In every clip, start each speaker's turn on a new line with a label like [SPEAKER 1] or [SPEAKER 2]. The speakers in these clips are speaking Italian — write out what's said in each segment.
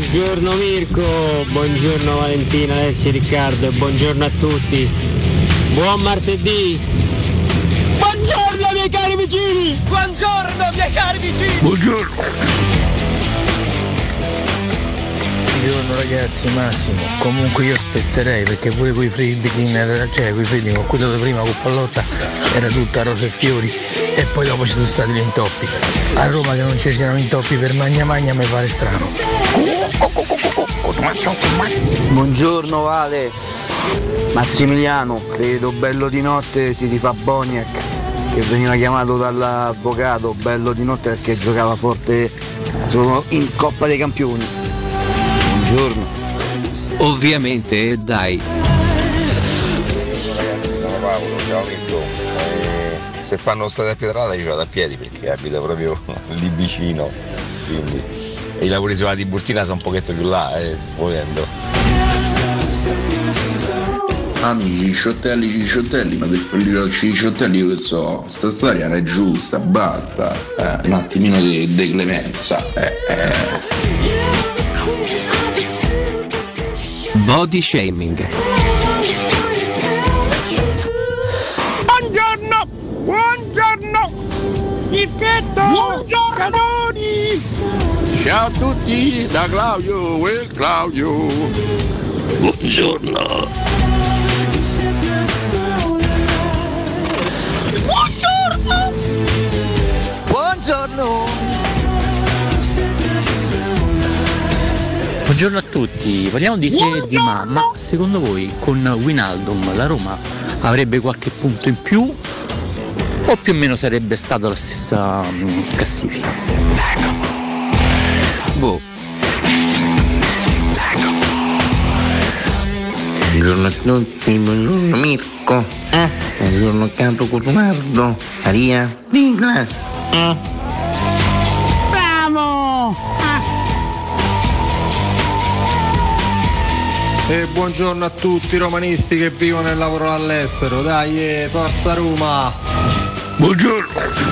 [SPEAKER 1] Buongiorno Mirko, buongiorno Valentina, Alessia, Riccardo e buongiorno a tutti. Buon martedì. Buongiorno miei cari vicini.
[SPEAKER 2] Buongiorno miei cari vicini.
[SPEAKER 3] Buongiorno.
[SPEAKER 4] Buongiorno ragazzi, Massimo. Comunque io aspetterei perché pure quei freddi, cioè quei freddi con quello di prima con Pallotta era tutta rose e fiori e poi dopo ci sono stati gli intoppi. A Roma che non ci siano intoppi per magna mi pare strano.
[SPEAKER 5] Buongiorno Vale. Massimiliano, credo bello di notte si rifà Boniek che veniva chiamato dall'avvocato bello di notte perché giocava forte solo in Coppa dei Campioni. Buongiorno.
[SPEAKER 6] Ovviamente, dai.
[SPEAKER 7] Ragazzi, sono Paolo, ciao amico. Se fanno strada a Pietrata io vado a piedi perché abito proprio lì vicino, quindi e i lavori sulla Tiburtina sono un pochetto più là, volendo.
[SPEAKER 3] Amici cicciottelli, ma se quelli sono cicciottelli io che so, sta storia non è giusta, basta, un attimino di clemenza.
[SPEAKER 6] Body shaming.
[SPEAKER 2] Buongiorno, Chicchetto, buongiorno, Canoni.
[SPEAKER 3] Ciao a tutti da Claudio, Claudio.
[SPEAKER 4] Buongiorno.
[SPEAKER 8] Buongiorno a tutti, parliamo di Serie D, ma secondo voi con Wijnaldum la Roma avrebbe qualche punto in più o più o meno sarebbe stata la stessa classifica? Boh.
[SPEAKER 4] Buongiorno a tutti, buongiorno Mirko. Buongiorno Cato Cotonardo. Maria. Sigla.
[SPEAKER 9] E buongiorno a tutti i romanisti che vivono e lavorano all'estero. Dai, forza Roma!
[SPEAKER 3] Buongiorno!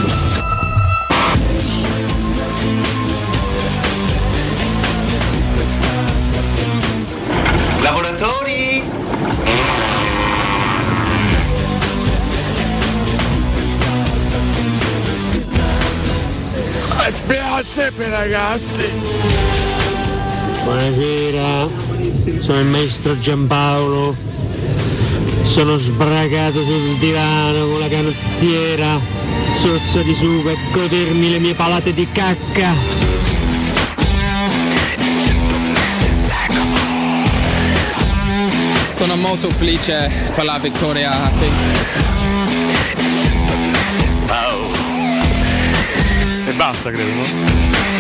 [SPEAKER 2] Lavoratori!
[SPEAKER 3] Spiace ragazzi!
[SPEAKER 1] Buonasera, sono il maestro Giampaolo. Sono sbragato sul divano con la canottiera, sozzo di sugo e godermi le mie palate di cacca.
[SPEAKER 10] Sono molto felice per la vittoria.
[SPEAKER 7] Wow. E basta credo, no?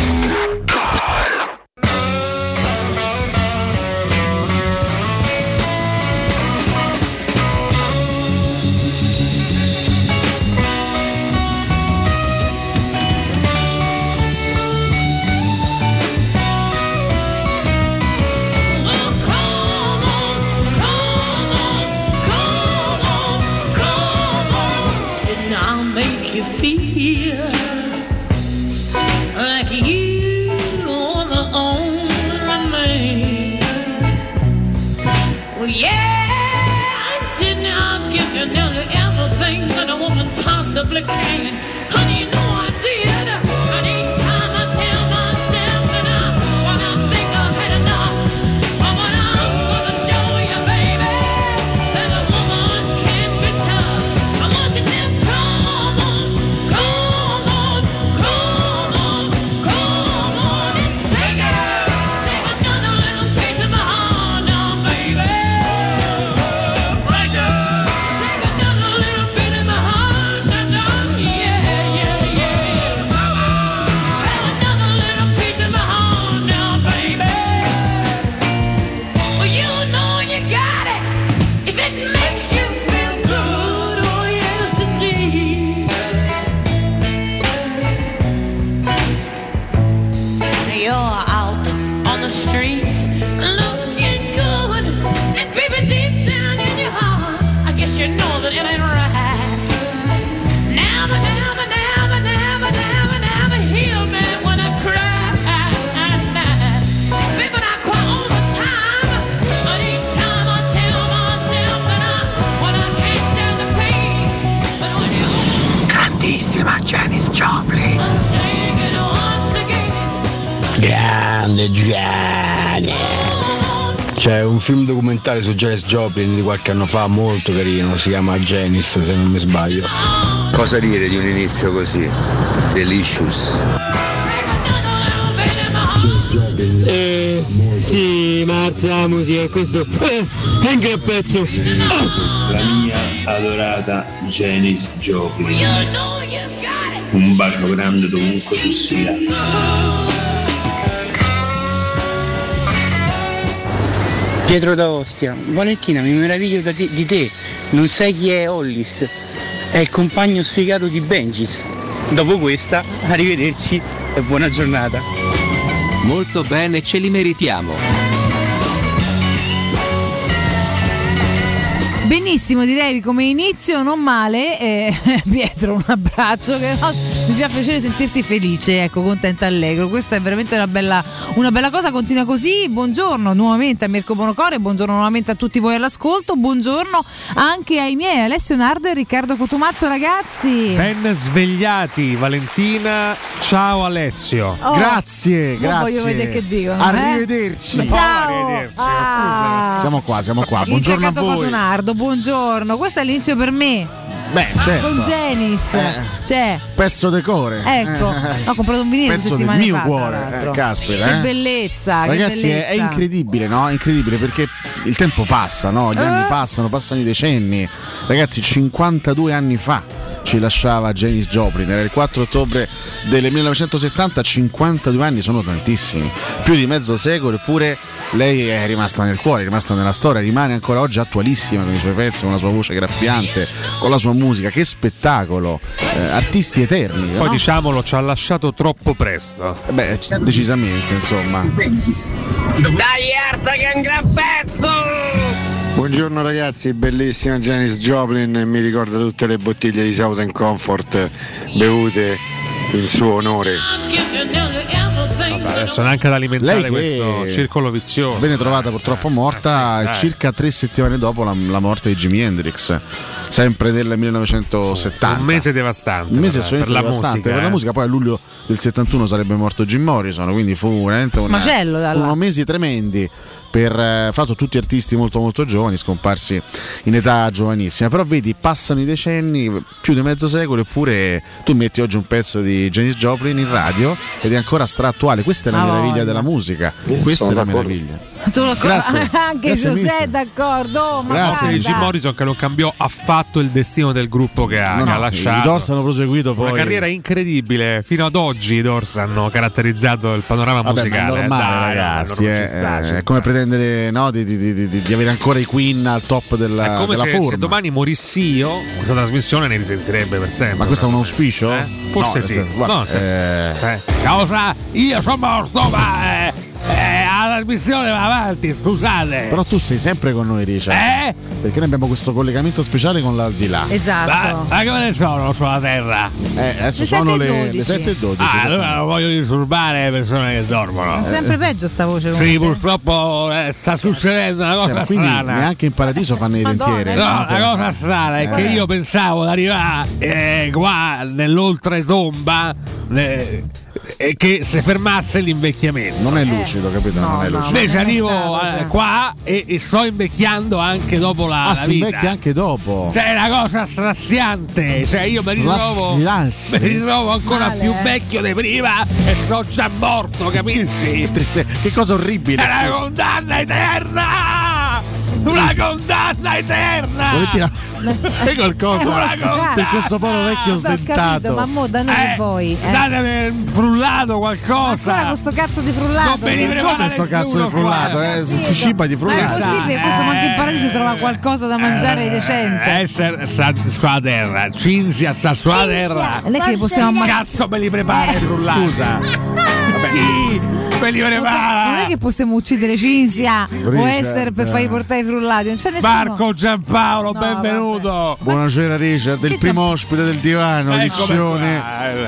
[SPEAKER 2] Possibly can. Honey, you know I did. And each time I tell myself that when I think I've had enough, but when I'm gonna show you, baby, that a woman can be tough. I want you to come on, come on, come on, come on and take it. Take another little piece of my heart now, baby. Take another little bit of my heart. Yeah.
[SPEAKER 11] grande Gianni. C'è un film documentario su Janis Joplin di qualche anno fa molto carino, si chiama Janis se non mi sbaglio.
[SPEAKER 7] Cosa dire di un inizio così? Delicious.
[SPEAKER 1] Sì, Marzia, la musica è questo. Anche a pezzo.
[SPEAKER 3] La mia adorata Janis Joplin. Un bacio grande dovunque tu sia.
[SPEAKER 12] Pietro da Ostia, Valentina, mi meraviglio di te, non sai chi è Hollis, è il compagno sfigato di Benjis. Dopo questa, arrivederci e buona giornata.
[SPEAKER 6] Molto bene, ce li meritiamo.
[SPEAKER 13] Benissimo, direi come inizio non male. Pietro, un abbraccio, che mi fa piacere sentirti felice, ecco, contenta, allegro. Questa è veramente una bella cosa, continua così. Buongiorno nuovamente a Mirko Bonocore, buongiorno nuovamente a tutti voi all'ascolto, buongiorno anche ai miei Alessio Nardo e Riccardo Cotumaccio, ragazzi.
[SPEAKER 14] Ben svegliati, Valentina. Ciao Alessio.
[SPEAKER 13] Grazie.
[SPEAKER 15] Voglio
[SPEAKER 13] vedere che dicono.
[SPEAKER 15] Arrivederci.
[SPEAKER 13] Ciao.
[SPEAKER 14] Arrivederci.
[SPEAKER 15] Siamo qua. Buongiorno a voi.
[SPEAKER 13] Cotunardo, buongiorno. Questo è l'inizio per me.
[SPEAKER 15] Beh, certo.
[SPEAKER 13] Con Janis. Cioè,
[SPEAKER 15] pezzo decore.
[SPEAKER 13] Ecco, ho comprato un vinile
[SPEAKER 15] pezzo
[SPEAKER 13] settimane
[SPEAKER 15] del mio
[SPEAKER 13] fa,
[SPEAKER 15] cuore. Caspita.
[SPEAKER 13] Che bellezza.
[SPEAKER 15] Ragazzi,
[SPEAKER 13] che bellezza.
[SPEAKER 15] è incredibile, no? Incredibile perché il tempo passa, no? Gli anni passano i decenni. Ragazzi, 52 anni fa ci lasciava Janis Joplin, era il 4 ottobre del 1970, 52 anni sono tantissimi, più di mezzo secolo, eppure lei è rimasta nel cuore, è rimasta nella storia, rimane ancora oggi attualissima con i suoi pezzi, con la sua voce graffiante, con la sua musica, che spettacolo, artisti eterni.
[SPEAKER 14] Poi
[SPEAKER 15] no?
[SPEAKER 14] Diciamolo, ci ha lasciato troppo presto.
[SPEAKER 15] Beh, decisamente, insomma.
[SPEAKER 2] Dai, Arza, che è un gran pezzo!
[SPEAKER 16] Buongiorno ragazzi, bellissima Janis Joplin, mi ricorda tutte le bottiglie di Southern Comfort bevute in suo onore.
[SPEAKER 14] Vabbè, adesso neanche ad alimentare questo circolo vizioso.
[SPEAKER 15] Venne trovata purtroppo morta circa 3 settimane dopo la morte di Jimi Hendrix, sempre del 1970.
[SPEAKER 14] Un mese devastante.
[SPEAKER 15] Un mese
[SPEAKER 14] per la
[SPEAKER 15] devastante
[SPEAKER 14] musica,
[SPEAKER 15] per la musica. Poi a luglio del 71 sarebbe morto Jim Morrison, quindi fu veramente furono mesi tremendi per fatto tutti artisti molto molto giovani, scomparsi in età giovanissima. Però vedi, passano i decenni, più di mezzo secolo, eppure tu metti oggi un pezzo di Janis Joplin in radio ed è ancora attuale. Questa è la meraviglia della musica. Questa è la meraviglia.
[SPEAKER 13] Grazie. Anche
[SPEAKER 15] Grazie,
[SPEAKER 13] José
[SPEAKER 15] mister.
[SPEAKER 13] d'accordo. Ma
[SPEAKER 14] grazie di Jim Morrison, che non cambiò affatto il destino del gruppo che ha lasciato.
[SPEAKER 15] I Doors hanno proseguito poi.
[SPEAKER 14] Una carriera incredibile. Fino ad oggi i Doors hanno caratterizzato il panorama musicale.
[SPEAKER 15] Ma è normale, ragazzi. È come pretendere di avere ancora i Queen al top della forma.
[SPEAKER 14] Se domani morissi io, questa trasmissione ne risentirebbe per sempre.
[SPEAKER 15] Ma questo è un auspicio?
[SPEAKER 14] Forse sì. Causa, io sono morto, ma la trasmissione va avanti, scusate.
[SPEAKER 15] Però tu sei sempre con noi, Richard. Perché noi abbiamo questo collegamento speciale con l'aldilà.
[SPEAKER 13] Esatto.
[SPEAKER 14] Ma come ne sono sulla Terra?
[SPEAKER 15] Adesso sono le 7:12.
[SPEAKER 14] Allora non voglio disturbare le persone che dormono.
[SPEAKER 13] È sempre peggio sta voce.
[SPEAKER 14] Sì, purtroppo sta succedendo una cosa
[SPEAKER 15] quindi
[SPEAKER 14] strana.
[SPEAKER 15] Neanche in paradiso fanno i dentieri.
[SPEAKER 14] No, la cosa strana è che io pensavo di arrivare qua nell'oltretomba e che si fermasse l'invecchiamento.
[SPEAKER 15] Non è lucido, capito? Non è lucido.
[SPEAKER 14] Invece arrivo qua e sto invecchiando anche dopo la
[SPEAKER 15] si
[SPEAKER 14] vita.
[SPEAKER 15] invecchia anche dopo.
[SPEAKER 14] Cioè, è una cosa straziante. Cioè, io mi ritrovo ancora più vecchio di prima e sto già morto, capisci?
[SPEAKER 15] Che cosa orribile.
[SPEAKER 14] È una condanna eterna! Una condanna eterna!
[SPEAKER 15] Valentina, fai qualcosa per questo povero vecchio sdentato.
[SPEAKER 13] Ma mo da noi che voi
[SPEAKER 14] datemi frullato qualcosa.
[SPEAKER 13] Ancora questo cazzo di frullato.
[SPEAKER 15] Come questo cazzo di frullato? Si ciba di frullato.
[SPEAKER 13] Ma è possibile, questo manca in paradiso trova qualcosa da mangiare decente.
[SPEAKER 14] Sta sulla terra, Cinzia sta sulla terra.
[SPEAKER 13] Non è che possiamo
[SPEAKER 14] cazzo me li prepara i frullati.
[SPEAKER 15] Scusa.
[SPEAKER 14] Me li prepara.
[SPEAKER 13] Non è che possiamo uccidere Cinzia o Esther per fargli portare i frullati. Non c'è nessuno.
[SPEAKER 14] Marco Giampaolo, benvenuto.
[SPEAKER 15] Buonasera Richard, il primo ospite del divano, edizione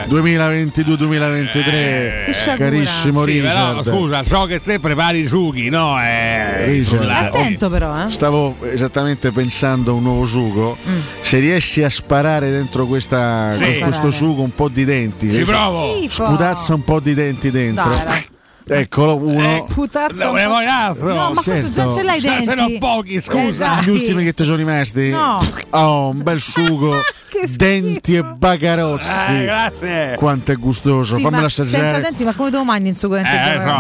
[SPEAKER 15] 2022-2023. Carissimo Richard.
[SPEAKER 14] Però, scusa, so che te prepari i sughi, no?
[SPEAKER 13] Richard, attento però.
[SPEAKER 15] Stavo esattamente pensando a un nuovo sugo. Se riesci a sparare dentro questo sugo un po' di denti,
[SPEAKER 14] ci provo.
[SPEAKER 15] sputazza un po' di denti dentro. Eccolo, uno.
[SPEAKER 13] Putazza.
[SPEAKER 14] Ne vuoi un altro?
[SPEAKER 13] No, ma questo già ce l'hai denti.
[SPEAKER 14] Se no pochi, scusa.
[SPEAKER 15] Gli ultimi che ti sono rimasti?
[SPEAKER 13] No.
[SPEAKER 15] Oh, un bel sugo. Denti e bagarozzi.
[SPEAKER 14] Grazie.
[SPEAKER 15] Quanto è gustoso.
[SPEAKER 13] Sì,
[SPEAKER 15] Fammelo
[SPEAKER 13] ma senza
[SPEAKER 15] assaggiare.
[SPEAKER 13] denti, ma come te lo mangi in sugo denti?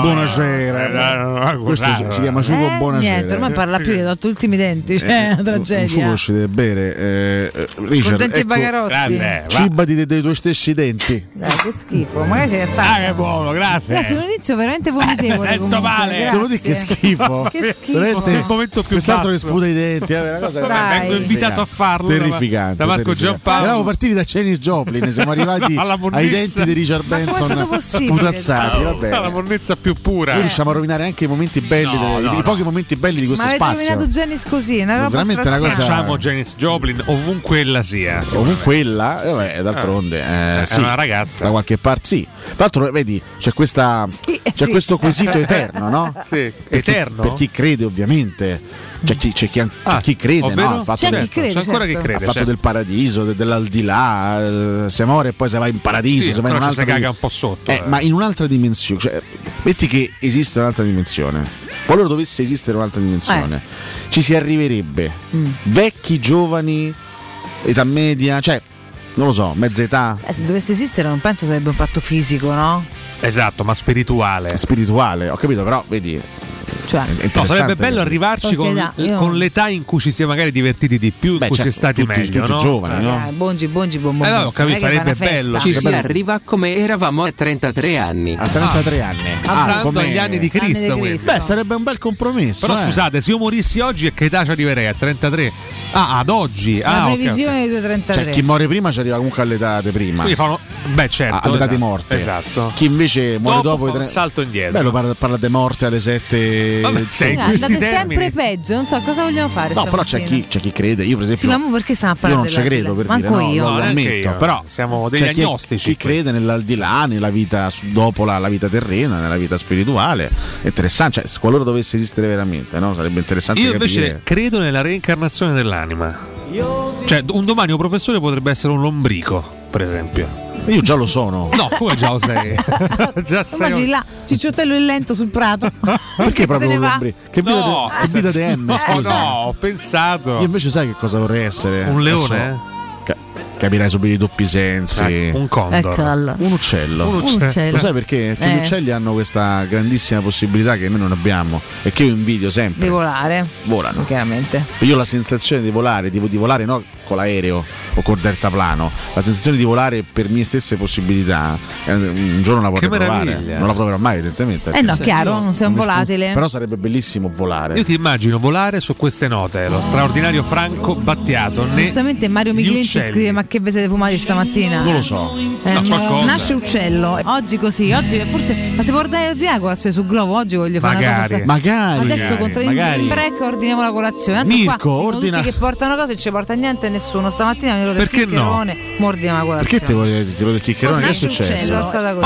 [SPEAKER 15] Buonasera. Questo si chiama sugo buonasera.
[SPEAKER 13] Niente, ormai parla più, gli ho tolto gli ultimi denti. Cioè, una tragedia.
[SPEAKER 15] Un sugo ci deve bere. Richard,
[SPEAKER 13] Con denti e bagarozzi.
[SPEAKER 15] cibati dei tuoi stessi denti.
[SPEAKER 13] Dai, che schifo. Magari sei attaccato.
[SPEAKER 14] Che buono, grazie.
[SPEAKER 13] Ragazzi, un inizio veramente vomitevole.
[SPEAKER 14] male.
[SPEAKER 15] Se lo dici che schifo.
[SPEAKER 13] Che schifo.
[SPEAKER 15] Veramente
[SPEAKER 14] Il momento più
[SPEAKER 15] quest'altro che
[SPEAKER 14] basso.
[SPEAKER 15] sputa i denti. Una cosa
[SPEAKER 14] Vengo invitato a farlo
[SPEAKER 15] terrificante.
[SPEAKER 14] da Marco Giampaolo.
[SPEAKER 15] Eravamo partiti da Janis Joplin, siamo arrivati ai denti di Richard Benson sputazzati. Vabbè.
[SPEAKER 14] La monnezza più pura.
[SPEAKER 15] Noi riusciamo a rovinare anche i momenti belli, i pochi momenti belli di questo
[SPEAKER 13] ma avete
[SPEAKER 15] spazio.
[SPEAKER 13] rovinato Janis così, una roba
[SPEAKER 15] veramente una cosa.
[SPEAKER 14] Facciamo Janis Joplin ovunque ella sia.
[SPEAKER 15] Ovunque ella, d'altronde
[SPEAKER 14] è
[SPEAKER 15] sì,
[SPEAKER 14] una ragazza.
[SPEAKER 15] Da qualche parte sì. Tra l'altro, vedi, c'è questa c'è questo quesito eterno, no?
[SPEAKER 14] Sì. Eterno?
[SPEAKER 15] Per chi crede, ovviamente. C'è chi crede,
[SPEAKER 14] ovvero?
[SPEAKER 15] no? Al fatto
[SPEAKER 13] C'è chi crede,
[SPEAKER 14] c'è ancora
[SPEAKER 13] certo.
[SPEAKER 14] chi crede.
[SPEAKER 15] al fatto del paradiso, dell'aldilà, se muore e poi se va in paradiso,
[SPEAKER 14] Sì,
[SPEAKER 15] se va in
[SPEAKER 14] però
[SPEAKER 15] un'altra
[SPEAKER 14] si caga un po' sotto.
[SPEAKER 15] ma in un'altra dimensione, cioè, metti che esiste un'altra dimensione. Qualora dovesse esistere un'altra dimensione, ci si arriverebbe vecchi, giovani, età media, cioè non lo so, mezza età.
[SPEAKER 13] Se dovesse esistere non penso sarebbe un fatto fisico, no?
[SPEAKER 14] Esatto, ma spirituale.
[SPEAKER 15] Spirituale, ho capito, però vedi.
[SPEAKER 13] Cioè,
[SPEAKER 14] No, sarebbe bello arrivarci con l'età in cui ci si è magari divertiti di più, in cui si è stati meglio,
[SPEAKER 15] tutti
[SPEAKER 14] no?
[SPEAKER 15] giovani, no?
[SPEAKER 13] Bongi.
[SPEAKER 14] Ho capito, sarebbe bello.
[SPEAKER 6] Ci si arriva come eravamo a 33 anni.
[SPEAKER 15] A 33 anni.
[SPEAKER 14] Stando agli anni di Cristo.
[SPEAKER 15] Beh, sarebbe un bel compromesso.
[SPEAKER 14] Però scusate, se io morissi oggi, a che età ci arriverei? A 33? Ad oggi?
[SPEAKER 13] La previsione di 33.
[SPEAKER 15] Cioè, chi muore prima ci arriva comunque all'età di prima.
[SPEAKER 14] Quindi fanno. Beh, certo.
[SPEAKER 15] All'età di morte.
[SPEAKER 14] Esatto.
[SPEAKER 15] Chi invece muore dopo
[SPEAKER 14] fa un salto indietro.
[SPEAKER 15] Bello parla di morte alle 7.
[SPEAKER 14] Vabbè,
[SPEAKER 13] andate sempre peggio, non so cosa vogliamo fare.
[SPEAKER 15] No, però c'è chi crede. Io, per esempio,
[SPEAKER 13] sì, ma perché stiamo a
[SPEAKER 15] io
[SPEAKER 13] parlare?
[SPEAKER 15] non ci credo, per
[SPEAKER 13] Manco
[SPEAKER 15] dire,
[SPEAKER 13] io.
[SPEAKER 15] no, lo ammetto. Però
[SPEAKER 14] siamo degli agnostici.
[SPEAKER 15] Chi crede nell'aldilà, nella vita dopo la vita terrena, nella vita spirituale, è interessante. Cioè, qualora dovesse esistere veramente, no? Sarebbe interessante
[SPEAKER 14] io
[SPEAKER 15] capire.
[SPEAKER 14] invece credo nella reincarnazione dell'anima. Cioè, un domani un professore potrebbe essere un lombrico, per esempio.
[SPEAKER 15] Io già lo sono.
[SPEAKER 14] No, come già lo sei? Già sei.
[SPEAKER 13] Immagini là, Cicciottello il lento sul prato.
[SPEAKER 15] Perché proprio
[SPEAKER 13] se ne
[SPEAKER 15] un
[SPEAKER 13] va?
[SPEAKER 15] lombrico? Che vita di M, scusa.
[SPEAKER 14] No, ho pensato.
[SPEAKER 15] Io invece sai che cosa vorrei essere?
[SPEAKER 14] Un leone?
[SPEAKER 15] Capirai subito i doppi sensi.
[SPEAKER 14] Un condor.
[SPEAKER 13] Eccolo.
[SPEAKER 15] Un uccello.
[SPEAKER 13] Un uccello.
[SPEAKER 15] Lo sai perché? Perché gli uccelli hanno questa grandissima possibilità che noi non abbiamo e che io invidio sempre.
[SPEAKER 13] Di volare.
[SPEAKER 15] Volano.
[SPEAKER 13] Chiaramente.
[SPEAKER 15] Io ho la sensazione di volare, di volare no con l'aereo o col deltaplano, la sensazione di volare per mie stesse possibilità, un giorno la vorrei provare. Non la proverò mai, evidentemente.
[SPEAKER 13] No, chiaro, non sei un volatile.
[SPEAKER 15] Però sarebbe bellissimo volare.
[SPEAKER 14] Io ti immagino volare su queste note, lo straordinario Franco Battiato.
[SPEAKER 13] Giustamente Mario Michelin ci scrive: ma che vi siete fumati stamattina?
[SPEAKER 15] Non lo so.
[SPEAKER 13] Nasce uccello. Oggi così, oggi forse. Ma si può ordinare la colazione su Globo? Oggi voglio fare una cosa.
[SPEAKER 15] Magari.
[SPEAKER 13] Adesso in break ordiniamo la colazione. Tanto
[SPEAKER 15] Mirko,
[SPEAKER 13] qua
[SPEAKER 15] ordina.
[SPEAKER 13] tutti che portano cose e ci porta niente nessuno. Stamattina mi ero del
[SPEAKER 14] Perché
[SPEAKER 13] chiccherone, ordiniamo la colazione.
[SPEAKER 15] Perché ti volevo del chiccherone? Che è successo?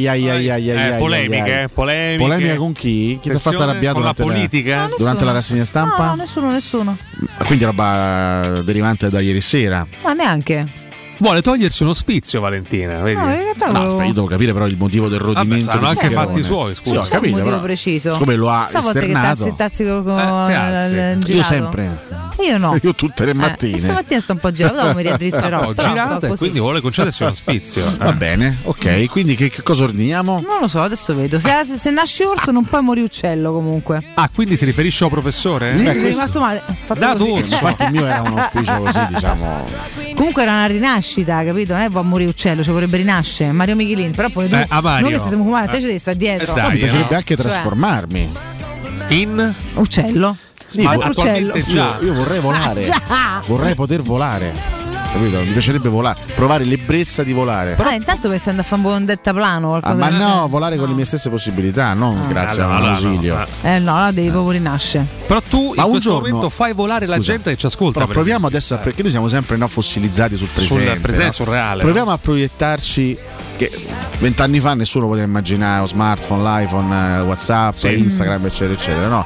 [SPEAKER 15] Ai.
[SPEAKER 14] Polemiche.
[SPEAKER 15] Polemica con chi? Chi ti ha fatto arrabbiato
[SPEAKER 14] con la politica?
[SPEAKER 15] Durante la rassegna stampa?
[SPEAKER 13] No, nessuno.
[SPEAKER 15] Quindi roba derivante da ieri sera.
[SPEAKER 13] Ma neanche.
[SPEAKER 14] Vuole togliersi uno sfizio, Valentina. Vedi?
[SPEAKER 13] No, in realtà
[SPEAKER 15] No, aspetta, io devo capire però il motivo del rodimento.
[SPEAKER 14] Saranno anche
[SPEAKER 15] del
[SPEAKER 14] fatti
[SPEAKER 15] chiccherone.
[SPEAKER 14] suoi, scusa.
[SPEAKER 15] Sì, ho
[SPEAKER 13] C'è un
[SPEAKER 15] capito,
[SPEAKER 13] motivo
[SPEAKER 15] però,
[SPEAKER 13] preciso.
[SPEAKER 15] siccome lo ha
[SPEAKER 13] Stavolta
[SPEAKER 15] esternato.
[SPEAKER 13] che tazzi con
[SPEAKER 15] Io sempre.
[SPEAKER 13] Io no.
[SPEAKER 15] Io tutte le mattine.
[SPEAKER 13] Stamattina sto un po' girato, dopo mi riaddrizzerò.
[SPEAKER 14] Ho girato e quindi vuole concedersi uno sfizio.
[SPEAKER 15] Va bene, ok. Quindi che cosa ordiniamo?
[SPEAKER 13] Non lo so, adesso vedo. Se nasce orso non puoi morire uccello comunque.
[SPEAKER 14] Ah, quindi si riferisce a un professore?
[SPEAKER 13] Mi sono rimasto male. Fatto così.
[SPEAKER 15] Infatti il mio era un auspicio così, diciamo.
[SPEAKER 13] Comunque era una rinascita, capito? Non è va a morire uccello, ci vorrebbe rinascere. Mario Michelin, però poi tu,
[SPEAKER 14] Mario.
[SPEAKER 13] noi che siamo fumati, te ci devi stare dietro.
[SPEAKER 14] Dai,
[SPEAKER 15] Mi piacerebbe
[SPEAKER 14] no.
[SPEAKER 15] anche trasformarmi.
[SPEAKER 14] In
[SPEAKER 13] uccello.
[SPEAKER 15] Sì,
[SPEAKER 14] Ma
[SPEAKER 13] uccello.
[SPEAKER 14] attualmente già.
[SPEAKER 15] Io vorrei volare.
[SPEAKER 13] Già.
[SPEAKER 15] Vorrei poter volare. Capito? Mi piacerebbe volare, provare l'ebbrezza di volare.
[SPEAKER 13] Intanto pensi andare a fare un buon deltaplano o qualcosa
[SPEAKER 15] Ma
[SPEAKER 13] del
[SPEAKER 15] no,
[SPEAKER 13] genere.
[SPEAKER 15] volare con le mie stesse possibilità, non grazie a un ausilio.
[SPEAKER 13] No, là devi proprio rinascere.
[SPEAKER 14] Però tu
[SPEAKER 15] Ma
[SPEAKER 14] in
[SPEAKER 15] un
[SPEAKER 14] questo
[SPEAKER 15] giorno-
[SPEAKER 14] momento fai volare la
[SPEAKER 15] Scusa,
[SPEAKER 14] gente che ci ascolta.
[SPEAKER 15] Però
[SPEAKER 14] per
[SPEAKER 15] proviamo
[SPEAKER 14] esempio.
[SPEAKER 15] adesso, perché noi siamo sempre fossilizzati sul presente.
[SPEAKER 14] Sul presente,
[SPEAKER 15] no?
[SPEAKER 14] sul reale.
[SPEAKER 15] Proviamo a proiettarci che 20 anni fa nessuno poteva immaginare lo smartphone, l'iPhone, WhatsApp,
[SPEAKER 14] Sì.
[SPEAKER 15] Instagram, eccetera, eccetera. No?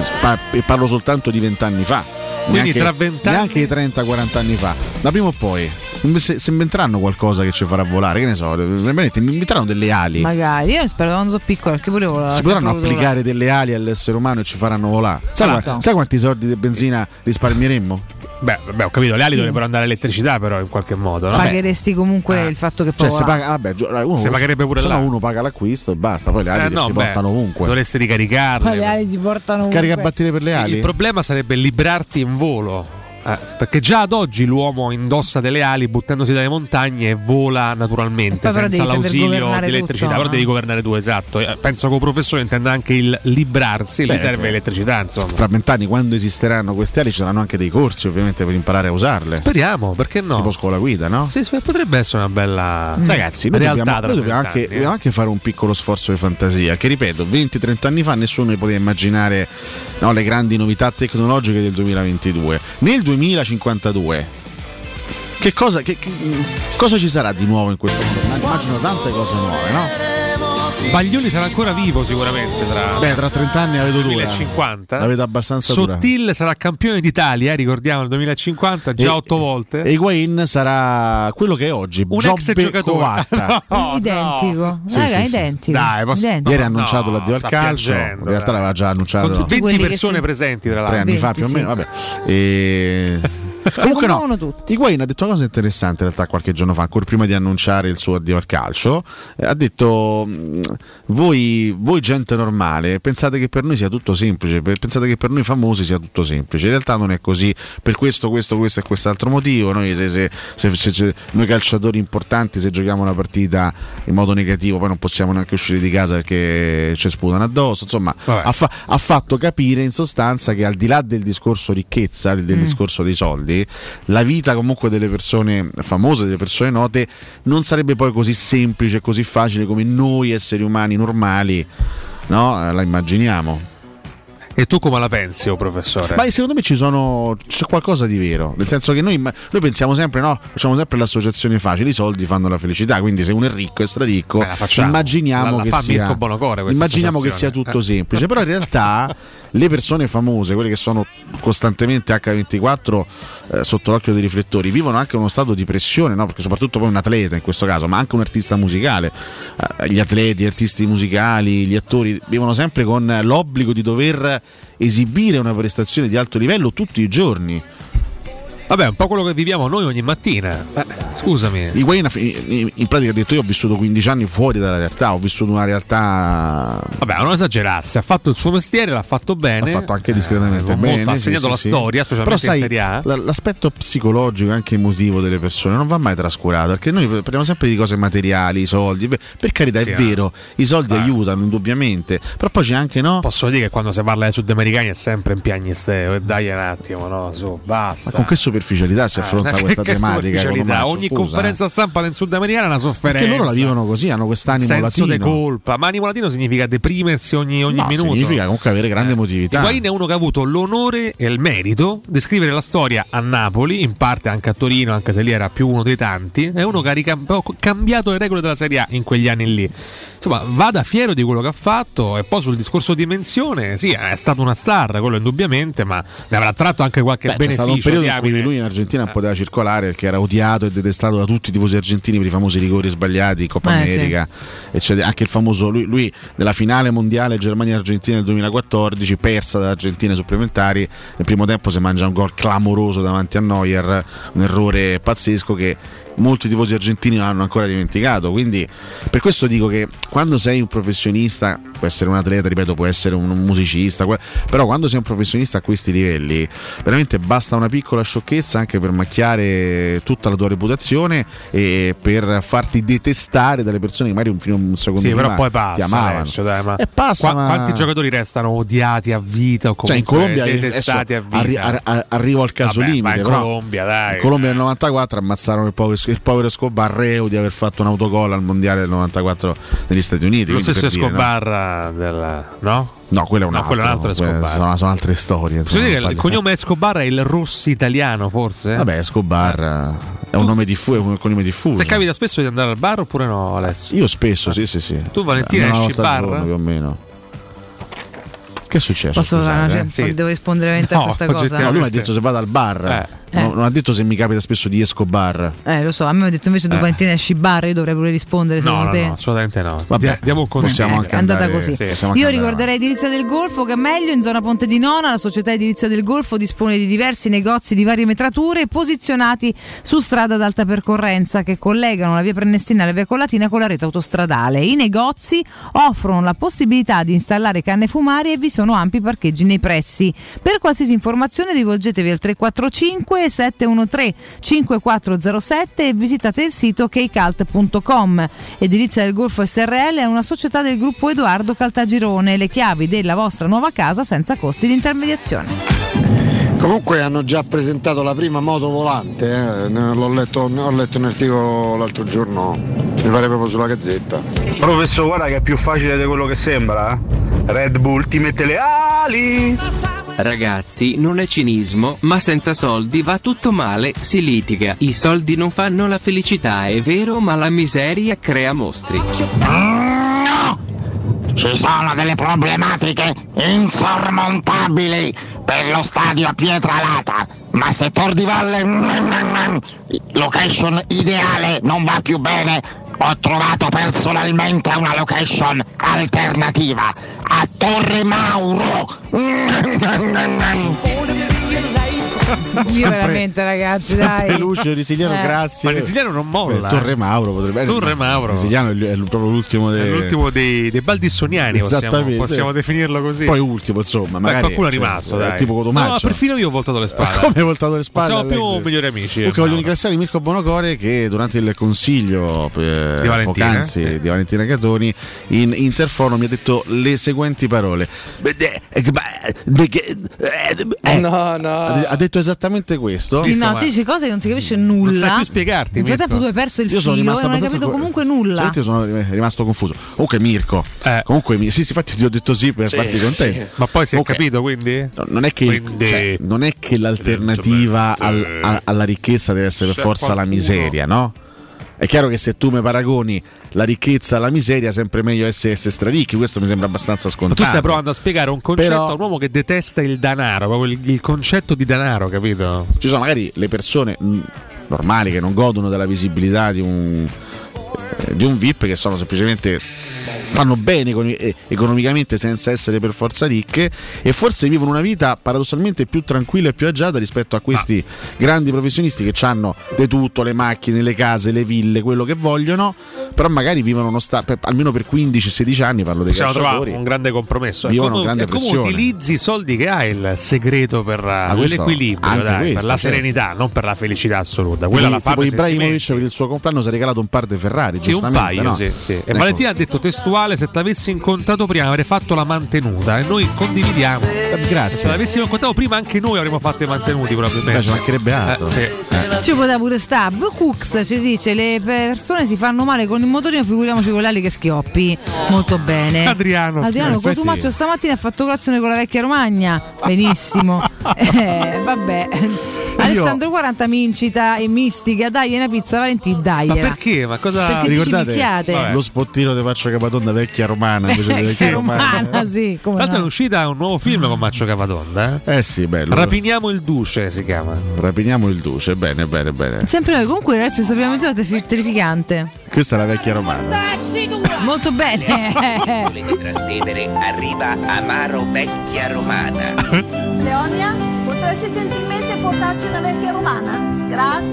[SPEAKER 15] E parlo soltanto di 20 anni fa.
[SPEAKER 14] Quindi
[SPEAKER 15] Neanche-
[SPEAKER 14] tra 20 anni-
[SPEAKER 15] neanche di 30-40 anni fa. Da prima o poi se inventeranno qualcosa che ci farà volare, che ne so, inventeranno delle ali.
[SPEAKER 13] Magari, io spero che non so piccolo perché pure volevo.
[SPEAKER 15] Si potranno applicare delle ali all'essere umano e ci faranno volare. Sai quanti soldi di benzina risparmieremmo?
[SPEAKER 14] Beh, ho capito, le ali dovrebbero andare all'elettricità, però in qualche modo. No?
[SPEAKER 13] Pagheresti comunque il fatto che poi.
[SPEAKER 15] Se
[SPEAKER 14] pagherebbe pure là.
[SPEAKER 15] Uno paga l'acquisto e basta, poi le ali ti portano ovunque.
[SPEAKER 14] Dovresti ricaricarle.
[SPEAKER 13] Poi le ali ti portano ovunque.
[SPEAKER 15] Caricabatterie per le ali.
[SPEAKER 14] Il problema sarebbe librarti in volo. Perché già ad oggi l'uomo indossa delle ali buttandosi dalle montagne e vola naturalmente senza l'ausilio di elettricità.
[SPEAKER 13] Tutto,
[SPEAKER 14] però devi governare tu, esatto. Penso che il professore intenda anche il librarsi, gli serve l'elettricità, insomma.
[SPEAKER 15] Fra 20 anni, quando esisteranno queste ali, ci saranno anche dei corsi ovviamente per imparare a usarle.
[SPEAKER 14] Speriamo, perché no?
[SPEAKER 15] Tipo scuola guida, no?
[SPEAKER 14] Sì, potrebbe essere una bella
[SPEAKER 15] ragazzi, noi dobbiamo anche fare un piccolo sforzo di fantasia, che ripeto, 20-30 anni fa nessuno poteva immaginare le grandi novità tecnologiche del 2022. Nel 2052 che cosa ci sarà di nuovo in questo mondo? Immagino tante cose nuove, no?
[SPEAKER 14] Baglioni sarà ancora vivo sicuramente
[SPEAKER 15] tra 30 anni la vedo dura.
[SPEAKER 14] 2050
[SPEAKER 15] la vedo abbastanza dura.
[SPEAKER 14] Sottil sarà campione d'Italia, ricordiamo, nel 2050 già 8 volte.
[SPEAKER 15] E Higuain sarà quello che è oggi,
[SPEAKER 14] un ex giocatore.
[SPEAKER 13] Identico. Identico.
[SPEAKER 14] Dai,
[SPEAKER 15] ieri ha annunciato l'addio al calcio, in realtà l'aveva già annunciato
[SPEAKER 14] 20 persone presenti tra l'altro
[SPEAKER 15] 3 anni fa più o meno, vabbè. Comunque Higuain ha detto una cosa interessante in realtà qualche giorno fa, ancora prima di annunciare il suo addio al calcio. Ha detto: voi gente normale pensate che per noi sia tutto semplice, pensate che per noi famosi sia tutto semplice, in realtà non è così, per questo e quest'altro motivo. Noi noi calciatori importanti, se giochiamo una partita in modo negativo poi non possiamo neanche uscire di casa perché ci sputano addosso. Insomma, ha fatto capire in sostanza che al di là del discorso ricchezza, del discorso dei soldi, la vita comunque delle persone famose, delle persone note, non sarebbe poi così semplice e così facile come noi esseri umani normali, no? La immaginiamo.
[SPEAKER 14] E tu come la pensi, professore?
[SPEAKER 15] Ma secondo me c'è qualcosa di vero, nel senso che noi pensiamo sempre, facciamo sempre l'associazione facile, i soldi fanno la felicità, quindi se uno è ricco, è straricco, immaginiamo che sia tutto semplice, però in realtà le persone famose, quelle che sono costantemente H24 sotto l'occhio dei riflettori, vivono anche uno stato di pressione, no? Perché soprattutto poi un atleta in questo caso, ma anche un artista musicale, gli atleti, gli artisti musicali, gli attori vivono sempre con l'obbligo di dover esibire una prestazione di alto livello tutti i giorni.
[SPEAKER 14] Vabbè, un po' quello che viviamo noi ogni mattina. Scusami.
[SPEAKER 15] Higuain in pratica ha detto: io ho vissuto 15 anni fuori dalla realtà, ho vissuto una realtà.
[SPEAKER 14] Vabbè, non esagerarsi, ha fatto il suo mestiere, l'ha fatto bene.
[SPEAKER 15] Ha fatto anche discretamente bene.
[SPEAKER 14] Ha segnato la storia, specialmente
[SPEAKER 15] però,
[SPEAKER 14] in Serie A.
[SPEAKER 15] L'aspetto psicologico e anche emotivo delle persone non va mai trascurato, perché noi parliamo sempre di cose materiali, i soldi. Per carità, è vero, i soldi aiutano indubbiamente, però poi c'è anche, no?
[SPEAKER 14] Posso dire che quando si parla dei sudamericani è sempre in piagnisteo, dai un attimo, no? Su, basta.
[SPEAKER 15] Ma con che superficialità si affronta questa tematica?
[SPEAKER 14] Ogni conferenza stampa del sudamericano è una sofferenza.
[SPEAKER 15] Perché loro la vivono così, hanno quest'animo
[SPEAKER 14] senso
[SPEAKER 15] latino.
[SPEAKER 14] di colpa. Ma animo latino significa deprimersi ogni minuto.
[SPEAKER 15] Significa comunque avere grande emotività.
[SPEAKER 14] Higuain è uno che ha avuto l'onore e il merito di scrivere la storia a Napoli, in parte anche a Torino, anche se lì era più uno dei tanti. È uno che ha cambiato le regole della Serie A in quegli anni lì. Insomma, vada fiero di quello che ha fatto. E poi sul discorso di menzione, sì, è stato una star, quello indubbiamente, ma ne avrà tratto anche qualche beneficio.
[SPEAKER 15] C'è stato un periodo in cui lui in Argentina poteva circolare perché era odiato e detestato da tutti i tifosi argentini per i famosi rigori sbagliati in Coppa America, eccetera. Anche il famoso lui nella finale mondiale Germania-Argentina del 2014, persa dall'Argentina ai supplementari, nel primo tempo si mangia un gol clamoroso davanti a Neuer, un errore pazzesco che molti tifosi argentini non hanno ancora dimenticato. Quindi per questo dico che quando sei un professionista, può essere un atleta, ripeto, può essere un musicista, però quando sei un professionista a questi livelli veramente basta una piccola sciocchezza anche per macchiare tutta la tua reputazione e per farti detestare dalle persone che magari fino a un secondo
[SPEAKER 14] però poi passa,
[SPEAKER 15] ti amavano.
[SPEAKER 14] Adesso, dai, ma
[SPEAKER 15] passa,
[SPEAKER 14] quanti giocatori restano odiati a vita o comunque
[SPEAKER 15] in Colombia
[SPEAKER 14] detestati a vita?
[SPEAKER 15] Arrivo al caso limite,
[SPEAKER 14] in Colombia, dai.
[SPEAKER 15] In Colombia nel 94 ammazzarono il povero Escobar reo di aver fatto un autogol al mondiale del 94 negli Stati Uniti.
[SPEAKER 14] Lo stesso Escobar, no?
[SPEAKER 15] No, quello è un altro
[SPEAKER 14] Escobar.
[SPEAKER 15] Sono altre storie.
[SPEAKER 14] Posso dire che il cognome Escobar è il Rossi italiano, forse?
[SPEAKER 15] Vabbè, Escobar è un nome diffuso, un cognome diffuso.
[SPEAKER 14] Ti capita spesso di andare al bar oppure no, Alessio?
[SPEAKER 15] Io spesso, sì.
[SPEAKER 14] Tu, Valentina, esci bar?
[SPEAKER 15] Più o meno. Che è successo?
[SPEAKER 13] Posso devo rispondere a questa cosa?
[SPEAKER 15] No, lui mi ha detto se vado al bar. Non ha detto se mi capita spesso di Escobar.
[SPEAKER 13] Lo so, a me ha detto invece tu Valentina esci bar, io dovrei pure rispondere secondo te.
[SPEAKER 14] No, assolutamente no.
[SPEAKER 15] Vabbè,
[SPEAKER 14] diamo un consiglio.
[SPEAKER 15] possiamo anche
[SPEAKER 13] È andata
[SPEAKER 15] andare,
[SPEAKER 13] così.
[SPEAKER 15] sì, possiamo
[SPEAKER 13] Io
[SPEAKER 15] anche andare
[SPEAKER 13] ricorderei Edilizia del Golfo, che è meglio in zona Ponte di Nona. La società Edilizia del Golfo dispone di diversi negozi di varie metrature posizionati su strada ad alta percorrenza che collegano la via Prenestina e la via Collatina con la rete autostradale. I negozi offrono la possibilità di installare canne fumarie e vi sono ampi parcheggi nei pressi. Per qualsiasi informazione rivolgetevi al 345 713 5407 e visitate il sito keycult.com. Edilizia del Golfo SRL è una società del gruppo Edoardo Caltagirone. Le chiavi della vostra nuova casa senza costi di intermediazione.
[SPEAKER 16] Comunque hanno già presentato la prima moto volante, l'ho letto un articolo l'altro giorno, mi pare proprio sulla Gazzetta.
[SPEAKER 17] Professore, guarda che è più facile di quello che sembra. Red Bull ti mette le ali.
[SPEAKER 6] Ragazzi, non è cinismo, ma senza soldi va tutto male, si litiga. I soldi non fanno la felicità, è vero, ma la miseria crea mostri.
[SPEAKER 18] No! Ci sono delle problematiche insormontabili per lo stadio a Pietralata, ma se Tor di Valle, location ideale, non va più bene, ho trovato personalmente una location alternativa a Torre Mauro.
[SPEAKER 13] Io veramente, ragazzi, dai.
[SPEAKER 15] Lucio Risiliano, grazie.
[SPEAKER 14] Ma Risiliano non molla.
[SPEAKER 15] Torre Mauro potrebbe essere.
[SPEAKER 14] Torre Mauro.
[SPEAKER 15] Risiliano è proprio l'ultimo
[SPEAKER 14] dei baldissoniani, possiamo definirlo così.
[SPEAKER 15] Poi ultimo, insomma, magari
[SPEAKER 14] qualcuno è rimasto, dai.
[SPEAKER 15] Tipo Cotomaccio.
[SPEAKER 14] No, perfino io ho voltato le spalle.
[SPEAKER 15] Come hai voltato le spalle?
[SPEAKER 14] Siamo più migliori amici.
[SPEAKER 15] Comunque voglio ringraziare Mirko Bonocore che durante il consiglio
[SPEAKER 14] di Valentina,
[SPEAKER 15] di Valentina Catoni in interfono mi ha detto le seguenti parole. Ha detto esattamente questo.
[SPEAKER 13] Sì, no, ti dici cose che non si capisce nulla.
[SPEAKER 14] Non sai più spiegarti.
[SPEAKER 13] Nel frattempo tu hai perso il filo e non hai capito comunque nulla.
[SPEAKER 15] Io sono rimasto confuso. Comunque Mirko, sì, infatti ti ho detto sì per farti contento.
[SPEAKER 14] Sì. Ma poi si è capito, quindi?
[SPEAKER 15] No, non è che l'alternativa alla ricchezza deve essere per forza la miseria, no? È chiaro che se tu mi paragoni la ricchezza alla miseria, è sempre meglio essere straricchi, questo mi sembra abbastanza scontato.
[SPEAKER 14] Ma tu stai provando a spiegare un concetto a un uomo che detesta il denaro, proprio il concetto di denaro, capito?
[SPEAKER 15] Ci sono magari le persone normali che non godono della visibilità di un VIP, che sono semplicemente stanno bene economicamente senza essere per forza ricche e forse vivono una vita paradossalmente più tranquilla e più agiata rispetto a questi grandi professionisti che hanno di tutto, le macchine, le case, le ville, quello che vogliono, però magari vivono almeno per 15-16 anni, parlo dei calciatori. Possiamo trovare
[SPEAKER 14] un grande compromesso.
[SPEAKER 15] Come
[SPEAKER 14] utilizzi i soldi che hai, il segreto per l'equilibrio, per la serenità, non per la felicità assoluta. Quella la fa.
[SPEAKER 15] Tipo Ibrahimovic per il suo compleanno si è regalato un par di Ferrari.
[SPEAKER 14] Sì, un paio, no? sì. E Valentina ha detto testuale: se ti avessi incontrato prima avrei fatto la mantenuta, e noi condividiamo.
[SPEAKER 15] Grazie.
[SPEAKER 14] Se l'avessimo incontrato prima anche noi avremmo fatto i mantenuti probabilmente.
[SPEAKER 15] Ci mancherebbe altro.
[SPEAKER 13] Ci poteva pure sta. Cooks ci dice: le persone si fanno male con il motorino, figuriamoci con le ali che schioppi. Molto bene.
[SPEAKER 14] Adriano
[SPEAKER 13] Cotumaccio stamattina ha fatto colazione con la vecchia Romagna. Benissimo. Vabbè. Alessandro 40 mi incita e mistica. Dai una pizza, Valentì, dai.
[SPEAKER 14] Ma perché? Ma cosa?
[SPEAKER 13] Perché
[SPEAKER 15] ricordate lo spottino di Maccio Capatonda vecchia romana invece di vecchia romana?
[SPEAKER 13] Sì, come
[SPEAKER 14] tra l'altro è uscita un nuovo film con Maccio Capatonda.
[SPEAKER 15] Sì, bello.
[SPEAKER 14] Rapiniamo il Duce si chiama.
[SPEAKER 15] Rapiniamo il Duce, bene.
[SPEAKER 13] Sempre noi, comunque adesso sappiamo già terrificante.
[SPEAKER 15] Questa è la vecchia romana.
[SPEAKER 13] Molto bene.
[SPEAKER 19] Volete Trastevere, arriva Amaro vecchia romana.
[SPEAKER 20] Leonia, potresti gentilmente portarci una vecchia romana?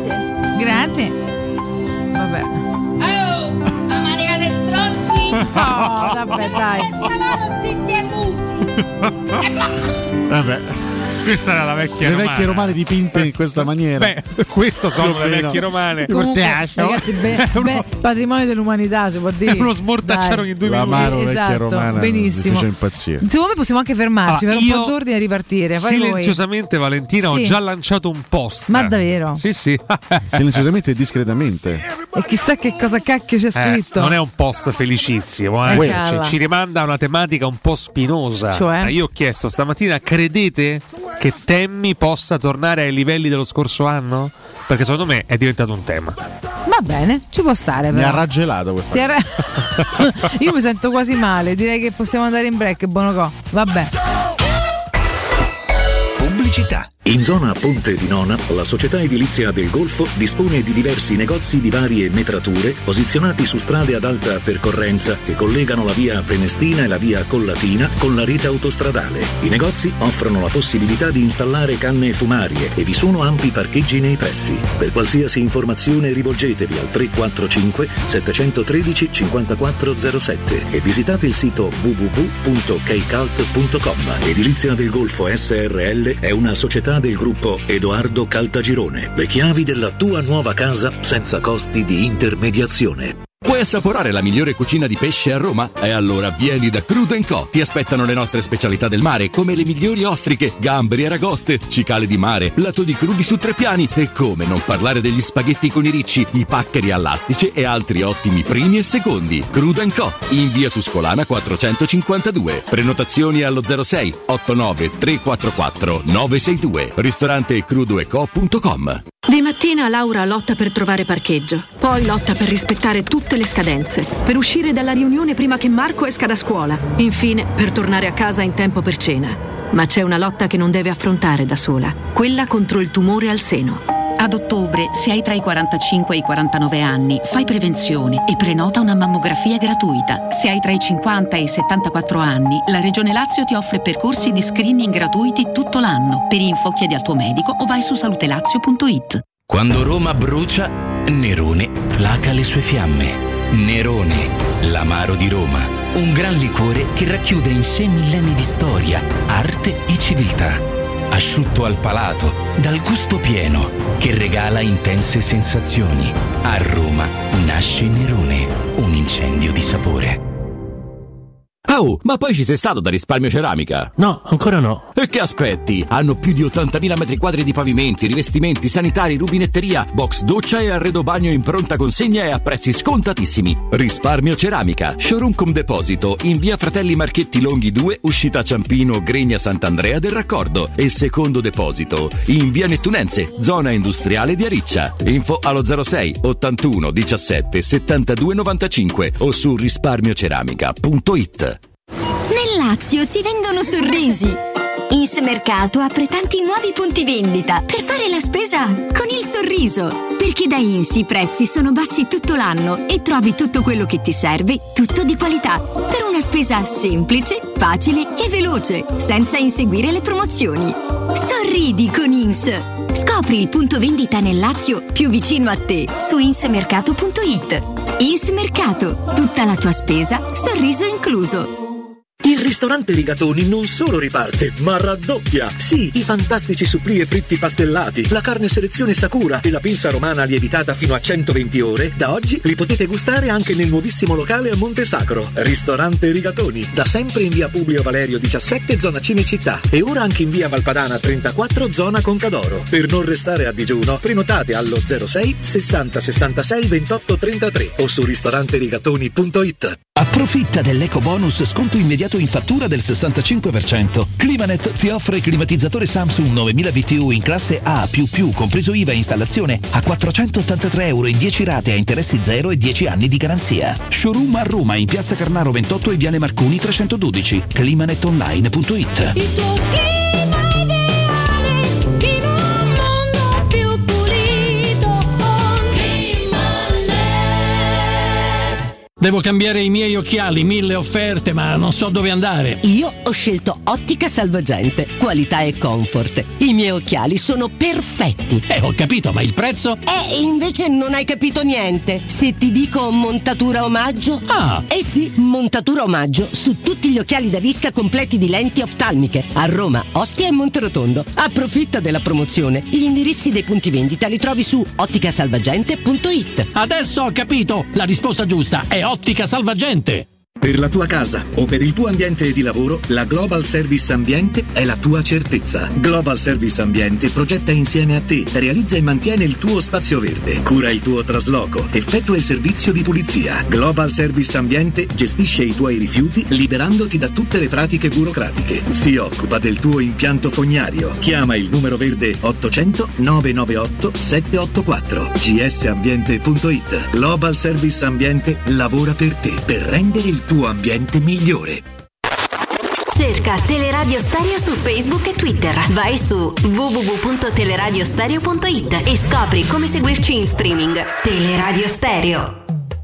[SPEAKER 20] Grazie.
[SPEAKER 13] Vabbè.
[SPEAKER 20] Oh, ma manica dei stronzi.
[SPEAKER 13] Oh, vabbè, dai.
[SPEAKER 20] Stavano zitti e muti.
[SPEAKER 15] Vabbè.
[SPEAKER 14] Questa era la vecchia romana.
[SPEAKER 15] Le vecchie romane dipinte in questa maniera.
[SPEAKER 14] Questo sono le vecchie romane.
[SPEAKER 13] Comunque, ragazzi, patrimonio dell'umanità, si può dire.
[SPEAKER 14] È uno smortacciare ogni 2 minuti.
[SPEAKER 15] L'amaro vecchia romana.
[SPEAKER 13] Benissimo.
[SPEAKER 15] Mi fece impazzire.
[SPEAKER 13] Secondo me possiamo anche fermarci per un po' d'ordine e ripartire.
[SPEAKER 14] Silenziosamente, Valentina, ho già lanciato un post.
[SPEAKER 13] Ma davvero?
[SPEAKER 14] Sì.
[SPEAKER 15] Silenziosamente e discretamente.
[SPEAKER 13] E chissà che cosa cacchio c'è scritto.
[SPEAKER 14] Non è un post felicissimo, ci rimanda a una tematica un po' spinosa.
[SPEAKER 13] Cioè?
[SPEAKER 14] Io ho chiesto stamattina: credete che Temmi possa tornare ai livelli dello scorso anno? Perché secondo me è diventato un tema.
[SPEAKER 13] Va bene, ci può stare.
[SPEAKER 15] Mi ha raggelato questa
[SPEAKER 13] Io mi sento quasi male. Direi che possiamo andare in break, Bonoco. Vabbè.
[SPEAKER 19] Pubblicità.
[SPEAKER 21] In zona Ponte di Nona, la società edilizia del Golfo dispone di diversi negozi di varie metrature posizionati su strade ad alta percorrenza che collegano la via Prenestina e la via Collatina con la rete autostradale. I negozi offrono la possibilità di installare canne fumarie e vi sono ampi parcheggi nei pressi. Per qualsiasi informazione rivolgetevi al 345 713 5407 e visitate il sito www.keicalt.com. Edilizia del Golfo SRL è una società del gruppo Edoardo Caltagirone. Le chiavi della tua nuova casa senza costi di intermediazione.
[SPEAKER 22] Vuoi assaporare la migliore cucina di pesce a Roma? E allora vieni da Crudo & Co. Ti aspettano le nostre specialità del mare, come le migliori ostriche, gamberi, aragoste, cicale di mare, plato di crudi su 3 piani e come non parlare degli spaghetti con i ricci, i paccheri all'astice e altri ottimi primi e secondi. Crudo & Co. in via Tuscolana 452. Prenotazioni allo 06 89 344 962. Ristorante crudoeco.com.
[SPEAKER 23] Di mattina Laura lotta per trovare parcheggio, poi lotta per rispettare tutte le scadenze, per uscire dalla riunione prima che Marco esca da scuola, infine per tornare a casa in tempo per cena. Ma c'è una lotta che non deve affrontare da sola, quella contro il tumore al seno.
[SPEAKER 24] Ad ottobre, se hai tra i 45 e i 49 anni, fai prevenzione e prenota una mammografia gratuita. Se hai tra i 50 e i 74 anni, la Regione Lazio ti offre percorsi di screening gratuiti tutto l'anno. Per info chiedi al tuo medico o vai su salutelazio.it.
[SPEAKER 25] Quando Roma brucia, Nerone placa le sue fiamme. Nerone, l'amaro di Roma. Un gran liquore che racchiude in sé millenni di storia, arte e civiltà. Asciutto al palato, dal gusto pieno, che regala intense sensazioni. A Roma nasce Nerone, un incendio di sapore.
[SPEAKER 22] Oh, ma poi ci sei stato da Risparmio Ceramica?
[SPEAKER 26] No, ancora no.
[SPEAKER 22] E che aspetti? Hanno più di 80.000 metri quadri di pavimenti, rivestimenti, sanitari, rubinetteria, box doccia e arredo bagno in pronta consegna e a prezzi scontatissimi. Risparmio Ceramica, showroom con deposito in via Fratelli Marchetti Longhi 2, uscita Ciampino, Gregna Sant'Andrea del Raccordo, e secondo deposito in via Nettunense, zona industriale di Ariccia. Info allo 06 81 17 72 95 o su risparmioceramica.it.
[SPEAKER 27] Nel Lazio si vendono sorrisi. Insmercato apre tanti nuovi punti vendita per fare la spesa con il sorriso. Perché da Insi i prezzi sono bassi tutto l'anno e trovi tutto quello che ti serve, tutto di qualità, per una spesa semplice, facile e veloce, senza inseguire le promozioni. Sorridi con Ins. Scopri il punto vendita nel Lazio più vicino a te su insmercato.it. Insmercato, tutta la tua spesa, sorriso incluso.
[SPEAKER 21] Il ristorante Rigatoni non solo riparte, ma raddoppia! Sì, i fantastici supplì e fritti pastellati, la carne selezione Sakura e la pinza romana lievitata fino a 120 ore, da oggi li potete gustare anche nel nuovissimo locale a Monte Sacro. Ristorante Rigatoni, da sempre in via Publio Valerio 17, zona Cinecittà, e ora anche in via Valpadana 34, zona Concadoro. Per non restare a digiuno, prenotate allo 06 60 66 28 33 o su ristoranterigatoni.it.
[SPEAKER 28] Approfitta dell'eco bonus sconto immediato in fattura del 65%. Climanet ti offre climatizzatore Samsung 9000 BTU in classe A++, compreso IVA e installazione, a €483 in 10 rate a interessi zero e 10 anni di garanzia. Showroom a Roma in Piazza Carnaro 28 e Viale Marconi 312. climanetonline.it.
[SPEAKER 2] Il tuo clima ideale in un mondo più pulito con Climanet.
[SPEAKER 26] Devo cambiare i miei occhiali, 1000 offerte, ma non so dove andare.
[SPEAKER 29] Io ho scelto Ottica Salvagente, qualità e comfort. I miei occhiali sono perfetti.
[SPEAKER 26] Ho capito, ma il prezzo?
[SPEAKER 29] Invece non hai capito niente. Se ti dico montatura omaggio? Sì, montatura omaggio su tutti gli occhiali da vista completi di lenti oftalmiche. A Roma, Ostia e Monterotondo. Approfitta della promozione. Gli indirizzi dei punti vendita li trovi su otticasalvagente.it.
[SPEAKER 26] Adesso ho capito! La risposta giusta è Ottica Salvagente.
[SPEAKER 21] Per la tua casa o per il tuo ambiente di lavoro, la Global Service Ambiente è la tua certezza. Global Service Ambiente progetta insieme a te, realizza e mantiene il tuo spazio verde, cura il tuo trasloco, effettua il servizio di pulizia. Global Service Ambiente gestisce i tuoi rifiuti liberandoti da tutte le pratiche burocratiche. Si occupa del tuo impianto fognario. Chiama il numero verde 800 998 784. gsambiente.it. Global Service Ambiente lavora per te, per rendere il tuo ambiente migliore.
[SPEAKER 27] Cerca Teleradio Stereo su Facebook e Twitter. Vai su www.teleradiostereo.it e scopri come seguirci in streaming. Teleradio Stereo.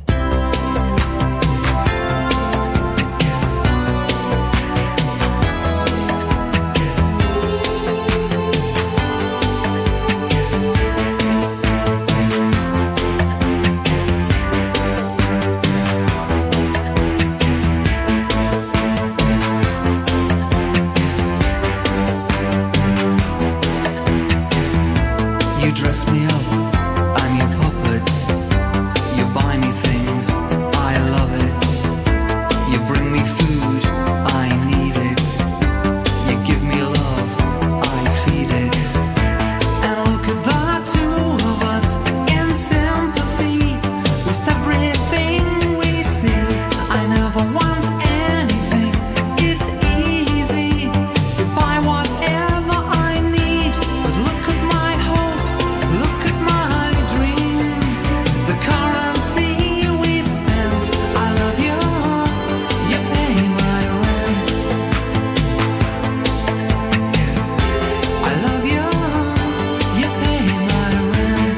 [SPEAKER 1] You dress me up, I'm your puppet. You buy me things, I love it. You bring me food, I need it. You give me love, I feed it. And look at the two of us in sympathy with everything we see. I never want anything, it's easy. You buy whatever I need, but look at my hopes, look at my dreams. The currency we've spent, I love you, you pay my rent. I love you, you pay my rent.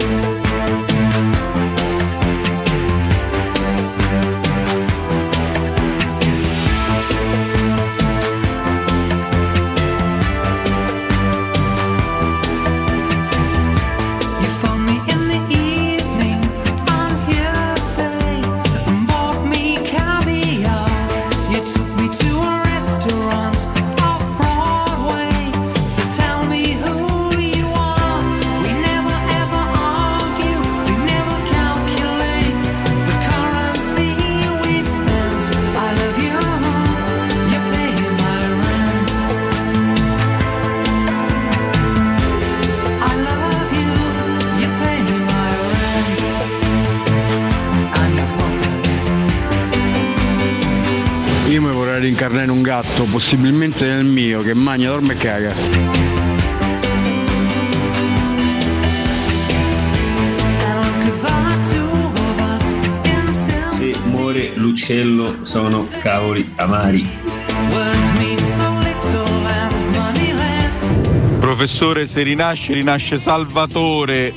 [SPEAKER 1] You phone me in the evening on hearsay and bought me caviar. You took me to a restaurant off Broadway to tell me who you are. We never ever argue, we never calculate the currency we've spent. I love you, you pay my rent. I love you, you pay my rent. I'm your puppet.
[SPEAKER 16] Io mi vorrei rincarnare in un gatto, possibilmente nel mio, che mangia, dorme e caga.
[SPEAKER 3] Se muore l'uccello sono cavoli amari.
[SPEAKER 4] Professore, se rinasce, rinasce Salvatore.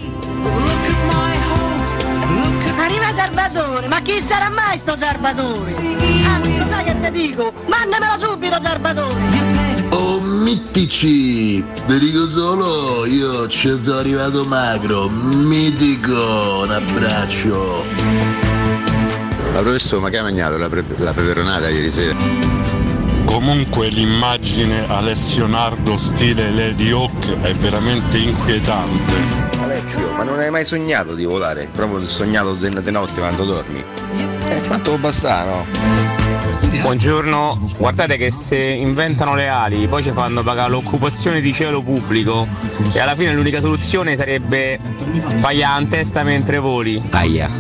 [SPEAKER 20] Arriva Salvatore, ma chi sarà mai sto Salvatore? Anzi, lo sai che te dico? Mandamelo subito Salvatore!
[SPEAKER 5] Oh mitici, vi dico solo, io ci sono arrivato magro, mitico, un abbraccio.
[SPEAKER 7] Ma professore, ma che ha mangiato la peperonata ieri sera?
[SPEAKER 4] Comunque l'immagine Alessio Nardo stile Lady Hawk è veramente inquietante.
[SPEAKER 7] Alessio, ma non hai mai sognato di volare? Proprio sognato di notte quando dormi? Quanto basta, no?
[SPEAKER 8] Buongiorno, guardate che se inventano le ali poi ci fanno pagare l'occupazione di cielo pubblico e alla fine l'unica soluzione sarebbe faglia in testa mentre voli.
[SPEAKER 7] Aia.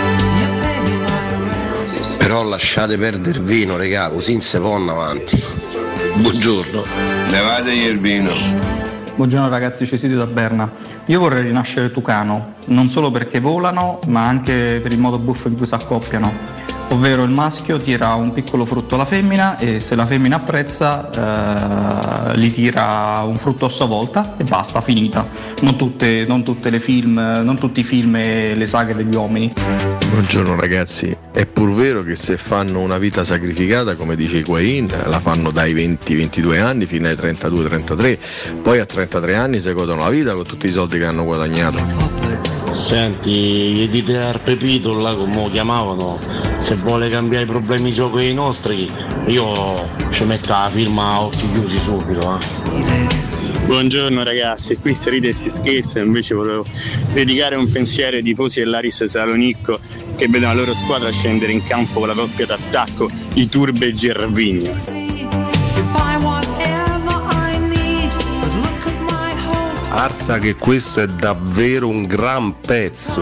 [SPEAKER 7] Però lasciate perdere il vino, regà, così in seconda avanti. Buongiorno. Levategli il vino.
[SPEAKER 9] Buongiorno ragazzi, Cesidio da Berna. Io vorrei rinascere Tucano, non solo perché volano, ma anche per il modo buffo in cui si accoppiano. Ovvero il maschio tira un piccolo frutto alla femmina e se la femmina apprezza gli tira un frutto a sua volta e basta, finita. Non tutti i film e le saghe degli uomini.
[SPEAKER 10] Buongiorno ragazzi, è pur vero che se fanno una vita sacrificata, come dice Higuain, la fanno dai 20-22 anni fino ai 32-33, poi a 33 anni si godono la vita con tutti i soldi che hanno guadagnato.
[SPEAKER 5] Senti, gli dite al Pepito là come lo chiamavano, se vuole cambiare i problemi suoi con i nostri, io ci metto la firma a occhi chiusi subito.
[SPEAKER 11] Buongiorno ragazzi, qui si ride e si scherza, invece volevo dedicare un pensiero ai tifosi dell'Aris Salonicco che vedono la loro squadra scendere in campo con la coppia d'attacco, i Turbe e Gervinho.
[SPEAKER 7] Arsa che questo è davvero un gran pezzo.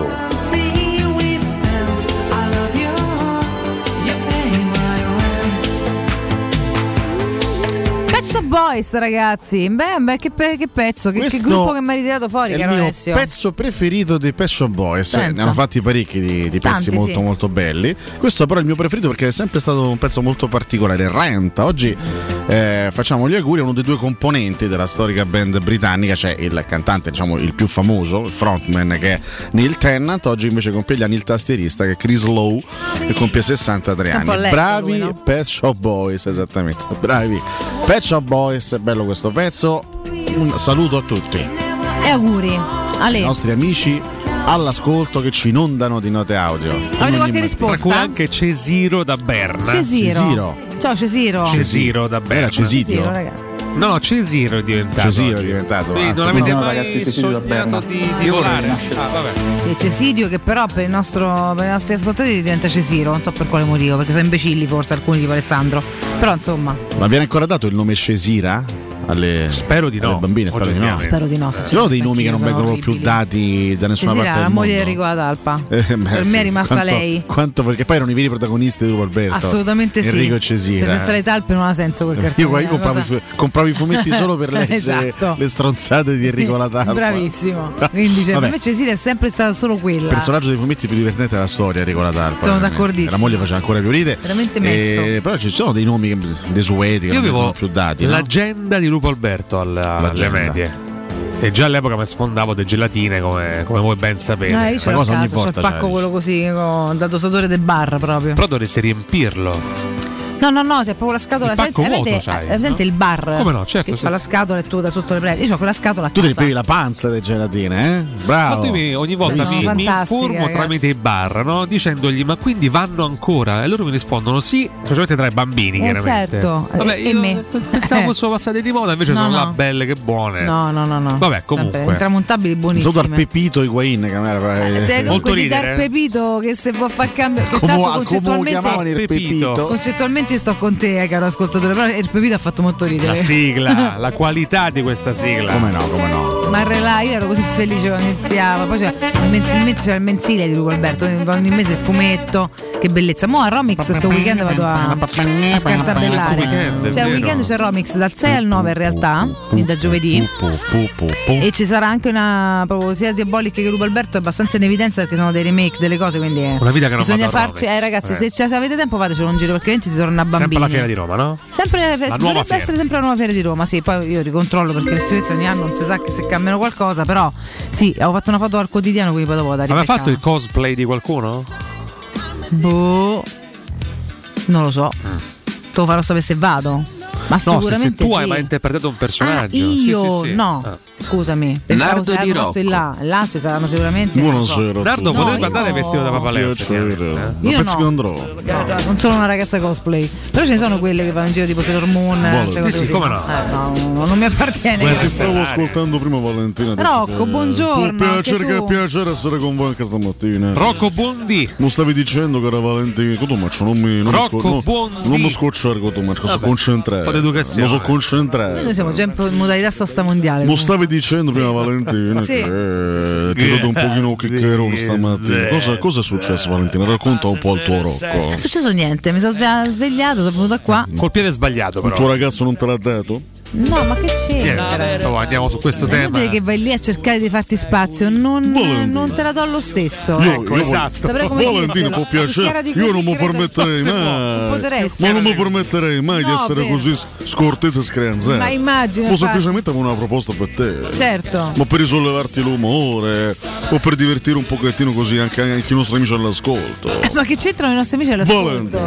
[SPEAKER 13] Pezzo Boys, ragazzi. Beh, che pezzo, che gruppo che mi ha ritirato fuori,
[SPEAKER 6] è
[SPEAKER 13] caro
[SPEAKER 6] il mio
[SPEAKER 13] Alessio.
[SPEAKER 6] pezzo preferito dei Pet Shop Boys.
[SPEAKER 13] Pensa.
[SPEAKER 6] Ne hanno fatti parecchi di pezzi
[SPEAKER 13] Tanti,
[SPEAKER 6] molto
[SPEAKER 13] sì.
[SPEAKER 6] molto belli. Questo però è il mio preferito perché è sempre stato un pezzo molto particolare. Rent. Oggi facciamo gli auguri a uno dei due componenti della storica band britannica, cioè il cantante, diciamo il più famoso, il frontman, che è Neil Tennant. Oggi invece compie gli anni il tastierista, che è Chris Lowe, che compie 63
[SPEAKER 13] Un po'
[SPEAKER 6] anni.
[SPEAKER 13] letto
[SPEAKER 6] Bravi
[SPEAKER 13] lui, no?
[SPEAKER 6] Pet Shop Boys, esattamente. Bravi Pet Shop Boys, è bello questo pezzo. Un saluto a tutti
[SPEAKER 13] E auguri. Ale,
[SPEAKER 6] i nostri amici all'ascolto che ci inondano di note audio.
[SPEAKER 13] avete qualche
[SPEAKER 12] Tra
[SPEAKER 13] risposta?
[SPEAKER 12] cui anche Cesiro da Berna.
[SPEAKER 13] Cesiro. Ciao Cesiro.
[SPEAKER 12] Cesiro da Berna.
[SPEAKER 6] Era Cesidio?
[SPEAKER 13] Cesiro, ragazzi.
[SPEAKER 12] No, Cesiro è diventato.
[SPEAKER 6] Cesiro è
[SPEAKER 12] oggi.
[SPEAKER 6] diventato.
[SPEAKER 12] Quindi non
[SPEAKER 6] Ah,
[SPEAKER 12] avete
[SPEAKER 9] no,
[SPEAKER 12] mai
[SPEAKER 9] ragazzi, Cesiro da
[SPEAKER 12] sognato
[SPEAKER 9] Berna.
[SPEAKER 12] di volare? Vabbè.
[SPEAKER 13] Il Cesidio, che però per i nostri ascoltatori diventa Cesiro, non so per quale motivo, perché sono imbecilli forse alcuni tipo Alessandro. Però insomma.
[SPEAKER 6] Ma viene ancora dato il nome Cesira?
[SPEAKER 12] Spero di no.
[SPEAKER 6] Alle bambine, spero di no.
[SPEAKER 13] Spero di no.
[SPEAKER 6] Ci sono dei nomi che non vengono più dati da nessuna
[SPEAKER 13] Cesira,
[SPEAKER 6] parte
[SPEAKER 13] la
[SPEAKER 6] del
[SPEAKER 13] moglie di
[SPEAKER 6] mondo.
[SPEAKER 13] Enrico La Talpa. Per
[SPEAKER 6] Sì,
[SPEAKER 13] me è rimasta
[SPEAKER 6] quanto-
[SPEAKER 13] lei.
[SPEAKER 6] Quanto, perché poi erano i veri protagonisti di Lupo Alberto.
[SPEAKER 13] Assolutamente sì.
[SPEAKER 6] Enrico e Cesira.
[SPEAKER 13] Cioè, senza le talpe non ha senso quel cartone.
[SPEAKER 6] Io compravo i fumetti solo per leggere
[SPEAKER 13] Esatto.
[SPEAKER 6] le stronzate di Enrico La Talpa.
[SPEAKER 13] Bravissimo. Quindi cioè, per
[SPEAKER 6] Vabbè.
[SPEAKER 13] me Cesira è sempre stata solo quella.
[SPEAKER 6] Il personaggio dei fumetti più divertente della storia, Enrico La Talpa.
[SPEAKER 13] Sono
[SPEAKER 6] veramente.
[SPEAKER 13] d'accordissimo.
[SPEAKER 6] La moglie faceva ancora più ride.
[SPEAKER 13] Veramente mesto.
[SPEAKER 6] Però ci sono dei nomi desueti che
[SPEAKER 12] Io
[SPEAKER 6] non
[SPEAKER 12] avevo
[SPEAKER 6] vengono più dati. no?
[SPEAKER 12] l'agenda di Lupo Alberto alle
[SPEAKER 6] L'agenda.
[SPEAKER 12] medie. E già all'epoca mi sfondavo de gelatine, come vuoi ben sapere.
[SPEAKER 13] Io ce l'ho a casa, c'ho il pacco quello così, da dosatore del bar proprio.
[SPEAKER 12] Però dovresti riempirlo.
[SPEAKER 13] No, c'è proprio la scatola.
[SPEAKER 12] Il pacco vuoto
[SPEAKER 13] avete
[SPEAKER 12] c'hai,
[SPEAKER 13] presente il bar?
[SPEAKER 12] Come no, certo,
[SPEAKER 13] Che
[SPEAKER 12] sì.
[SPEAKER 13] c'ha la scatola e tu da sotto le prende. Io ho quella scatola a
[SPEAKER 6] Tu ti
[SPEAKER 13] casa.
[SPEAKER 6] riempivi la panza delle gelatine, Bravo.
[SPEAKER 12] Ma tu ogni volta
[SPEAKER 13] Sono
[SPEAKER 12] mi
[SPEAKER 13] fantastiche,
[SPEAKER 12] informo
[SPEAKER 13] ragazzi.
[SPEAKER 12] tramite i bar, no? Dicendogli ma quindi vanno ancora? E loro mi rispondono sì, specialmente tra i bambini, chiaramente.
[SPEAKER 13] certo.
[SPEAKER 12] Vabbè,
[SPEAKER 13] E
[SPEAKER 12] io
[SPEAKER 13] me?
[SPEAKER 12] pensavo fossero passate di moda, invece
[SPEAKER 13] No,
[SPEAKER 12] sono
[SPEAKER 13] no.
[SPEAKER 12] là belle che buone.
[SPEAKER 13] No.
[SPEAKER 12] Vabbè, comunque.
[SPEAKER 13] Sempre intramontabili buonissime.
[SPEAKER 6] Sotto al Pepito Higuain, che non era
[SPEAKER 13] Se
[SPEAKER 12] Molto
[SPEAKER 13] comunque di
[SPEAKER 12] ridere,
[SPEAKER 13] dar Pepito che se può far cambiare. Che
[SPEAKER 6] Come
[SPEAKER 13] tanto
[SPEAKER 6] lo chiamavano il Pepito?
[SPEAKER 13] Concettualmente sto con te, caro ascoltatore. Però il Pepito ha fatto molto ridere.
[SPEAKER 12] La sigla, la qualità di questa sigla.
[SPEAKER 6] Come no?
[SPEAKER 13] Ma io ero così felice quando iniziava. Poi mensilmente c'era il mensile di Lupo Alberto, ogni mese il fumetto. Che bellezza. Mo' a Romix sto weekend vado a scartabellare.
[SPEAKER 12] Weekend,
[SPEAKER 13] Cioè,
[SPEAKER 12] vero.
[SPEAKER 13] weekend c'è Romix dal 6 al 9 in realtà, quindi da giovedì. E ci sarà anche una proprio sia Diabolic che Lupo Alberto, è abbastanza in evidenza perché sono dei remake delle cose, quindi
[SPEAKER 12] Una vita che non
[SPEAKER 13] bisogna
[SPEAKER 12] vado a
[SPEAKER 13] farci.
[SPEAKER 12] Romix.
[SPEAKER 13] Ragazzi, se avete tempo fatecelo un giro perché altrimenti si torna bambini.
[SPEAKER 12] Sempre alla fiera di Roma, no?
[SPEAKER 13] Dovrebbe essere sempre la nuova fiera di Roma, sì, poi io ricontrollo perché le situazioni ogni anno non si sa che se cambiano qualcosa, però sì, avevo fatto una foto al quotidiano, quindi poi dopo da
[SPEAKER 12] Aveva
[SPEAKER 13] ribeccare.
[SPEAKER 12] fatto il cosplay di qualcuno?
[SPEAKER 13] Boh, non lo so. Te lo farò sapere se vado. Ma
[SPEAKER 12] No, se
[SPEAKER 13] sicuramente
[SPEAKER 12] tu
[SPEAKER 13] sì.
[SPEAKER 12] hai mai interpretato un personaggio.
[SPEAKER 13] Io
[SPEAKER 12] Sì.
[SPEAKER 13] no.
[SPEAKER 12] Ah.
[SPEAKER 13] Scusami, pensavo
[SPEAKER 12] Nardo
[SPEAKER 13] se
[SPEAKER 12] di
[SPEAKER 13] avevano fatto il là ci saranno sicuramente. non so.
[SPEAKER 12] Nardo
[SPEAKER 13] No,
[SPEAKER 12] potrebbe
[SPEAKER 13] io-
[SPEAKER 12] andare vestito da papaleo.
[SPEAKER 13] Io no. Non sono una ragazza cosplay, però ce ne sono quelle che vanno in giro tipo Sailor Moon. queste cose
[SPEAKER 12] Sì,
[SPEAKER 13] così.
[SPEAKER 12] come no?
[SPEAKER 13] No, non mi appartiene.
[SPEAKER 6] Ti stavo ascoltando prima, Valentina.
[SPEAKER 13] Rocco, buongiorno,
[SPEAKER 6] Può
[SPEAKER 13] anche
[SPEAKER 6] piacere,
[SPEAKER 13] tu.
[SPEAKER 6] che piacere essere con voi anche stamattina.
[SPEAKER 12] Rocco Bondi.
[SPEAKER 6] Mi stavi dicendo che era Valentina. Cotumaccio, non mi
[SPEAKER 12] Rocco Bondi.
[SPEAKER 6] non mi scocciare, Cotumaccio, sono concentrato.
[SPEAKER 12] Un po' di educazione.
[SPEAKER 6] Mi sono concentrato.
[SPEAKER 13] Noi siamo già in modalità sosta mondiale.
[SPEAKER 6] Mi stavi dicendo prima, Valentina,
[SPEAKER 13] Sì.
[SPEAKER 6] che ti vedo un pochino chiccherone stamattina. Cosa è successo, Valentina? Racconta un po' il tuo Rocco.
[SPEAKER 13] Non è successo niente, mi sono svegliato, sono venuta qua.
[SPEAKER 12] Col piede sbagliato,
[SPEAKER 6] Il
[SPEAKER 12] però.
[SPEAKER 6] tuo ragazzo non te l'ha dato?
[SPEAKER 13] No, ma che c'entra?
[SPEAKER 12] Andiamo su questo
[SPEAKER 13] È
[SPEAKER 12] tema.
[SPEAKER 13] inutile che vai lì a cercare di farti spazio, non te la do lo stesso. Saprei come
[SPEAKER 6] Valentina, può piacere. Io non mi permetterei mai. Ma non mi permetterei mai di
[SPEAKER 13] No,
[SPEAKER 6] essere
[SPEAKER 13] vero.
[SPEAKER 6] così scortese e screanzato.
[SPEAKER 13] Ma immagina,
[SPEAKER 6] O
[SPEAKER 13] infatti.
[SPEAKER 6] semplicemente avevo una proposta per te.
[SPEAKER 13] Certo.
[SPEAKER 6] Ma per risollevarti l'umore o per divertire un pochettino così anche i nostri amici all'ascolto.
[SPEAKER 13] Ma che c'entrano i nostri amici all'ascolto?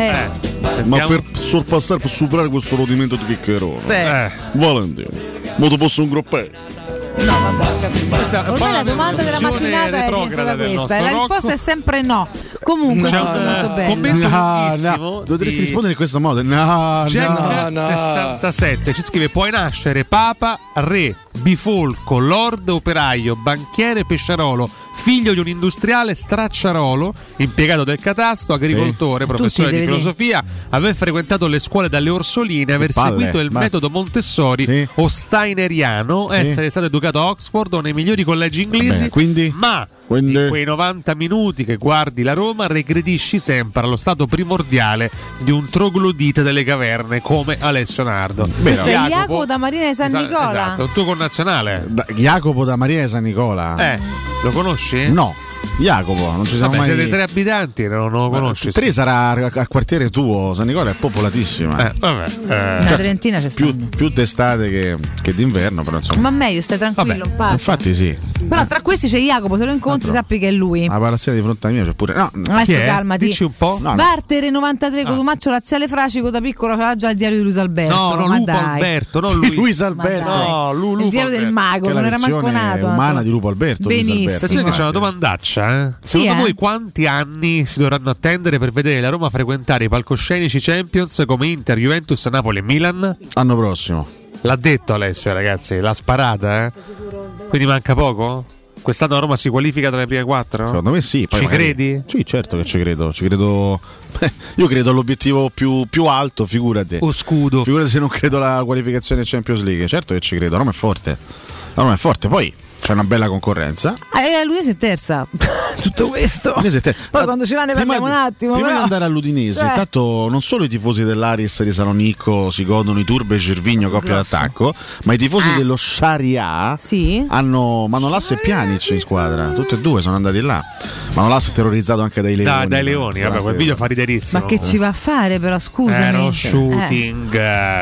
[SPEAKER 6] Ma per sorpassare, per superare questo rodimento di chiccherone.
[SPEAKER 13] Sì.
[SPEAKER 6] Valentina, ma ti posso un groppare?
[SPEAKER 12] Questa è
[SPEAKER 13] Ormai la domanda della mattinata è diventata questa e la risposta è sempre no. Comunque,
[SPEAKER 12] C'è
[SPEAKER 13] molto,
[SPEAKER 12] un
[SPEAKER 13] molto bene.
[SPEAKER 12] commento lunghissimo
[SPEAKER 6] Dovresti
[SPEAKER 12] di
[SPEAKER 6] rispondere in questo modo. No,
[SPEAKER 12] Jack 67 ci scrive: puoi nascere papa, re, bifolco, lord, operaio, banchiere, pesciarolo, figlio di un industriale, stracciarolo, impiegato del catasto, agricoltore, professore
[SPEAKER 13] Tutti
[SPEAKER 12] di
[SPEAKER 13] devi
[SPEAKER 12] filosofia, aver frequentato le scuole dalle Orsoline, aver
[SPEAKER 6] palle,
[SPEAKER 12] seguito il
[SPEAKER 6] basta.
[SPEAKER 12] metodo Montessori o steineriano,
[SPEAKER 6] Sì.
[SPEAKER 12] essere stato educato a Oxford o nei migliori collegi inglesi,
[SPEAKER 6] Vabbè, quindi?
[SPEAKER 12] ma
[SPEAKER 6] Quindi...
[SPEAKER 12] in quei 90 minuti che guardi la Roma regredisci sempre allo stato primordiale di un troglodite delle caverne come Alessio Nardo.
[SPEAKER 13] Questo è Jacopo da Marina di San Nicola.
[SPEAKER 12] Esatto, un tuo connazionale.
[SPEAKER 6] Jacopo da Marina di San Nicola.
[SPEAKER 12] Lo conosci?
[SPEAKER 6] No. Jacopo, non ci siamo mai.
[SPEAKER 12] Siete 3 abitanti, non lo conosci.
[SPEAKER 6] 3 sarà al quartiere tuo, San Nicola è popolatissima.
[SPEAKER 13] Una trentina c'è
[SPEAKER 6] più d'estate che d'inverno, però insomma.
[SPEAKER 13] Ma meglio, stai tranquillo, un pazzo.
[SPEAKER 6] Infatti sì.
[SPEAKER 13] Però tra questi c'è Jacopo, se lo incontri sappi che è lui.
[SPEAKER 6] La palazzina di fronte a me c'è pure. No,
[SPEAKER 13] adesso calmati.
[SPEAKER 12] Dici un po'.
[SPEAKER 13] Bartere 93 Cotumaccio Laziale Fracico da piccolo aveva già il diario di Luis Alberto.
[SPEAKER 12] No,
[SPEAKER 13] ma
[SPEAKER 12] Lupo
[SPEAKER 13] dai.
[SPEAKER 12] Alberto, non lui.
[SPEAKER 6] Luis Alberto.
[SPEAKER 12] No,
[SPEAKER 13] il diario del mago, non era manco nato.
[SPEAKER 6] Umana di Lupo Alberto.
[SPEAKER 13] Benissimo.
[SPEAKER 12] Attenzione che c'è una domandaccia, Secondo voi quanti anni si dovranno attendere per vedere la Roma frequentare i palcoscenici Champions come Inter, Juventus, Napoli e Milan?
[SPEAKER 6] L'anno prossimo.
[SPEAKER 12] L'ha detto Alessio, ragazzi, l'ha sparata, Quindi manca poco? Quest'anno Roma si qualifica tra le prime 4?
[SPEAKER 6] Secondo me sì.
[SPEAKER 12] Ci credi?
[SPEAKER 6] Sì, certo che ci credo. Io credo all'obiettivo più alto, figurati.
[SPEAKER 12] O scudo.
[SPEAKER 6] Figurati se non credo alla qualificazione Champions League. Certo che ci credo. Roma è forte. Poi c'è una bella concorrenza.
[SPEAKER 13] L'Udinese è terza. Tutto questo. Poi quando ci va ne parliamo un attimo.
[SPEAKER 6] Prima
[SPEAKER 13] però.
[SPEAKER 6] di andare all'Udinese, intanto non solo i tifosi dell'Aris di Salonicco si godono i Turbe e Gervigno coppia d'attacco, ma i tifosi dello Sharia hanno Manolas e Pjanic in squadra. Tutti e due sono andati là. Manolas è terrorizzato anche dai leoni.
[SPEAKER 12] Dai leoni, vabbè, quel video fa riderissimo.
[SPEAKER 13] Ma che ci va a fare però, scusami?
[SPEAKER 12] Era uno shooting.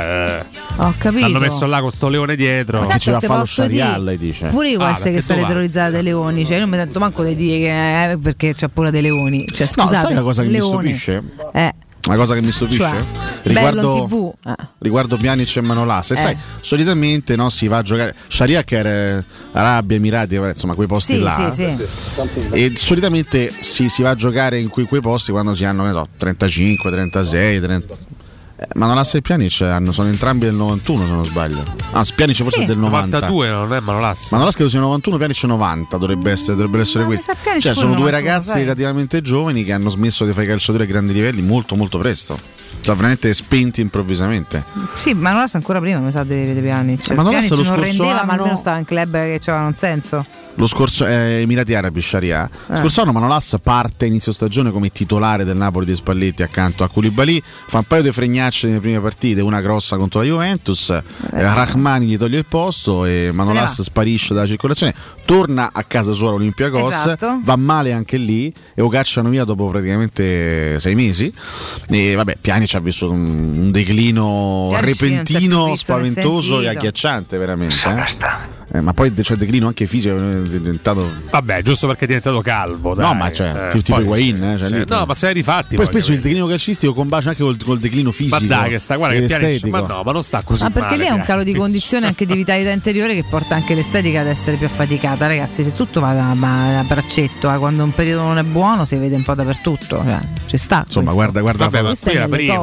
[SPEAKER 13] Ho capito.
[SPEAKER 12] L'hanno messo là con sto leone dietro.
[SPEAKER 6] Ma che ci va a fare lo Sharia, lei dice.
[SPEAKER 13] Pure io essere che state terrorizzate dai leoni, cioè io non mi sento manco di dire che perché c'è paura dei leoni, cioè scusate,
[SPEAKER 6] sai una cosa che
[SPEAKER 13] leone.
[SPEAKER 6] mi stupisce? Una cosa che mi stupisce?
[SPEAKER 13] Cioè,
[SPEAKER 6] riguardo Pjanic e Manolas, sai, solitamente si va a giocare Sharia che era Arabia, Emirati, insomma quei posti là.
[SPEAKER 13] Sì.
[SPEAKER 6] E solitamente si va a giocare in quei posti quando si hanno, 35, 36, 30. Manolas e Pjanic sono entrambi del 91 se non sbaglio. Pjanic forse è del 90.
[SPEAKER 12] 92 non è Manolas.
[SPEAKER 6] Manolas credo sia 91, Pjanic 90, dovrebbero essere questi. Cioè sono due ragazzi relativamente giovani che hanno smesso di fare calciatori a grandi livelli molto molto presto. Cioè veramente spenti improvvisamente.
[SPEAKER 13] Sì, Manolas ancora prima mi sa di Pjanic.
[SPEAKER 6] Manolas
[SPEAKER 13] Pjanic
[SPEAKER 6] lo
[SPEAKER 13] non
[SPEAKER 6] scorso
[SPEAKER 13] rendeva,
[SPEAKER 6] anno,
[SPEAKER 13] ma almeno stava in club che c'aveva un senso.
[SPEAKER 6] Lo scorso Emirati Arabi, Sharia. Scorso anno Manolas parte inizio stagione come titolare del Napoli di Spalletti accanto a Koulibaly, fa un paio di fregnacce nelle prime partite, una grossa contro la Juventus, Rahmani gli toglie il posto e Manolas sparisce dalla circolazione, torna a casa sua all'Olympiakos, va male anche lì e lo cacciano via dopo praticamente 6 mesi. E vabbè, Pjanic ha vissuto un declino repentino, spaventoso e agghiacciante veramente. Ma poi c'è il declino anche fisico, è diventato.
[SPEAKER 12] Vabbè, giusto perché è diventato calvo. Dai.
[SPEAKER 6] No, ma tipo Higuain.
[SPEAKER 12] No, ma sei rifatti.
[SPEAKER 6] Poi spesso il declino calcistico combacia anche col declino fisico.
[SPEAKER 12] Ma dai, guarda che Pjanic, ma no, ma non sta così.
[SPEAKER 13] Ma perché
[SPEAKER 12] male,
[SPEAKER 13] lì è un calo di condizione anche di vitalità interiore che porta anche l'estetica ad essere più affaticata. Ragazzi, se tutto va a braccetto, quando un periodo non è buono si vede un po' dappertutto. Ci sta.
[SPEAKER 6] Insomma,
[SPEAKER 13] questo.
[SPEAKER 6] guarda.
[SPEAKER 12] Vabbè, ma qui era prima.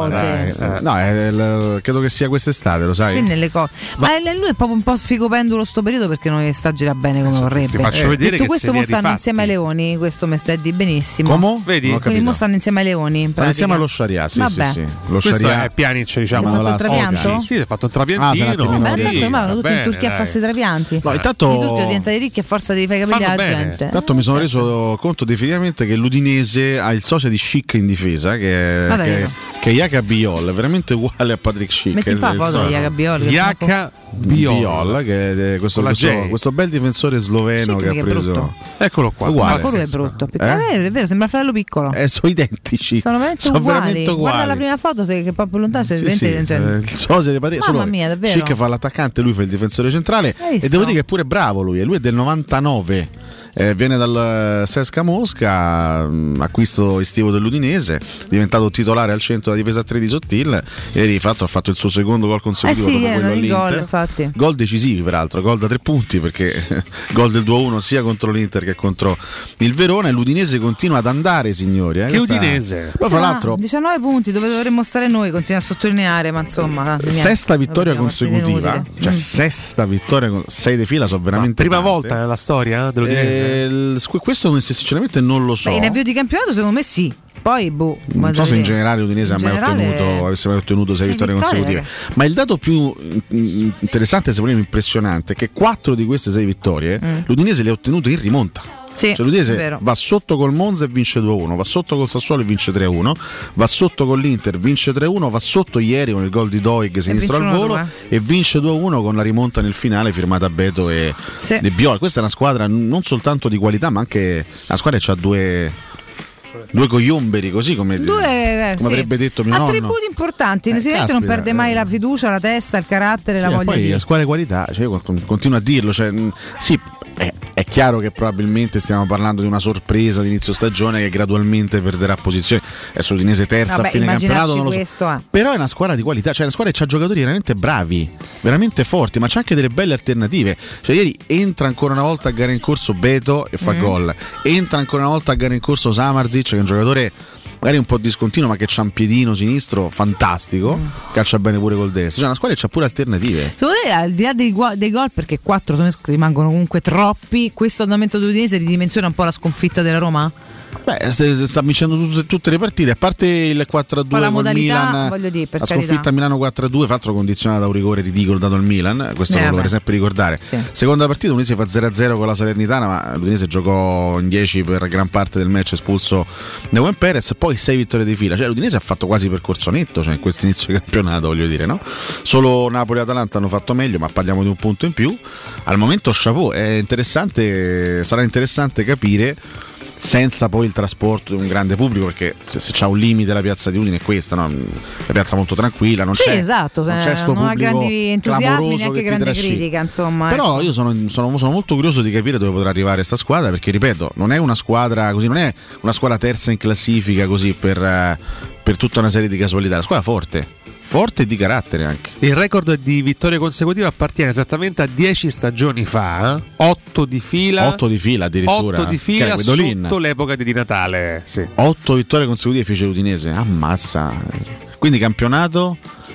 [SPEAKER 6] No, credo che sia quest'estate, lo sai.
[SPEAKER 13] Nelle cose. Ma lui è proprio un po' sfigo pendulo sto periodo perché non sta gira bene come vorrebbe.
[SPEAKER 12] Ti faccio vedere
[SPEAKER 13] tutto
[SPEAKER 12] che
[SPEAKER 13] questo mo stanno insieme ai leoni, questo mi stai di benissimo.
[SPEAKER 6] Come?
[SPEAKER 12] Vedi?
[SPEAKER 13] Quindi mo stanno insieme ai leoni.
[SPEAKER 6] Stanno insieme allo Sharia, sì. Lo
[SPEAKER 12] Questo
[SPEAKER 6] Sharia
[SPEAKER 12] è Pjanic, diciamo.
[SPEAKER 13] Si è fatto il trapianto?
[SPEAKER 12] Sì, si è fatto un trapiantino.
[SPEAKER 13] Ma tanto ormai tutti in Turchia a farsi i trapianti.
[SPEAKER 6] No, intanto
[SPEAKER 13] i turchi diventano ricchi a forza di fare i capelli alla gente.
[SPEAKER 6] Intanto mi sono reso conto definitivamente che l'Udinese ha il socio di Schick in difesa che è Jaca Biol, veramente uguale a Patrick Schick.
[SPEAKER 13] Metti un po' la foto di Jaca Biol.
[SPEAKER 6] Jaca Biol, che è questo bel difensore sloveno che ha preso.
[SPEAKER 12] Eccolo qua.
[SPEAKER 6] Uguale.
[SPEAKER 13] Ma quello è brutto. È vero, sembra fratello piccolo.
[SPEAKER 6] Sono identici.
[SPEAKER 13] Sono veramente uguali. Guarda la prima foto che è proprio lontano.
[SPEAKER 6] Il socio di Patrick.
[SPEAKER 13] Mamma mia, davvero.
[SPEAKER 6] Schick fa l'attaccante, lui fa il difensore centrale. E devo dire che è pure bravo lui. E lui è del 99. Viene dal Sesca Mosca, acquisto estivo dell'Udinese, diventato titolare al centro della difesa 3 di Sottil e di fatto ha fatto il suo secondo gol consecutivo dopo quello all'Inter. Gol decisivi peraltro, gol da 3 punti perché gol del 2-1 sia contro l'Inter che contro il Verona e l'Udinese continua ad andare, signori.
[SPEAKER 12] Che Udinese?
[SPEAKER 6] Poi fra l'altro
[SPEAKER 13] 19 punti dove dovremmo stare noi, continua a sottolineare, ma insomma
[SPEAKER 6] sesta vittoria consecutiva, cioè sesta vittoria, 6 di fila sono veramente
[SPEAKER 12] prima
[SPEAKER 6] tante.
[SPEAKER 12] Volta nella storia dell'Udinese.
[SPEAKER 6] Questo sinceramente non lo so.
[SPEAKER 13] In avvio di campionato secondo me sì. Poi
[SPEAKER 6] non so se in generale l'Udinese avesse mai ottenuto 6 vittorie consecutive. Ma il dato più interessante, se vogliamo impressionante, è che 4 di queste 6 vittorie l'Udinese le ha ottenute in rimonta.
[SPEAKER 13] Sì,
[SPEAKER 6] cioè, l'Udinese
[SPEAKER 13] vero.
[SPEAKER 6] va sotto col Monza e vince 2-1, va sotto col Sassuolo e vince 3-1, va sotto con l'Inter, vince 3-1, va sotto ieri con il gol di Doig sinistro al volo e vince 2-1 con la rimonta nel finale firmata Beto e De Biol. Questa è una squadra non soltanto di qualità, ma anche una squadra che ha due cogliomberi, così come avrebbe detto mio nonno.
[SPEAKER 13] Attributi importanti, sicuramente non perde mai la fiducia, la testa, il carattere, la voglia
[SPEAKER 6] poi
[SPEAKER 13] di...
[SPEAKER 6] la squadra di qualità, cioè, io continuo a dirlo, cioè, sì, è chiaro che probabilmente stiamo parlando di una sorpresa di inizio stagione che gradualmente perderà posizioni. Adesso l'Udinese terza a fine campionato, non lo so. Però è una squadra di qualità, cioè una squadra che ha giocatori veramente bravi, veramente forti, ma c'è anche delle belle alternative. Cioè ieri entra ancora una volta a gara in corso Beto e fa gol, entra ancora una volta a gara in corso Samardzic, che è un giocatore magari un po' discontinuo ma che c'ha un piedino sinistro fantastico, calcia bene pure col destro, cioè una squadra che c'ha pure alternative.
[SPEAKER 13] Secondo te, al di là dei gol, perché 4 rimangono comunque troppi, questo andamento dell'Udinese ridimensiona un po' la sconfitta della Roma?
[SPEAKER 6] Beh, sta vincendo tutte le partite, a parte il 4-2 con Milan, la sconfitta a Milano 4-2, fra l'altro condizionata da un rigore ridicolo dato al Milan, questo lo vorrei sempre ricordare. Sì. Seconda partita l'Udinese fa 0-0 con la Salernitana, ma l'Udinese giocò in 10 per gran parte del match, espulso Neuwen Perez, poi 6 vittorie di fila, cioè l'Udinese ha fatto quasi percorso netto, cioè in questo inizio di campionato, voglio dire, no? Solo Napoli e Atalanta hanno fatto meglio, ma parliamo di un punto in più. Al momento chapeau, sarà interessante capire, senza poi il trasporto di un grande pubblico, perché se c'ha un limite la piazza di Udine è questa, no? Una piazza molto tranquilla, non c'è sto
[SPEAKER 13] non ha
[SPEAKER 6] pubblico
[SPEAKER 13] grandi entusiasmi, neanche grande
[SPEAKER 6] trascina.
[SPEAKER 13] critica, insomma.
[SPEAKER 6] Però io sono molto curioso di capire dove potrà arrivare sta squadra, perché ripeto, non è una squadra così, non è una squadra terza in classifica così per tutta una serie di casualità, è una squadra forte e di carattere anche.
[SPEAKER 12] Il record di vittorie consecutive appartiene esattamente a 10 stagioni fa, 8 di fila.
[SPEAKER 6] 8 di fila addirittura.
[SPEAKER 12] 8 di fila sotto l'epoca di Natale. Sì.
[SPEAKER 6] 8 vittorie consecutive fece l'Udinese. Ammazza. Quindi campionato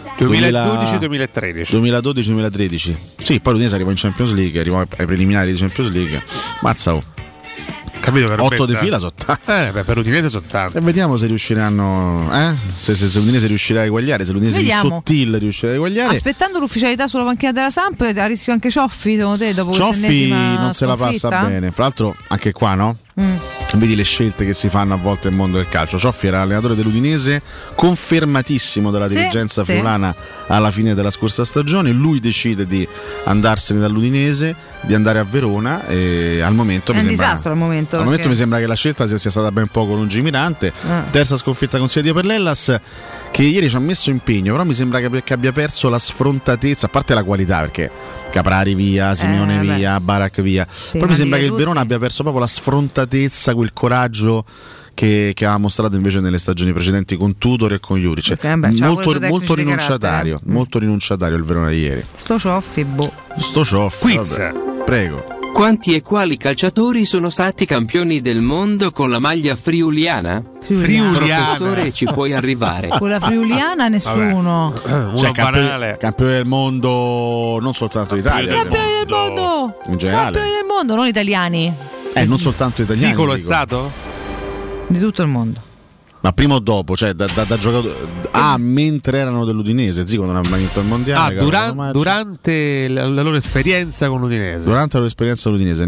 [SPEAKER 12] 2012-2013.
[SPEAKER 6] 2012-2013. Sì, poi l'Udinese arrivò in Champions League, arrivò ai preliminari di Champions League. Mazza.
[SPEAKER 12] Capito,
[SPEAKER 6] 8 di fila sono tanti.
[SPEAKER 12] Per l'Udinese sono tanti.
[SPEAKER 6] E vediamo se riusciranno. Se l'Udinese riuscirà a eguagliare, se l'Udinese di Sottil riuscirà a eguagliare.
[SPEAKER 13] Aspettando l'ufficialità sulla panchina della Samp, a rischio anche Cioffi, secondo te, dopo
[SPEAKER 6] Cioffi non se la passa bene. Fra l'altro, anche qua, no? Vedi le scelte che si fanno a volte nel mondo del calcio. Cioffi era allenatore dell'Udinese, confermatissimo dalla dirigenza friulana alla fine della scorsa stagione. Lui decide di andarsene dall'Udinese, di andare a Verona, e al momento
[SPEAKER 13] è un disastro al momento.
[SPEAKER 6] Al momento mi sembra che la scelta sia stata ben poco lungimirante. Terza sconfitta consecutiva per l'Hellas, che ieri ci ha messo impegno, però mi sembra che abbia perso la sfrontatezza, a parte la qualità, perché Caprari via, Simeone via, Barak via. Però mi sembra che il Verona abbia perso proprio la sfrontatezza, quel coraggio che aveva mostrato invece nelle stagioni precedenti con Tudor e con Juric. Molto rinunciatario, molto rinunciatario il Verona di ieri.
[SPEAKER 13] Sto Cioffi.
[SPEAKER 12] Quiz.
[SPEAKER 6] Vabbè. Prego.
[SPEAKER 14] Quanti e quali calciatori sono stati campioni del mondo con la maglia friuliana? Professore, ci puoi arrivare.
[SPEAKER 13] Con la friuliana nessuno.
[SPEAKER 6] Campione del mondo non soltanto d'Italia.
[SPEAKER 13] Campione del mondo.
[SPEAKER 6] In generale.
[SPEAKER 13] Campione del mondo, non italiani.
[SPEAKER 6] Non soltanto italiani.
[SPEAKER 12] Zicolo è stato?
[SPEAKER 13] Di tutto il mondo.
[SPEAKER 6] Ma prima o dopo, cioè da giocatore. Mentre erano dell'Udinese, Zico non ha mai vinto il mondiale.
[SPEAKER 12] Durante la loro esperienza con l'Udinese.
[SPEAKER 6] Durante la loro esperienza con l'Udinese.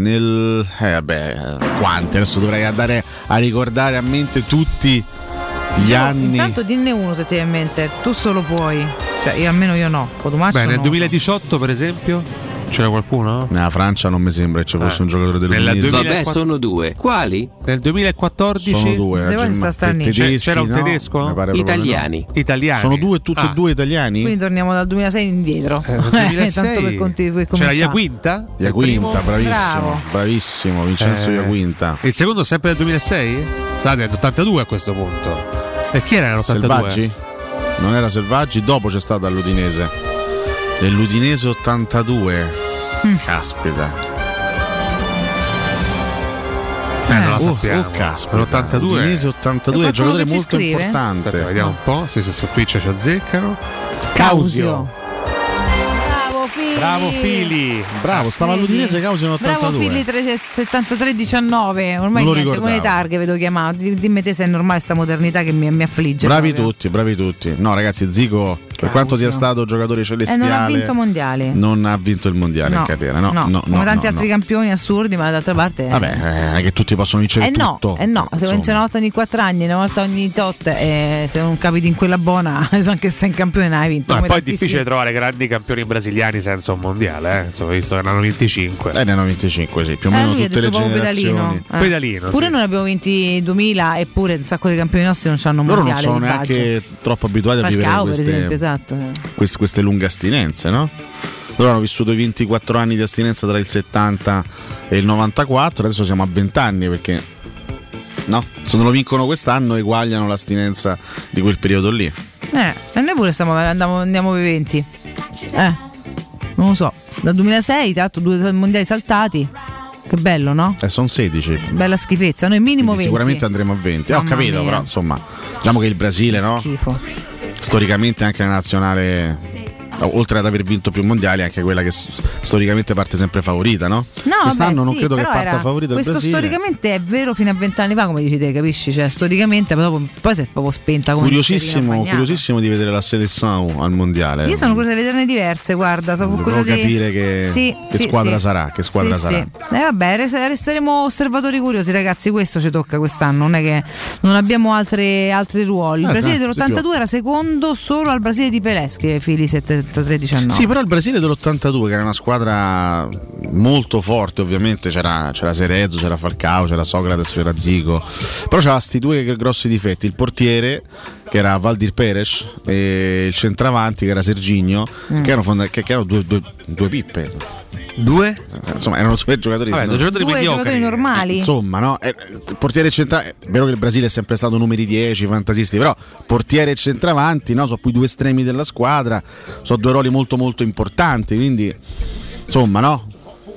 [SPEAKER 6] Quanti? Adesso dovrei andare a ricordare a mente tutti gli anni.
[SPEAKER 13] Intanto dinne uno se ti hai in mente. Tu solo puoi. Cioè, almeno io no.
[SPEAKER 12] Nel 2018 per esempio c'era qualcuno?
[SPEAKER 6] Nella Francia non mi sembra che ci fosse un giocatore dell'Udinese.
[SPEAKER 14] Vabbè, sono 2. Quali?
[SPEAKER 12] Nel 2014
[SPEAKER 6] sono 2.
[SPEAKER 12] C'era un tedesco?
[SPEAKER 14] Italiani.
[SPEAKER 6] Sono tutti e due italiani?
[SPEAKER 13] Quindi torniamo dal 2006 indietro.
[SPEAKER 12] 2006.
[SPEAKER 13] Tanto per cominciare.
[SPEAKER 12] C'era Iaquinta?
[SPEAKER 6] Iaquinta, bravissimo, Vincenzo Iaquinta.
[SPEAKER 12] Il secondo sempre del 2006? State nell'82 a questo punto. E chi era nell'82?
[SPEAKER 6] Selvaggi? Non era Selvaggi, dopo c'è stata l'Udinese. Nell'Udinese 82. Caspita.
[SPEAKER 12] Non la sappiamo.
[SPEAKER 6] Caspita.
[SPEAKER 12] L'82.
[SPEAKER 6] L'Udinese 82 è un giocatore molto importante.
[SPEAKER 12] Aspetta, vediamo un po'. Se su Twitch ci azzeccano.
[SPEAKER 13] Causio.
[SPEAKER 12] Bravo Fili.
[SPEAKER 6] Bravo, stava all'Udinese Causio in 82.
[SPEAKER 13] Bravo Fili 73-19. Ormai niente, come le targhe vedo chiamato. Dimmi te se è normale sta modernità che mi affligge.
[SPEAKER 6] Bravi tutti. No, ragazzi, Zico Per quanto sia stato giocatore celestiale,
[SPEAKER 13] non ha vinto mondiali.
[SPEAKER 6] Non ha vinto il mondiale in catena, no.
[SPEAKER 13] Come tanti altri campioni assurdi, ma d'altra parte.
[SPEAKER 6] Vabbè, è che tutti possono vincere tutto.
[SPEAKER 13] Se vince una volta ogni 4 anni, una volta ogni tot, se non capiti in quella buona, anche se sei in campione non hai vinto.
[SPEAKER 12] No, poi è difficile trovare grandi campioni brasiliani senza un mondiale, insomma, visto che ne hanno 25.
[SPEAKER 6] Ne hanno 25, sì, più o meno tutte le generazioni.
[SPEAKER 12] Pedalino,
[SPEAKER 13] pure noi ne abbiamo vinti 2000, eppure un sacco di campioni nostri non hanno un
[SPEAKER 6] loro
[SPEAKER 13] mondiale.
[SPEAKER 6] Non sono neanche troppo abituati a vivere
[SPEAKER 13] per esempio, esatto.
[SPEAKER 6] queste lunghe astinenze, no? Loro hanno vissuto i 24 anni di astinenza tra il 70 e il 94, adesso siamo a 20 anni perché no, se non lo vincono quest'anno eguagliano l'astinenza di quel periodo lì.
[SPEAKER 13] E noi pure andiamo per 20. Non lo so, dal 2006 tra l'altro 2 mondiali saltati. Che bello, no?
[SPEAKER 6] Sono 16.
[SPEAKER 13] Bella schifezza, noi minimo 20.
[SPEAKER 6] Sicuramente andremo a 20. Ho capito, però insomma, diciamo che il Brasile, no?
[SPEAKER 13] Schifo.
[SPEAKER 6] Storicamente anche la nazionale, oltre ad aver vinto più mondiali, anche quella che storicamente parte sempre favorita, no? Quest'anno non credo che parta favorita il
[SPEAKER 13] Brasile. Questo storicamente è vero fino a 20 anni fa, come dici te, capisci? Cioè, storicamente poi si è proprio spenta.
[SPEAKER 6] Curiosissimo di vedere la selezione al mondiale.
[SPEAKER 13] Io sono curiosa di vederne diverse, guarda.
[SPEAKER 6] Devo capire che squadra sarà. Che squadra sarà.
[SPEAKER 13] Vabbè, resteremo osservatori curiosi, ragazzi. Questo ci tocca quest'anno. Non è che non abbiamo altri ruoli. Il Brasile dell'82 era secondo solo al Brasile di Pelé, scrive Fili 73-19.
[SPEAKER 6] Sì, però il Brasile dell'82, che era una squadra molto forte, ovviamente c'era Cerezo, c'era Falcao, c'era Socrates, c'era Zico, però c'aveva sti 2 grossi difetti: il portiere, che era Valdir Perez, e il centravanti, che era Serginho, che erano due pippe. Insomma, erano 2 giocatori,
[SPEAKER 13] giocatori normali.
[SPEAKER 6] Insomma, no? Il portiere centrale, è vero che il Brasile è sempre stato numeri 10, fantasisti, però portiere e centravanti, no? Sono poi 2 estremi della squadra, sono 2 ruoli molto molto importanti, quindi insomma, no?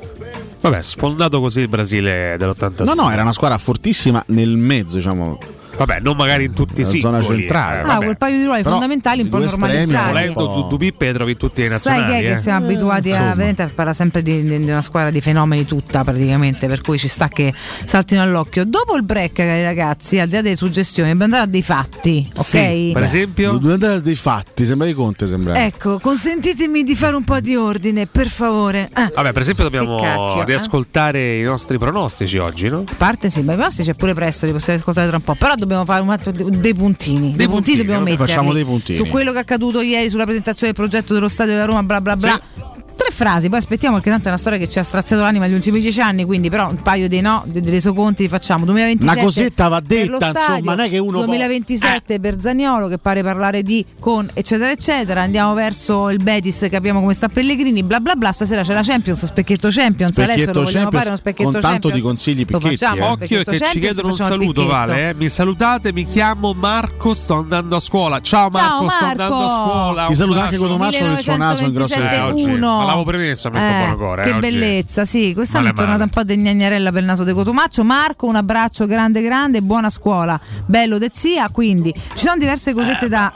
[SPEAKER 12] Vabbè, sfondato così il Brasile dell'82.
[SPEAKER 6] No, era una squadra fortissima nel mezzo, diciamo.
[SPEAKER 12] Vabbè, non magari in tutti i
[SPEAKER 6] zona centrale.
[SPEAKER 13] Quel paio di ruoli fondamentali un po' normalizzati.
[SPEAKER 12] Volendo tu Pippe trovi tutti i nazionali.
[SPEAKER 13] Sai che siamo abituati a parlare sempre di una squadra di fenomeni tutta praticamente, per cui ci sta che saltino all'occhio. Dopo il break, cari ragazzi, al di là delle suggestioni, dobbiamo andare a dei fatti, ok?
[SPEAKER 12] Sì, per esempio?
[SPEAKER 6] Dobbiamo andare a dei fatti, sembra di Conte, sembra.
[SPEAKER 13] Ecco, consentitemi di fare un po' di ordine, per favore.
[SPEAKER 12] Vabbè, per esempio dobbiamo riascoltare i nostri pronostici oggi, no?
[SPEAKER 13] A parte sì, ma i pronostici è pure presto, li possiamo ascoltare tra un po', però dobbiamo fare dei puntini. Dei puntini dobbiamo mettere.
[SPEAKER 6] Facciamo dei puntini
[SPEAKER 13] su quello che è accaduto ieri sulla presentazione del progetto dello stadio della Roma, bla bla bla. Sì. 3 frasi, poi aspettiamo, perché tanto è una storia che ci ha straziato l'anima negli ultimi 10 anni, quindi però un paio dei resoconti li facciamo. 2027
[SPEAKER 6] una cosetta va detta, insomma, non è che uno
[SPEAKER 13] 2027 per Zaniolo, che pare parlare di con eccetera eccetera. Andiamo verso il Betis, capiamo come sta Pellegrini, bla bla bla. Stasera c'è la Champions, specchietto Champions, adesso lo vogliamo fare uno specchietto
[SPEAKER 6] con
[SPEAKER 13] Champions,
[SPEAKER 6] tanto di consigli picchetti.
[SPEAKER 12] Occhio che ci chiedono un saluto, Vale, mi salutate, mi chiamo Marco, sto andando a scuola. Ciao Marco, sto andando a scuola.
[SPEAKER 6] Ti saluta anche Cotomaccio con il suo naso in grosso
[SPEAKER 12] oggi. Ma l'avevo premesso,
[SPEAKER 13] che bellezza, sì, quest'anno è tornata un po' di gnagnarella per il naso di Cotomaccio. Marco, un abbraccio grande, buona scuola, bello de zia. Quindi ci sono diverse cosette da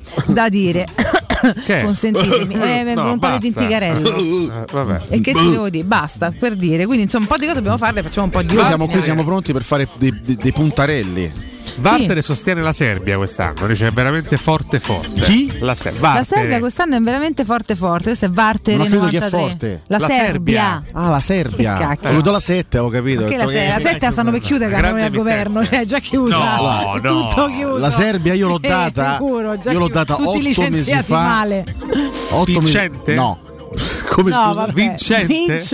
[SPEAKER 13] dire. Consentitemi, un po' di tinticarello. E che ti devo dire? Basta per dire. Quindi insomma un po' di cose dobbiamo farle, facciamo un po' di
[SPEAKER 6] ordine. Siamo pronti per fare dei puntarelli.
[SPEAKER 12] Vartere sostiene la Serbia quest'anno, dice è veramente forte.
[SPEAKER 6] Chi?
[SPEAKER 12] La
[SPEAKER 13] Serbia quest'anno è veramente forte. Questo è Vartere.
[SPEAKER 6] Ma credo che è forte.
[SPEAKER 13] La Serbia.
[SPEAKER 6] Ah, la Serbia. Ho avuto la 7, ho capito.
[SPEAKER 13] La 7 stanno per chiudere, che non è al governo, cioè è già chiusa.
[SPEAKER 12] No.
[SPEAKER 13] Tutto chiuso.
[SPEAKER 6] La Serbia io l'ho data.
[SPEAKER 13] Sicuro,
[SPEAKER 6] io l'ho data 8 mesi fa.
[SPEAKER 13] Male.
[SPEAKER 12] Vincente?
[SPEAKER 6] No. Come scusa?
[SPEAKER 12] Vincente.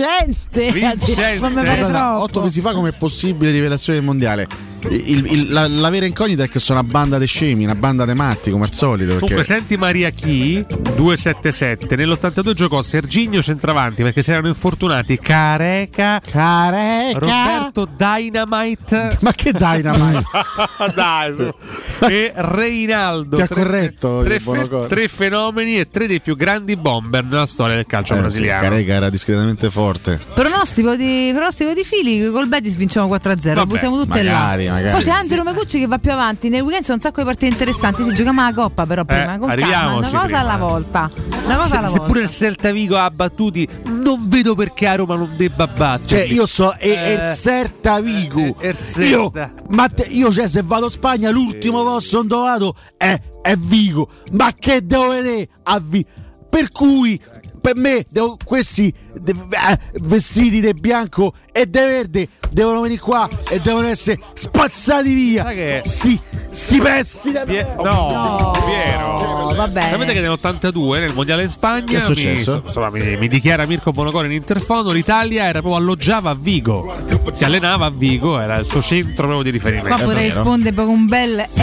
[SPEAKER 6] 8 mesi fa, come possibile rivelazione del mondiale. La vera incognita è che sono una banda di scemi, una banda di matti, come al solito. Perché...
[SPEAKER 12] Comunque senti Maria Chi 277 nell'82 giocò Serginho centravanti perché si erano infortunati Careca Roberto Dynamite.
[SPEAKER 6] Ma che Dynamite?
[SPEAKER 12] Dai, e Reinaldo.
[SPEAKER 6] Ti ha corretto.
[SPEAKER 12] 3 fenomeni e 3 dei più grandi bomber nella storia del calcio brasiliano.
[SPEAKER 6] Sì, Careca era discretamente forte.
[SPEAKER 13] Pronostico di Fili, col Betis vinciamo 4-0. Buttiamo tutte là.
[SPEAKER 6] magari.
[SPEAKER 13] Poi c'è Angelo Mecucci che va più avanti. Nel weekend c'è un sacco di partite interessanti. Si gioca la Coppa, però prima con calma, una cosa alla volta.
[SPEAKER 12] Seppure il Celta Vigo ha battuti, non vedo perché a Roma non debba battere.
[SPEAKER 15] Cioè, io so il Celta Vigo. Io cioè, se vado in Spagna, l'ultimo posto dove vado è Vigo. Ma che devo vedere a Vigo? Per cui per me questi vestiti di bianco e di verde devono venire qua e devono essere spazzati via. Si pezzi da
[SPEAKER 12] No, Piero.
[SPEAKER 13] Vabbè.
[SPEAKER 12] Sapete che nell'82 nel mondiale in Spagna
[SPEAKER 6] che è successo?
[SPEAKER 12] mi dichiara Mirko Bonocore in interfono, l'Italia era proprio alloggiava a Vigo, si allenava a Vigo, era il suo centro proprio di riferimento.
[SPEAKER 13] Qua vorrei rispondere con un bel
[SPEAKER 6] perché?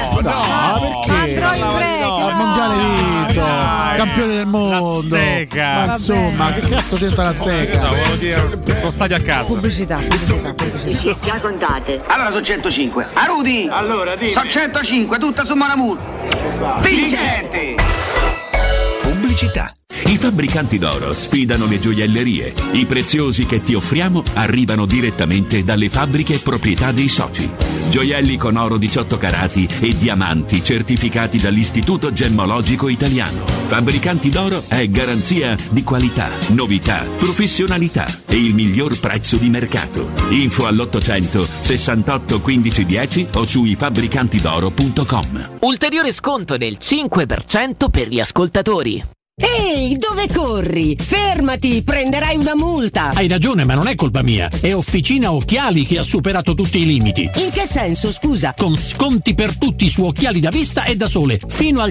[SPEAKER 15] Al mondiale vinto, campione del mondo. Ma insomma, che cazzo c'è sta la Steca?
[SPEAKER 12] No, volevo dire lo stadio a caso.
[SPEAKER 13] Pubblicità.
[SPEAKER 20] Già contate. Allora sono 105. Arudi! Allora, sono 105, tutta su Maramut. Vincente!
[SPEAKER 17] Pubblicità. I fabbricanti d'oro sfidano le gioiellerie. I preziosi che ti offriamo arrivano direttamente dalle fabbriche proprietà dei soci. Gioielli con oro 18 carati e diamanti certificati dall'Istituto Gemmologico Italiano. Fabbricanti d'oro è garanzia di qualità, novità, professionalità e il miglior prezzo di mercato. Info all'800 68 15 10 o su ifabbricantidoro.com.
[SPEAKER 18] Ulteriore sconto del 5% per gli ascoltatori.
[SPEAKER 29] Ehi, dove corri? Fermati, prenderai una multa.
[SPEAKER 26] Hai ragione, ma non è colpa mia. È Officina Occhiali che ha superato tutti i limiti.
[SPEAKER 29] In che senso, scusa?
[SPEAKER 26] Con sconti per tutti su occhiali da vista e da sole, fino al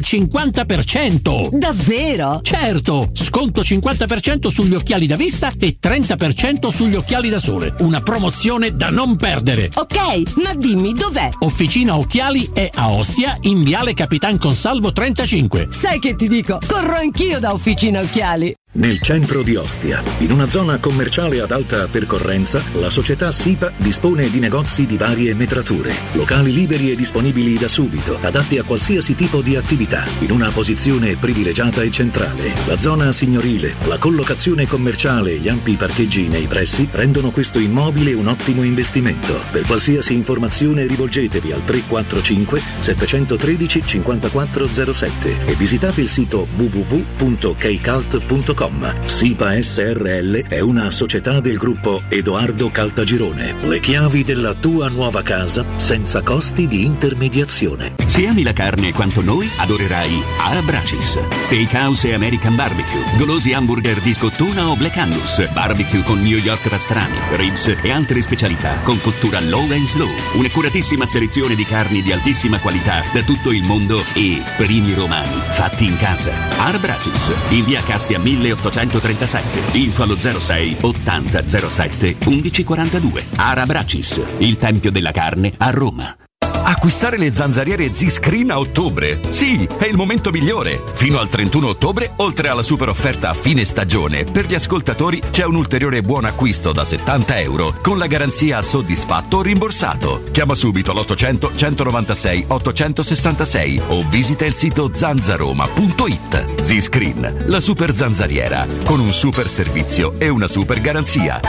[SPEAKER 26] 50%.
[SPEAKER 29] Davvero?
[SPEAKER 26] Certo, sconto 50% sugli occhiali da vista e 30% sugli occhiali da sole. Una promozione da non perdere.
[SPEAKER 29] Ok, ma dimmi dov'è?
[SPEAKER 26] Officina Occhiali è a Ostia, in Viale Capitan Consalvo 35.
[SPEAKER 29] Sai che ti dico? Corro anch'io da Officina Occhiali.
[SPEAKER 21] Nel centro di Ostia, in una zona commerciale ad alta percorrenza, la società SIPA dispone di negozi di varie metrature, locali liberi e disponibili da subito, adatti a qualsiasi tipo di attività, in una posizione privilegiata e centrale. La zona signorile, la collocazione commerciale e gli ampi parcheggi nei pressi rendono questo immobile un ottimo investimento. Per qualsiasi informazione rivolgetevi al 345 713 5407 e visitate il sito www.kcalt.com. SIPA SRL è una società del gruppo Edoardo Caltagirone. Le chiavi della tua nuova casa senza costi di intermediazione.
[SPEAKER 17] Se ami la carne quanto noi, adorerai Arabracis. Steakhouse e American Barbecue, golosi hamburger di scottuna o Black Angus, barbecue con New York pastrami, ribs e altre specialità con cottura low and slow. Un'accuratissima selezione di carni di altissima qualità da tutto il mondo e primi romani fatti in casa. Arabracis, in via Cassia 1837, info allo 06 80 07 1142. Arabracis, il tempio della carne a Roma.
[SPEAKER 19] Acquistare le zanzariere Z-Screen a ottobre. Sì, è il momento migliore. Fino al 31 ottobre, oltre alla super offerta a fine stagione, per gli ascoltatori c'è un ulteriore buon acquisto da €70 con la garanzia soddisfatto o rimborsato. Chiama subito l'800 196 866 o visita il sito zanzaroma.it. Z-Screen, la super zanzariera, con un super servizio e una super garanzia.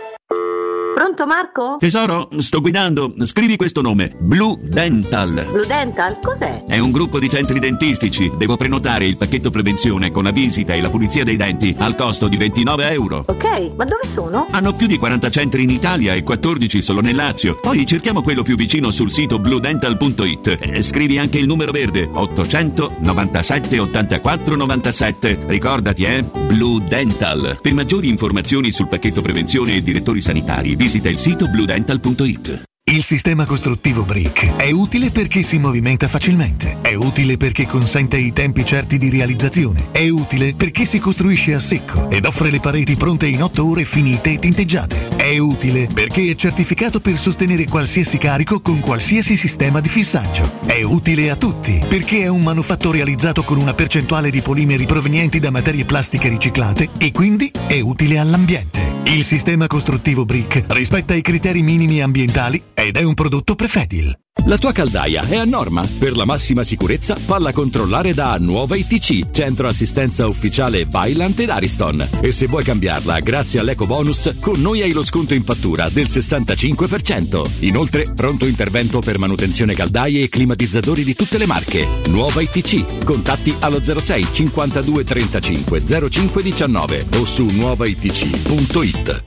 [SPEAKER 20] Pronto Marco?
[SPEAKER 17] Tesoro, sto guidando. Scrivi questo nome: Blue Dental.
[SPEAKER 20] Blue Dental? Cos'è?
[SPEAKER 17] È un gruppo di centri dentistici. Devo prenotare il pacchetto prevenzione con la visita e la pulizia dei denti al costo di €29.
[SPEAKER 20] Ok, ma dove sono?
[SPEAKER 17] Hanno più di 40 centri in Italia e 14 solo nel Lazio. Poi cerchiamo quello più vicino sul sito bluedental.it. Scrivi anche il numero verde: 800 97 84 97. Ricordati, Blue Dental. Per maggiori informazioni sul pacchetto prevenzione e direttori sanitari, visita il sito bluedental.it.
[SPEAKER 22] Il sistema costruttivo Brick è utile perché si movimenta facilmente, è utile perché consente i tempi certi di realizzazione, è utile perché si costruisce a secco ed offre le pareti pronte in 8 ore finite e tinteggiate, è utile perché è certificato per sostenere qualsiasi carico con qualsiasi sistema di fissaggio, è utile a tutti perché è un manufatto realizzato con una percentuale di polimeri provenienti da materie plastiche riciclate e quindi è utile all'ambiente. Il sistema costruttivo Brick rispetta i criteri minimi ambientali ed è un prodotto Prefedil.
[SPEAKER 19] La tua caldaia è a norma? Per la massima sicurezza falla controllare da Nuova ITC, centro assistenza ufficiale Vaillant ed Ariston. E se vuoi cambiarla grazie all'eco bonus, con noi hai lo sconto in fattura del 65%. Inoltre pronto intervento per manutenzione caldaie e climatizzatori di tutte le marche. Nuova ITC, contatti allo 06 52 35 05 19 o su nuovaitc.it.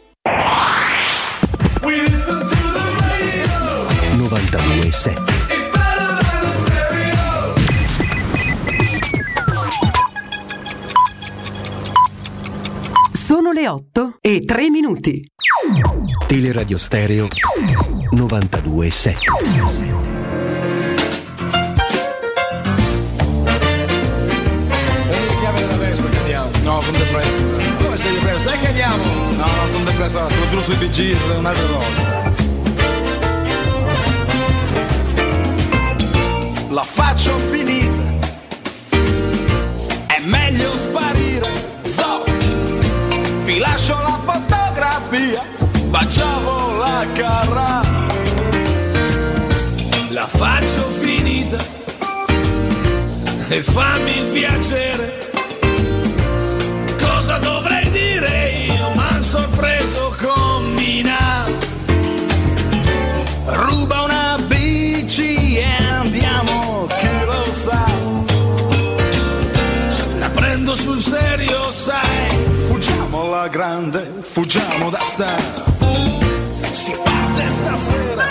[SPEAKER 22] 92.7.
[SPEAKER 1] Sono le 8:03.
[SPEAKER 22] Teleradio Stereo 92.7.
[SPEAKER 2] No, sono depresso. Come sei depresso? Dai che andiamo! No, sono depresso, sono giù sui BG, è un'altra cosa. La faccio finita, è meglio sparire. Vi lascio la fotografia, baciavo la carra. La faccio finita e fammi il piacere. Cosa dovrei dire io? M'han sorpreso con Mina. Ruba una bici e andiamo, chi lo sa. La prendo sul serio, sai. Fuggiamo alla grande, fuggiamo da star. Si parte stasera,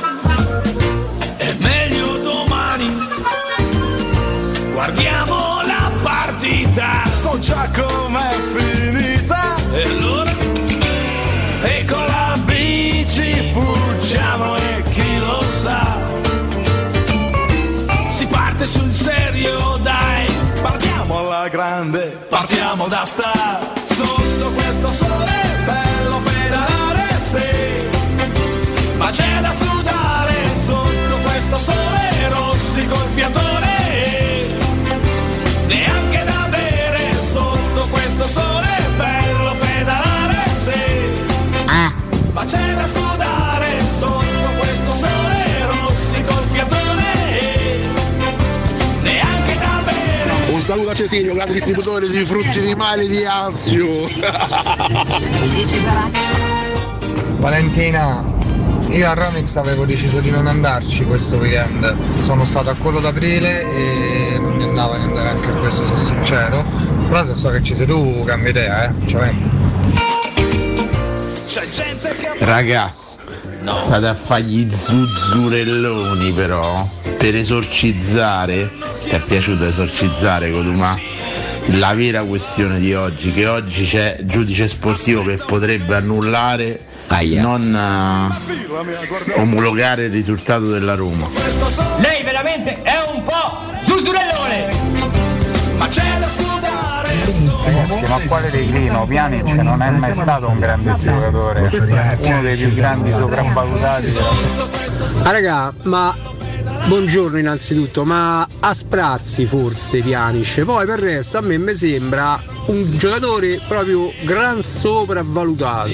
[SPEAKER 2] è meglio domani. Guardiamo la partita, so già com'è finita. E allora, e con la bici fuggiamo e chi lo sa. Si parte sul serio, dai. Partiamo alla grande, partiamo da star. Sotto questo sole bello pedalare, sì. Ma c'è da sudare sotto questo sole, rossi col fiatone. Neanche da bere sotto questo sole bello pedalare, sì. Ma c'è da sudare sotto questo sole, rossi col fiatone. Neanche da bere.
[SPEAKER 5] Un saluto a Cesilio, grande distributore di frutti di mare di Anzio.
[SPEAKER 3] Valentina, io a Ramix avevo deciso di non andarci questo weekend. Sono stato a quello d'aprile e non mi andava di andare anche a questo, sono sincero. Però se so che ci sei tu, cambia idea, cioè.
[SPEAKER 5] Raga, state a fare gli zuzzurelloni però per esorcizzare. Ti è piaciuto esorcizzare, Codumà? La vera questione di oggi, che oggi c'è giudice sportivo che potrebbe annullare, non omologare il risultato della Roma.
[SPEAKER 16] Lei veramente è un po' zuzzurellone. Ma c'è da sudare.
[SPEAKER 23] Ragazzi, ma quale declino? Pjanic non è mai stato un grande giocatore, uno dei più grandi sopravvalutati.
[SPEAKER 24] Raga, ma buongiorno innanzitutto, ma a sprazzi forse Pjanic, poi per il resto a me mi sembra un giocatore proprio gran sopravvalutato.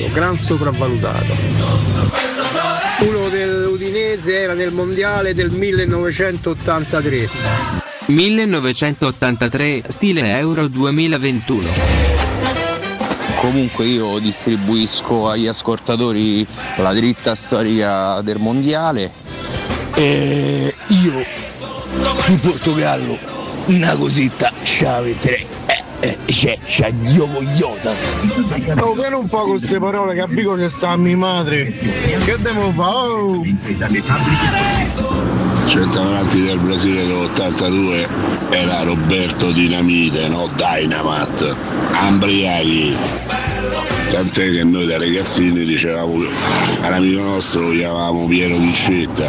[SPEAKER 24] Uno dell'Udinese era nel mondiale del 1983.
[SPEAKER 14] 1983, stile Euro 2021.
[SPEAKER 8] Comunque io distribuisco agli ascoltatori la dritta storia del mondiale.
[SPEAKER 5] Io sul Portogallo una cosetta c'avete. C'è Dio Cogliota.
[SPEAKER 3] Oh, che non fa con queste parole che abbico nel Sammy madre. Che devo fare? Oh.
[SPEAKER 5] Centravanti del Brasile dell'82 era Roberto Dinamite, no Dynamat, Ambriaghi. Tant'è che noi da ragazzini dicevamo all'amico nostro lo chiamavamo Piero Piscetta.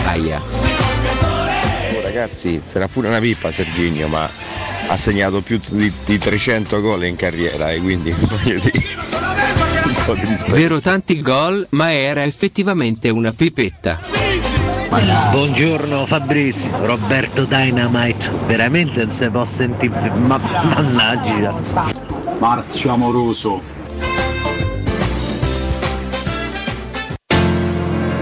[SPEAKER 7] Ragazzi, sarà pure una pippa Serginio, ma ha segnato più di 300 gol in carriera e quindi voglio dire un po' di rispetto.
[SPEAKER 14] Vero tanti gol, ma era effettivamente una pipetta.
[SPEAKER 15] Buongiorno Fabrizio, Roberto Dynamite, veramente non si può sentire, mannaggia.
[SPEAKER 25] Marzio amoroso.
[SPEAKER 27] No,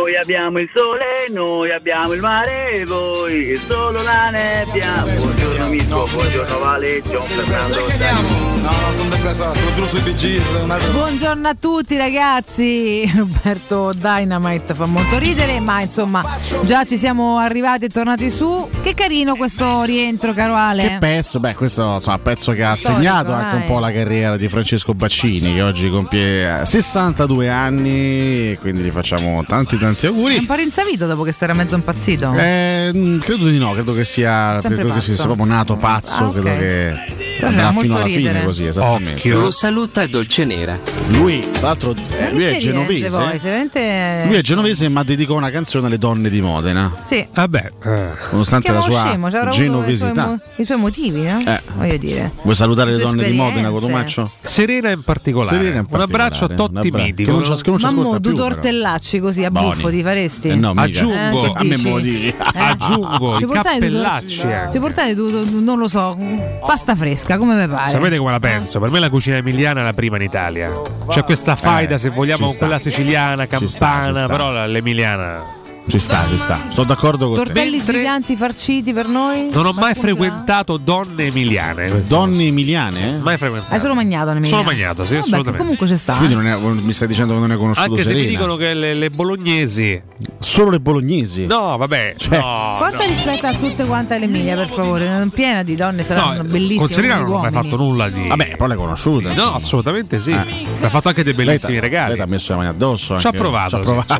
[SPEAKER 4] Noi abbiamo il sole, noi abbiamo il mare, voi solo la nebbia. Buongiorno Mirko, buongiorno Vale, John Fernando.
[SPEAKER 2] No, sono depresso, te lo giuro sui BG.
[SPEAKER 13] Buongiorno a tutti ragazzi. Roberto Dynamite fa molto ridere, ma insomma già ci siamo arrivati e tornati su. Che carino questo rientro, caro Ale.
[SPEAKER 15] Che pezzo, questo insomma pezzo che ha segnato anche un po' la carriera di Francesco Baccini, che oggi compie 62 anni e quindi gli facciamo tanti auguri.
[SPEAKER 13] È un po' rinsavito dopo che si era mezzo impazzito?
[SPEAKER 15] Credo di no, credo che sia proprio nato pazzo, credo che andrà fino alla fine così, esattamente.
[SPEAKER 14] Lo saluta Dolce Nera.
[SPEAKER 15] Lui, tra l'altro, lui è genovese. Lui è genovese, ma dedicò una canzone alle donne di Modena.
[SPEAKER 13] Sì.
[SPEAKER 6] Vabbè,
[SPEAKER 15] nonostante la sua genovesità.
[SPEAKER 13] I suoi motivi, no? Voglio dire.
[SPEAKER 15] Vuoi salutare le donne di Modena, Cotomaccio?
[SPEAKER 6] Serena in particolare. Un abbraccio a Totti Mitico.
[SPEAKER 13] Mamma, due tortellacci così a buffo ti faresti?
[SPEAKER 15] No,
[SPEAKER 6] aggiungo,
[SPEAKER 15] a me me lo dici.
[SPEAKER 6] Aggiungo i cappellacci.
[SPEAKER 13] Ci portate non lo so, pasta fresca, come vi pare?
[SPEAKER 6] Sapete come la penso? Per me la cucina emiliana è la prima in Italia. C'è questa faida, se vogliamo, con quella siciliana, campana, però l'emiliana.
[SPEAKER 15] Ci sta. Sono d'accordo con
[SPEAKER 13] Tortelli
[SPEAKER 15] te.
[SPEAKER 13] giganti farciti per noi?
[SPEAKER 6] Non ho mai frequentato donne emiliane.
[SPEAKER 15] Donne emiliane?
[SPEAKER 6] Mai frequentato.
[SPEAKER 13] Hai solo mangiato le
[SPEAKER 6] Solo magnato, sì, assolutamente.
[SPEAKER 13] Comunque c'è sta.
[SPEAKER 15] Quindi mi stai dicendo che non è conosciuto
[SPEAKER 6] Anche
[SPEAKER 15] Serena.
[SPEAKER 6] se mi dicono che le bolognesi.
[SPEAKER 15] Solo le bolognesi?
[SPEAKER 6] No, vabbè.
[SPEAKER 13] Porta rispetto a tutte quante l'Emilia, per favore. Piena di donne, saranno bellissime.
[SPEAKER 6] Con Serena non ho mai fatto nulla di.
[SPEAKER 15] Vabbè, però l'hai conosciuta.
[SPEAKER 6] No, assolutamente sì. Ha fatto anche dei bellissimi regali.
[SPEAKER 15] Lei ti ha messo le mani addosso.
[SPEAKER 6] Ci ha provato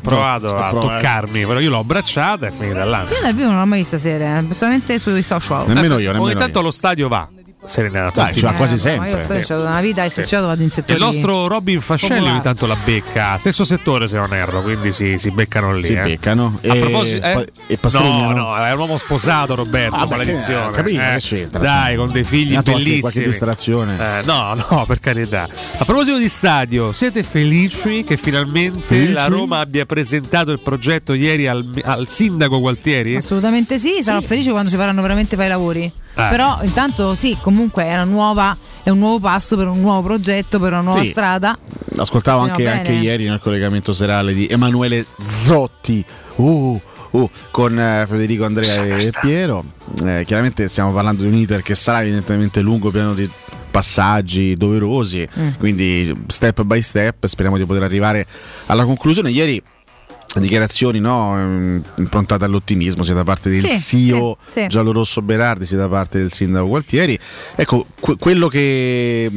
[SPEAKER 6] a toccarmi, però io l'ho abbracciata e finita là.
[SPEAKER 13] Io dal vivo non l'ho mai vista sera, personalmente sui social.
[SPEAKER 15] Nemmeno io.
[SPEAKER 6] Ogni tanto allo stadio va. Serena,
[SPEAKER 15] ci va quasi sempre.
[SPEAKER 13] Io sto una vita e se vado in settori.
[SPEAKER 6] Il nostro Robin Fascelli ogni tanto la becca, stesso settore se non erro, quindi si beccano lì.
[SPEAKER 15] Si beccano.
[SPEAKER 6] A proposito,
[SPEAKER 15] e Pastrugno,
[SPEAKER 6] no, è un uomo sposato, Roberto, maledizione.
[SPEAKER 15] Capito,
[SPEAKER 6] dai, con dei figli bellissimi.
[SPEAKER 15] Qualche distrazione.
[SPEAKER 6] No, per carità. A proposito di stadio, siete felici che finalmente la Roma abbia presentato il progetto ieri al sindaco Gualtieri?
[SPEAKER 13] Assolutamente sì, sarò felice quando ci faranno veramente fare i lavori. Però intanto sì, comunque è un nuovo passo per un nuovo progetto, per una nuova strada.
[SPEAKER 15] Ascoltavo anche ieri nel collegamento serale di Emanuele Zotti con Federico, Andrea e Piero. Chiaramente stiamo parlando di un iter che sarà evidentemente lungo, pieno di passaggi doverosi, quindi step by step speriamo di poter arrivare alla conclusione. Ieri dichiarazioni improntate all'ottimismo sia da parte del CEO giallorosso Berardi sia da parte del sindaco Gualtieri. Ecco, quello che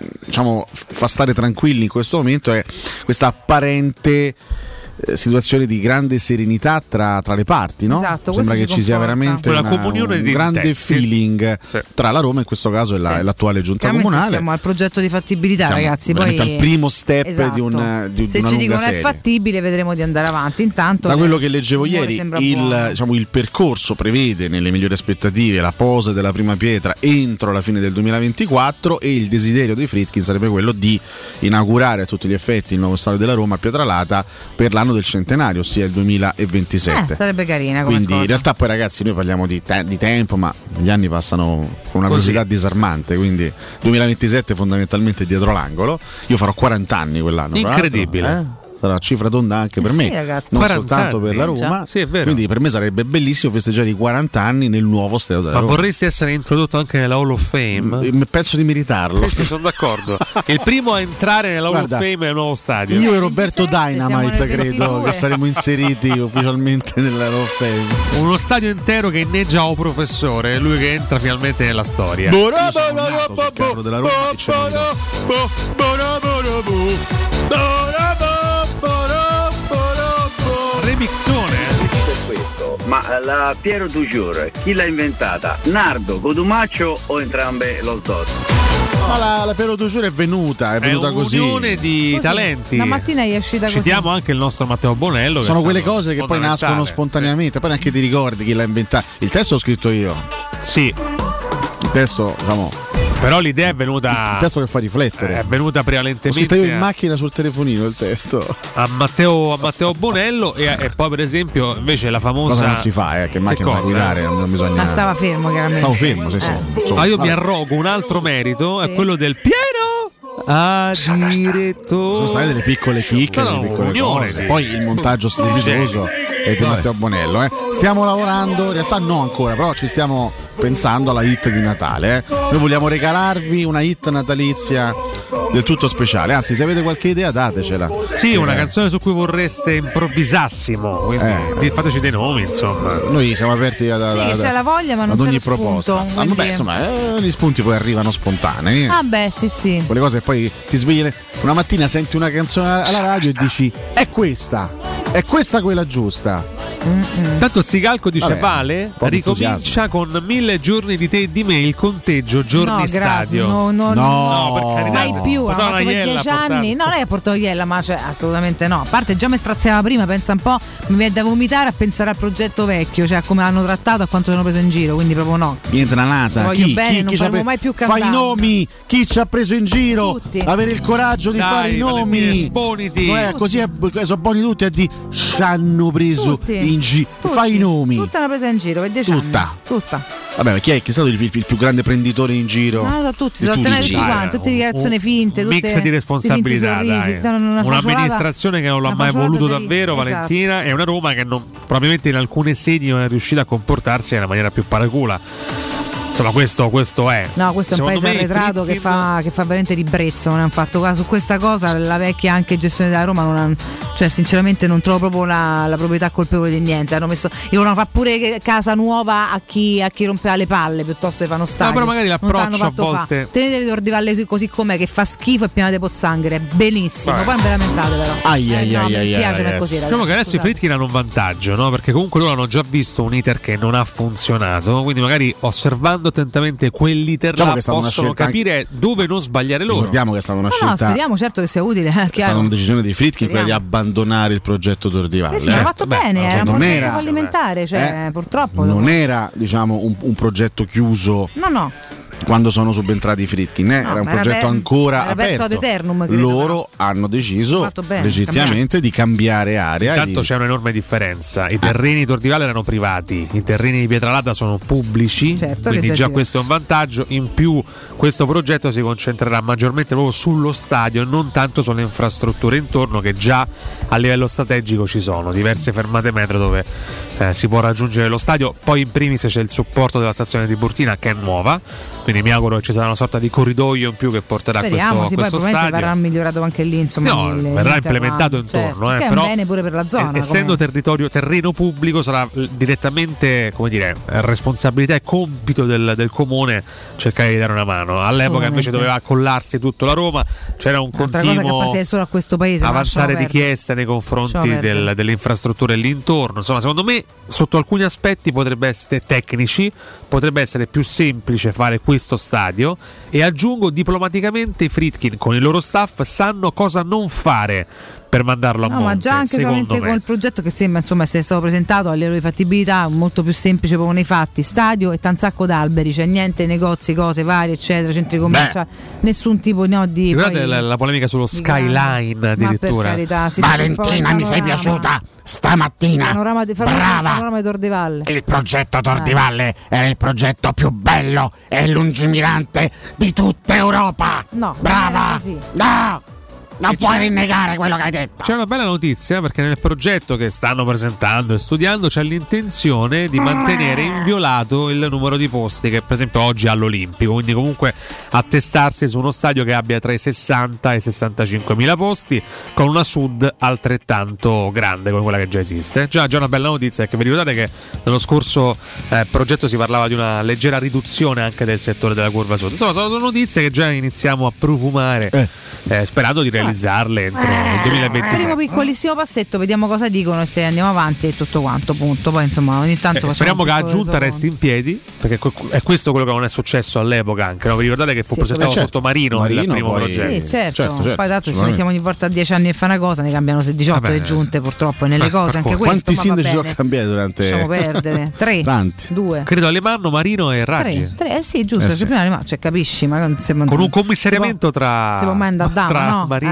[SPEAKER 15] fa stare tranquilli in questo momento è questa apparente situazione di grande serenità tra le parti, no?
[SPEAKER 13] Esatto,
[SPEAKER 15] sembra che ci sia veramente
[SPEAKER 6] una comunione
[SPEAKER 15] un grande feeling tra la Roma in questo caso e l'attuale giunta comunale.
[SPEAKER 13] Siamo al progetto di fattibilità,
[SPEAKER 15] siamo
[SPEAKER 13] ragazzi,
[SPEAKER 15] poi al primo step di una
[SPEAKER 13] se ci dicono è fattibile vedremo di andare avanti. Intanto
[SPEAKER 15] da quello che leggevo ieri il percorso prevede nelle migliori aspettative la posa della prima pietra entro la fine del 2024 e il desiderio dei Friedkin sarebbe quello di inaugurare a tutti gli effetti il nuovo stadio della Roma a Pietralata per l'anno del centenario, ossia il 2027.
[SPEAKER 13] Sarebbe carina come
[SPEAKER 15] quindi
[SPEAKER 13] cosa.
[SPEAKER 15] In realtà poi ragazzi noi parliamo di tempo, ma gli anni passano con una velocità disarmante, quindi 2027 fondamentalmente dietro l'angolo. Io farò 40 anni quell'anno.
[SPEAKER 6] Incredibile.
[SPEAKER 15] Sarà cifra tonda anche per me,
[SPEAKER 13] ragazzi.
[SPEAKER 15] non soltanto per la Roma.
[SPEAKER 6] Sì, è vero.
[SPEAKER 15] Quindi per me sarebbe bellissimo festeggiare i 40 anni nel nuovo stadio della Roma.
[SPEAKER 6] Ma vorresti essere introdotto anche nella Hall of Fame?
[SPEAKER 15] Penso di meritarlo.
[SPEAKER 6] Sì, sono d'accordo. Il primo a entrare nella Hall of Fame è il nuovo stadio.
[SPEAKER 15] Io e Roberto Dynamite credo che saremo inseriti ufficialmente nella Hall of Fame.
[SPEAKER 6] Uno stadio intero che inneggia o professore, lui che entra finalmente nella storia.
[SPEAKER 15] Io sono nato sul carro della Roma e ce
[SPEAKER 6] remixone.
[SPEAKER 4] Ma la Piero Dujour chi l'ha inventata? Nardo, Cotumaccio o entrambe lo zoo?
[SPEAKER 15] Ma la Piero Dujour è venuta così.
[SPEAKER 6] È un'unione di talenti.
[SPEAKER 13] La mattina è uscita così.
[SPEAKER 6] Citiamo anche il nostro Matteo Bonello.
[SPEAKER 15] Sono quelle cose che poi nascono spontaneamente. Poi neanche ti ricordi chi l'ha inventato. Il testo l'ho scritto io.
[SPEAKER 6] Sì.
[SPEAKER 15] Il testo,
[SPEAKER 6] però l'idea è venuta.
[SPEAKER 15] Il testo che fa riflettere.
[SPEAKER 6] È venuta prevalentemente.
[SPEAKER 15] L'ho scritto io in macchina sul telefonino il testo.
[SPEAKER 6] A Matteo Bonello e poi per esempio invece la famosa.
[SPEAKER 15] Cosa non si fa, che macchina da guidare, non bisogna.
[SPEAKER 13] Ma stava fermo chiaramente.
[SPEAKER 15] Stavo fermo, sì.
[SPEAKER 6] Ma io mi arrogo un altro merito, è quello del Piero. direttore.
[SPEAKER 15] Sono state delle piccole chicche,
[SPEAKER 6] No,
[SPEAKER 15] delle piccole
[SPEAKER 6] unione,
[SPEAKER 15] cose.
[SPEAKER 6] sì.
[SPEAKER 15] Poi il montaggio strepitoso è di Matteo Bonello. Stiamo lavorando, in realtà no ancora, però ci stiamo pensando alla hit di Natale. Noi vogliamo regalarvi una hit natalizia del tutto speciale. Anzi, se avete qualche idea datecela.
[SPEAKER 6] Sì, una canzone su cui vorreste improvvisassimo, quindi fateci dei nomi, insomma.
[SPEAKER 15] Noi siamo aperti
[SPEAKER 13] Sì, se la voglia, ma non
[SPEAKER 15] ad
[SPEAKER 13] c'è
[SPEAKER 15] ogni
[SPEAKER 13] lo spunto,
[SPEAKER 15] proposta.
[SPEAKER 13] quindi-
[SPEAKER 15] Vabbè, insomma, gli spunti poi arrivano spontanei.
[SPEAKER 13] Ah beh, sì.
[SPEAKER 15] Quelle cose che poi ti svegli una mattina, senti una canzone alla radio e dici è questa quella giusta.
[SPEAKER 6] Tanto Sicalco dice:
[SPEAKER 15] Vabbè,
[SPEAKER 6] Vale,
[SPEAKER 15] un po' di
[SPEAKER 6] ricomincia con 1000 giorni di te e di me il conteggio giorni
[SPEAKER 13] No,
[SPEAKER 6] stadio.
[SPEAKER 13] no,
[SPEAKER 6] per carità,
[SPEAKER 13] mai
[SPEAKER 6] no.
[SPEAKER 13] più, hanno
[SPEAKER 6] Portava
[SPEAKER 13] fatto per
[SPEAKER 6] Iella
[SPEAKER 13] 10
[SPEAKER 6] a portare-
[SPEAKER 13] anni. No, non è che portavo Iella, ma assolutamente no. A parte già mi straziava prima, pensa un po', mi viene da vomitare a pensare al progetto vecchio, cioè a come l'hanno trattato, a quanto ci hanno preso in giro, quindi proprio no.
[SPEAKER 15] Niente la nata.
[SPEAKER 13] Voglio
[SPEAKER 15] Chi
[SPEAKER 13] bene, non
[SPEAKER 15] ci ha
[SPEAKER 13] faremo mai più
[SPEAKER 15] Fai i
[SPEAKER 13] cantante.
[SPEAKER 15] nomi, chi ci ha preso in giro,
[SPEAKER 13] Tutti.
[SPEAKER 15] avere il coraggio di
[SPEAKER 6] Dai,
[SPEAKER 15] fare i
[SPEAKER 6] Valentina,
[SPEAKER 15] nomi.
[SPEAKER 6] esponiti.
[SPEAKER 15] Non è così, sono buoni tutti a dire ci hanno preso
[SPEAKER 13] Tutti.
[SPEAKER 15] in giro. Fai i nomi.
[SPEAKER 13] Tutta una presa in giro, per 10
[SPEAKER 15] Tutta.
[SPEAKER 13] anni. Tutta.
[SPEAKER 15] Vabbè, ma chi è stato il più grande prenditore in giro?
[SPEAKER 13] No, da tutti,
[SPEAKER 15] Di
[SPEAKER 13] sono
[SPEAKER 15] tutti i
[SPEAKER 13] tutti
[SPEAKER 15] giri.
[SPEAKER 13] quanti, tutte dichiarazioni finte,
[SPEAKER 6] Un
[SPEAKER 13] tutte
[SPEAKER 6] mix di responsabilità,
[SPEAKER 13] finti sorrisi,
[SPEAKER 6] dai.
[SPEAKER 13] una faciolata-
[SPEAKER 6] Un'amministrazione che non l'ha
[SPEAKER 13] una
[SPEAKER 6] mai
[SPEAKER 13] faciolata
[SPEAKER 6] voluto
[SPEAKER 13] dei-
[SPEAKER 6] davvero,
[SPEAKER 13] esatto.
[SPEAKER 6] Valentina, e una Roma che non, probabilmente in alcune sedi non è riuscita a comportarsi nella maniera più paracula. Insomma, questo è.
[SPEAKER 13] No, questo è un
[SPEAKER 6] Secondo
[SPEAKER 13] paese
[SPEAKER 6] me i
[SPEAKER 13] arretrato che
[SPEAKER 6] Friedkin-
[SPEAKER 13] fa veramente ribrezzo. Non hanno fatto caso su questa cosa. La vecchia anche gestione della Roma non ha, cioè sinceramente non trovo proprio la proprietà colpevole di niente. Hanno messo, io volevano fare pure casa nuova a chi rompeva le palle piuttosto che fanno stadio.
[SPEAKER 6] però magari
[SPEAKER 13] Non
[SPEAKER 6] l'approccio
[SPEAKER 13] t'hanno fatto
[SPEAKER 6] a volte-
[SPEAKER 13] fa. Tenete Ordivalle così com'è, che fa schifo e piena di pozzanghere. Benissimo.
[SPEAKER 6] Vabbè.
[SPEAKER 13] Poi ve lamentate però. no, mi dispiace, ma è così.
[SPEAKER 6] Diciamo che adesso i Friedkin hanno un vantaggio, no? Perché comunque loro hanno già visto un iter che non ha funzionato, quindi magari osservando attentamente quell'iter
[SPEAKER 15] Diciamo
[SPEAKER 6] là
[SPEAKER 15] che è stata una
[SPEAKER 6] possono
[SPEAKER 15] scelta
[SPEAKER 6] capire dove non sbagliare loro.
[SPEAKER 15] Ricordiamo che è stata una
[SPEAKER 13] No,
[SPEAKER 15] scelta.
[SPEAKER 13] speriamo certo che sia utile.
[SPEAKER 15] È stata
[SPEAKER 13] Chiaro.
[SPEAKER 15] una decisione dei Friedkin quella di abbandonare il progetto Tordivalle.
[SPEAKER 13] Sì, ma ha fatto bene, era un
[SPEAKER 15] non
[SPEAKER 13] progetto
[SPEAKER 15] era,
[SPEAKER 13] fallimentare, cioè purtroppo.
[SPEAKER 15] non era diciamo un progetto chiuso
[SPEAKER 13] No.
[SPEAKER 15] quando sono subentrati i Friedkin, era un
[SPEAKER 13] ma era
[SPEAKER 15] progetto ancora
[SPEAKER 13] era aperto ad eternum, credo,
[SPEAKER 15] loro hanno deciso
[SPEAKER 13] Fatto bene,
[SPEAKER 15] legittimamente di cambiare area.
[SPEAKER 6] Intanto c'è un'enorme differenza. I terreni di Tordivalle erano privati, i terreni di Pietralata sono pubblici,
[SPEAKER 13] Certo,
[SPEAKER 6] quindi
[SPEAKER 13] che
[SPEAKER 6] già
[SPEAKER 13] già
[SPEAKER 6] questo è un vantaggio. In più questo progetto si concentrerà maggiormente proprio sullo stadio e non tanto sulle infrastrutture intorno, che già a livello strategico ci sono diverse fermate metro dove si può raggiungere lo stadio. Poi in primis c'è il supporto della stazione di Burtina che è nuova, quindi mi auguro che ci sarà una sorta di corridoio in più che porterà
[SPEAKER 13] Speriamo,
[SPEAKER 6] questo
[SPEAKER 13] sì, poi probabilmente
[SPEAKER 6] stadio.
[SPEAKER 13] verrà migliorato anche lì, insomma.
[SPEAKER 6] No, verrà implementato intorno,
[SPEAKER 13] che è
[SPEAKER 6] però
[SPEAKER 13] un bene pure per la zona.
[SPEAKER 6] essendo terreno pubblico sarà direttamente, come dire, responsabilità e compito del comune cercare di dare una mano. All'epoca invece doveva accollarsi tutto la Roma, c'era un
[SPEAKER 13] Altra cosa che
[SPEAKER 6] continuo
[SPEAKER 13] appartiene solo a questo paese.
[SPEAKER 6] avanzare
[SPEAKER 13] lasciamo
[SPEAKER 6] richieste nei confronti
[SPEAKER 13] Lasciamo perdere.
[SPEAKER 6] delle infrastrutture all'intorno. Insomma, secondo me sotto alcuni aspetti potrebbe essere tecnici, potrebbe essere più semplice fare questo stadio, e aggiungo diplomaticamente i Friedkin con il loro staff sanno cosa non fare per mandarlo a
[SPEAKER 13] No,
[SPEAKER 6] monte.
[SPEAKER 13] ma già anche
[SPEAKER 6] secondo
[SPEAKER 13] solamente
[SPEAKER 6] me.
[SPEAKER 13] con il progetto che sembra insomma essere stato presentato a livello di fattibilità molto più semplice proprio nei fatti, stadio e tanzacco d'alberi, cioè niente negozi, cose varie eccetera, centri commerciali, nessun tipo di
[SPEAKER 6] Ricordate
[SPEAKER 13] poi,
[SPEAKER 6] la polemica sullo
[SPEAKER 13] di
[SPEAKER 6] skyline
[SPEAKER 13] ma per
[SPEAKER 6] addirittura?
[SPEAKER 13] carità, sì,
[SPEAKER 9] Valentina,
[SPEAKER 13] poi
[SPEAKER 9] mi sei piaciuta stamattina.
[SPEAKER 13] panorama di panorama di Tordivalle.
[SPEAKER 9] Il progetto Tordivalle era il progetto più bello e lungimirante di tutta Europa.
[SPEAKER 13] No,
[SPEAKER 9] brava.
[SPEAKER 13] non era così.
[SPEAKER 9] No, non puoi rinnegare quello che hai detto.
[SPEAKER 6] C'è una bella notizia, perché nel progetto che stanno presentando e studiando c'è l'intenzione di mantenere inviolato il numero di posti che per esempio oggi ha all'Olimpico, quindi comunque attestarsi su uno stadio che abbia tra i 60 e i 65 mila posti, con una sud altrettanto grande come quella che già esiste. Già una bella notizia, perché vi ricordate che nello scorso progetto si parlava di una leggera riduzione anche del settore della curva sud. Insomma, sono notizie che già iniziamo a profumare, sperando di realizzarle entro il 2026.
[SPEAKER 13] Primo piccolissimo passetto, vediamo cosa dicono e se andiamo avanti e tutto quanto, punto. Poi insomma ogni tanto
[SPEAKER 6] speriamo che la
[SPEAKER 13] facciamo un
[SPEAKER 6] giunta
[SPEAKER 13] piccolo
[SPEAKER 6] resti in piedi, perché è questo quello che non è successo all'epoca anche, no? Vi ricordate che fu presentato sotto Marino il primo
[SPEAKER 13] poi,
[SPEAKER 6] progetto?
[SPEAKER 13] sì, certo. Poi tanto ci mettiamo ogni volta a 10 anni e fa una cosa, ne cambiano 18 le giunte purtroppo, e nelle cose anche questo.
[SPEAKER 15] Quanti
[SPEAKER 13] ma va
[SPEAKER 15] sindaci
[SPEAKER 13] bene.
[SPEAKER 15] sono cambiati durante
[SPEAKER 13] Lasciamo perdere. 3,
[SPEAKER 15] tanti.
[SPEAKER 13] 2.
[SPEAKER 6] Credo Alemanno, Marino e Raggi.
[SPEAKER 13] 3, sì, giusto,
[SPEAKER 6] sì.
[SPEAKER 13] Prima, cioè capisci, ma
[SPEAKER 6] Con un commissariamento
[SPEAKER 13] si può mai andare a dama,
[SPEAKER 6] tra
[SPEAKER 13] no?
[SPEAKER 6] Marino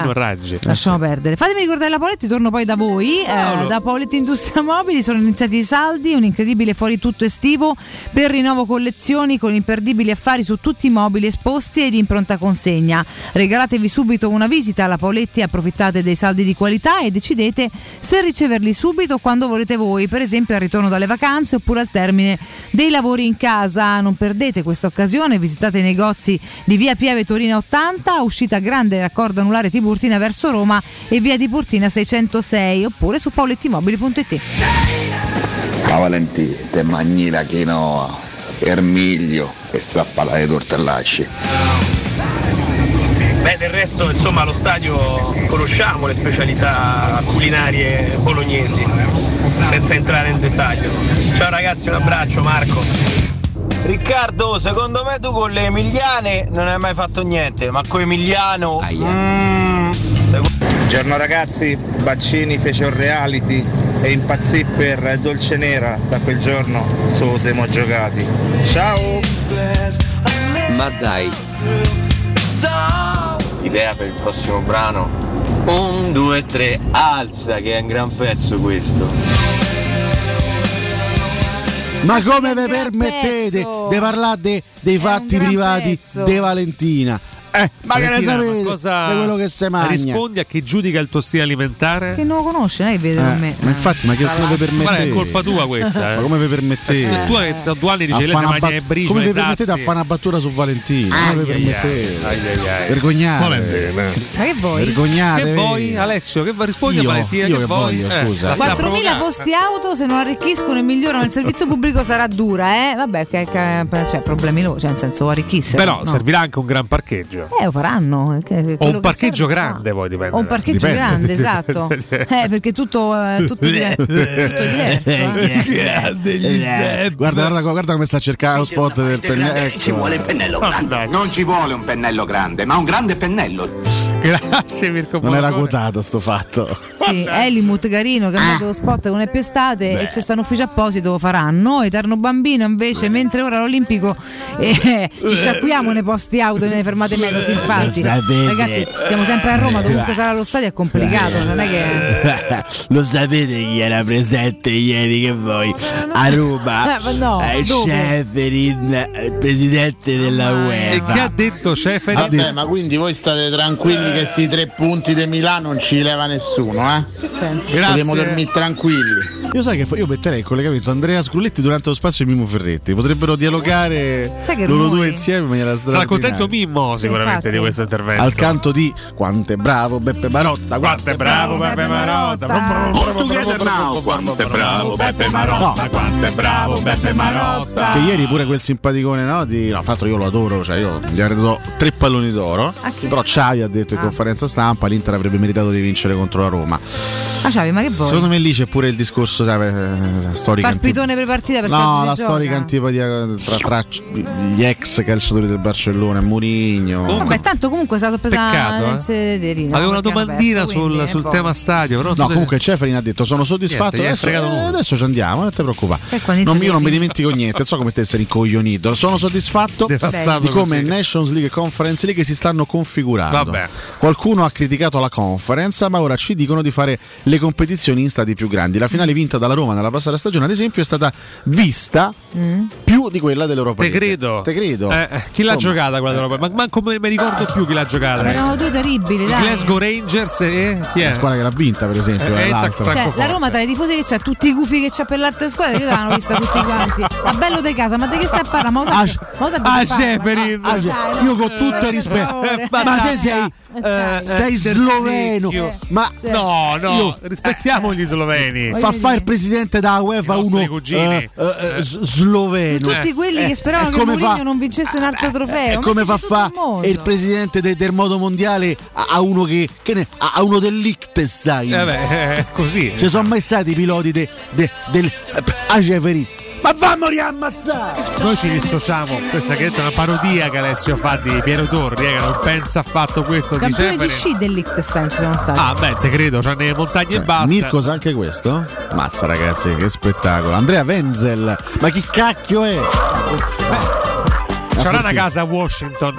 [SPEAKER 6] Pino Raggi.
[SPEAKER 13] Lasciamo perdere. Fatemi ricordare la Paoletti, torno poi da voi. Da Paoletti Industria Mobili sono iniziati i saldi, un incredibile fuori tutto estivo per rinnovo collezioni con imperdibili affari su tutti i mobili esposti ed in pronta consegna. Regalatevi subito una visita alla Paoletti, approfittate dei saldi di qualità e decidete se riceverli subito o quando volete voi, per esempio al ritorno dalle vacanze oppure al termine dei lavori in casa. Non perdete questa occasione, visitate i negozi di via Pieve Torina 80, uscita grande raccordo anulare Tiburtina verso Roma e via Tiburtina 606 oppure su paolettimobili.it.
[SPEAKER 10] La Valentina te mangi la quinoa, ermiglio e sappala di tortellacci.
[SPEAKER 11] Beh, del resto, insomma, allo stadio conosciamo le specialità culinarie bolognesi, senza entrare in dettaglio. Ciao ragazzi, un abbraccio, Marco.
[SPEAKER 8] Riccardo, secondo me tu con le emiliane non hai mai fatto niente, ma con Emiliano...
[SPEAKER 3] Buongiorno ragazzi, Baccini fece un reality e impazzì per Dolce Nera. Da quel giorno so siamo giocati. Ciao!
[SPEAKER 14] Ma dai.
[SPEAKER 8] Idea per il prossimo brano: 1, 2, 3, alza, che è un gran pezzo questo.
[SPEAKER 15] Ma come vi permettete di parlare dei fatti privati di Valentina? Ma che ne sapete di quello che se mangia?
[SPEAKER 6] Rispondi a chi giudica il tuo stile alimentare?
[SPEAKER 13] Che non lo conosce, non è che vede con me.
[SPEAKER 15] Ma infatti, ma che come vi permettete?
[SPEAKER 6] Guarda, è colpa tua questa.
[SPEAKER 15] Ma come vi permettete?
[SPEAKER 6] Tu che da 2 anni dici lei si mangia le briciole.
[SPEAKER 15] Come vi permettete a fare una battuta su Valentina? Come vi permettete? Vergognate.
[SPEAKER 13] Ma che vuoi?
[SPEAKER 15] Vergognate.
[SPEAKER 6] Che vuoi, Alessio? Che rispondi a Valentina?
[SPEAKER 15] Io che voglio, scusa.
[SPEAKER 13] 4.000 posti auto, se non arricchiscono e migliorano il servizio pubblico sarà dura, Vabbè, cioè problemi loro, cioè nel senso arricchissero.
[SPEAKER 6] Però servirà anche un gran parcheggio.
[SPEAKER 13] Lo faranno. O
[SPEAKER 6] un parcheggio grande, poi dipende.
[SPEAKER 13] O un parcheggio grande, esatto. Perché tutto diverso.
[SPEAKER 15] Guarda come sta cercando lo spot del pennello.
[SPEAKER 12] Ci vuole il pennello grande. Non ci vuole un pennello grande, ma un grande pennello.
[SPEAKER 6] Grazie Mirko.
[SPEAKER 15] Non era quotato sto fatto.
[SPEAKER 13] Sì, Elimut Carino che ha fatto lo spot con è più estate e c'è sta un ufficio apposito, lo faranno. Eterno Bambino invece, mentre ora all'Olimpico ci sciacquiamo nei posti auto e nelle fermate metro. Infatti, ragazzi, siamo sempre a Roma, dovunque sarà lo stadio è complicato, non è che
[SPEAKER 15] lo sapete chi era presente ieri che voi a Roma? Ceferin, presidente della UEFA.
[SPEAKER 6] E che ha detto Ceferin?
[SPEAKER 5] Vabbè, ma quindi voi state tranquilli che sti 3 punti di Milano non ci leva nessuno,
[SPEAKER 13] Che senso?
[SPEAKER 5] Potremmo dormire tranquilli.
[SPEAKER 15] Io sai che io metterei in collegamento Andrea Sgrulletti durante lo spazio e Mimmo Ferretti. Potrebbero dialogare loro due insieme in maniera straordinaria.
[SPEAKER 6] Sarà contento Mimmo sicuramente di questo intervento.
[SPEAKER 15] Al canto di Quanto è bravo Beppe Marotta,
[SPEAKER 6] quanto è bravo Beppe Marotta,
[SPEAKER 12] quanto è bravo Beppe Marotta, quanto è bravo Beppe Marotta.
[SPEAKER 15] Che ieri pure quel simpaticone no fatto io lo adoro, cioè io gli avrei dato 3 palloni d'oro. Però Xavi ha detto in conferenza stampa l'Inter avrebbe meritato di vincere contro la Roma.
[SPEAKER 13] Xavi, ma che vuoi?
[SPEAKER 15] Secondo me lì c'è pure il discorso storico.
[SPEAKER 13] Partitone per partita per
[SPEAKER 15] la storica antipatia tra gli ex calciatori del Barcellona e Mourinho.
[SPEAKER 13] Vabbè, tanto comunque è stato presa nel sederino.
[SPEAKER 6] Avevo una domandina sul tema stadio. Però
[SPEAKER 15] no, comunque Ceferin ha detto sono soddisfatto. Adesso ci andiamo, non ti preoccupare. Io non mi dimentico niente, non so come te essere incoglionito. Sono soddisfatto di come Nations League e Conference League si stanno configurando.
[SPEAKER 6] Vabbè.
[SPEAKER 15] Qualcuno ha criticato la Conference, ma ora ci dicono di fare le competizioni in stadi più grandi. La finale vinta dalla Roma nella passata stagione, ad esempio, è stata vista più di quella dell'Europa League.
[SPEAKER 6] Te credo. Chi l'ha giocata quella dell'Europa? Ma manco mi ricordo più chi l'ha giocata.
[SPEAKER 13] Erano due terribili, dai.
[SPEAKER 6] Glasgow Rangers e chi è?
[SPEAKER 15] La squadra che l'ha vinta, per esempio.
[SPEAKER 13] Cioè, la Roma tra i tifosi che c'ha, tutti i gufi che c'ha per l'altra squadra, io l'hanno vista tutti quanti. A bello di casa, ma di che stai a parlare?
[SPEAKER 6] Ceferin.
[SPEAKER 15] Io con tutto il rispetto. Ma te sei sloveno. Ma
[SPEAKER 6] no, rispettiamo gli sloveni.
[SPEAKER 15] Fa fare il presidente della UEFA uno sloveno.
[SPEAKER 13] Tutti quelli che speravano che Mourinho non vincesse un altro trofeo.
[SPEAKER 15] Come fa il presidente del modo mondiale a uno a uno del Liechtenstein?
[SPEAKER 6] Così.
[SPEAKER 15] Ci sono mai stati i piloti del Ceferin? Ma fammi riammazzare!
[SPEAKER 6] Noi ci dissociamo, questa che è una parodia che Alessio fa di Piero Torri, che non pensa affatto questo.
[SPEAKER 13] Campioni di sci del Liechtenstein ci sono stati.
[SPEAKER 6] Te credo, c'ha nelle montagne e basta.
[SPEAKER 15] Mirko sa anche questo? Mazza ragazzi, che spettacolo. Andrea Wenzel, ma chi cacchio è?
[SPEAKER 6] C'era una casa a Washington,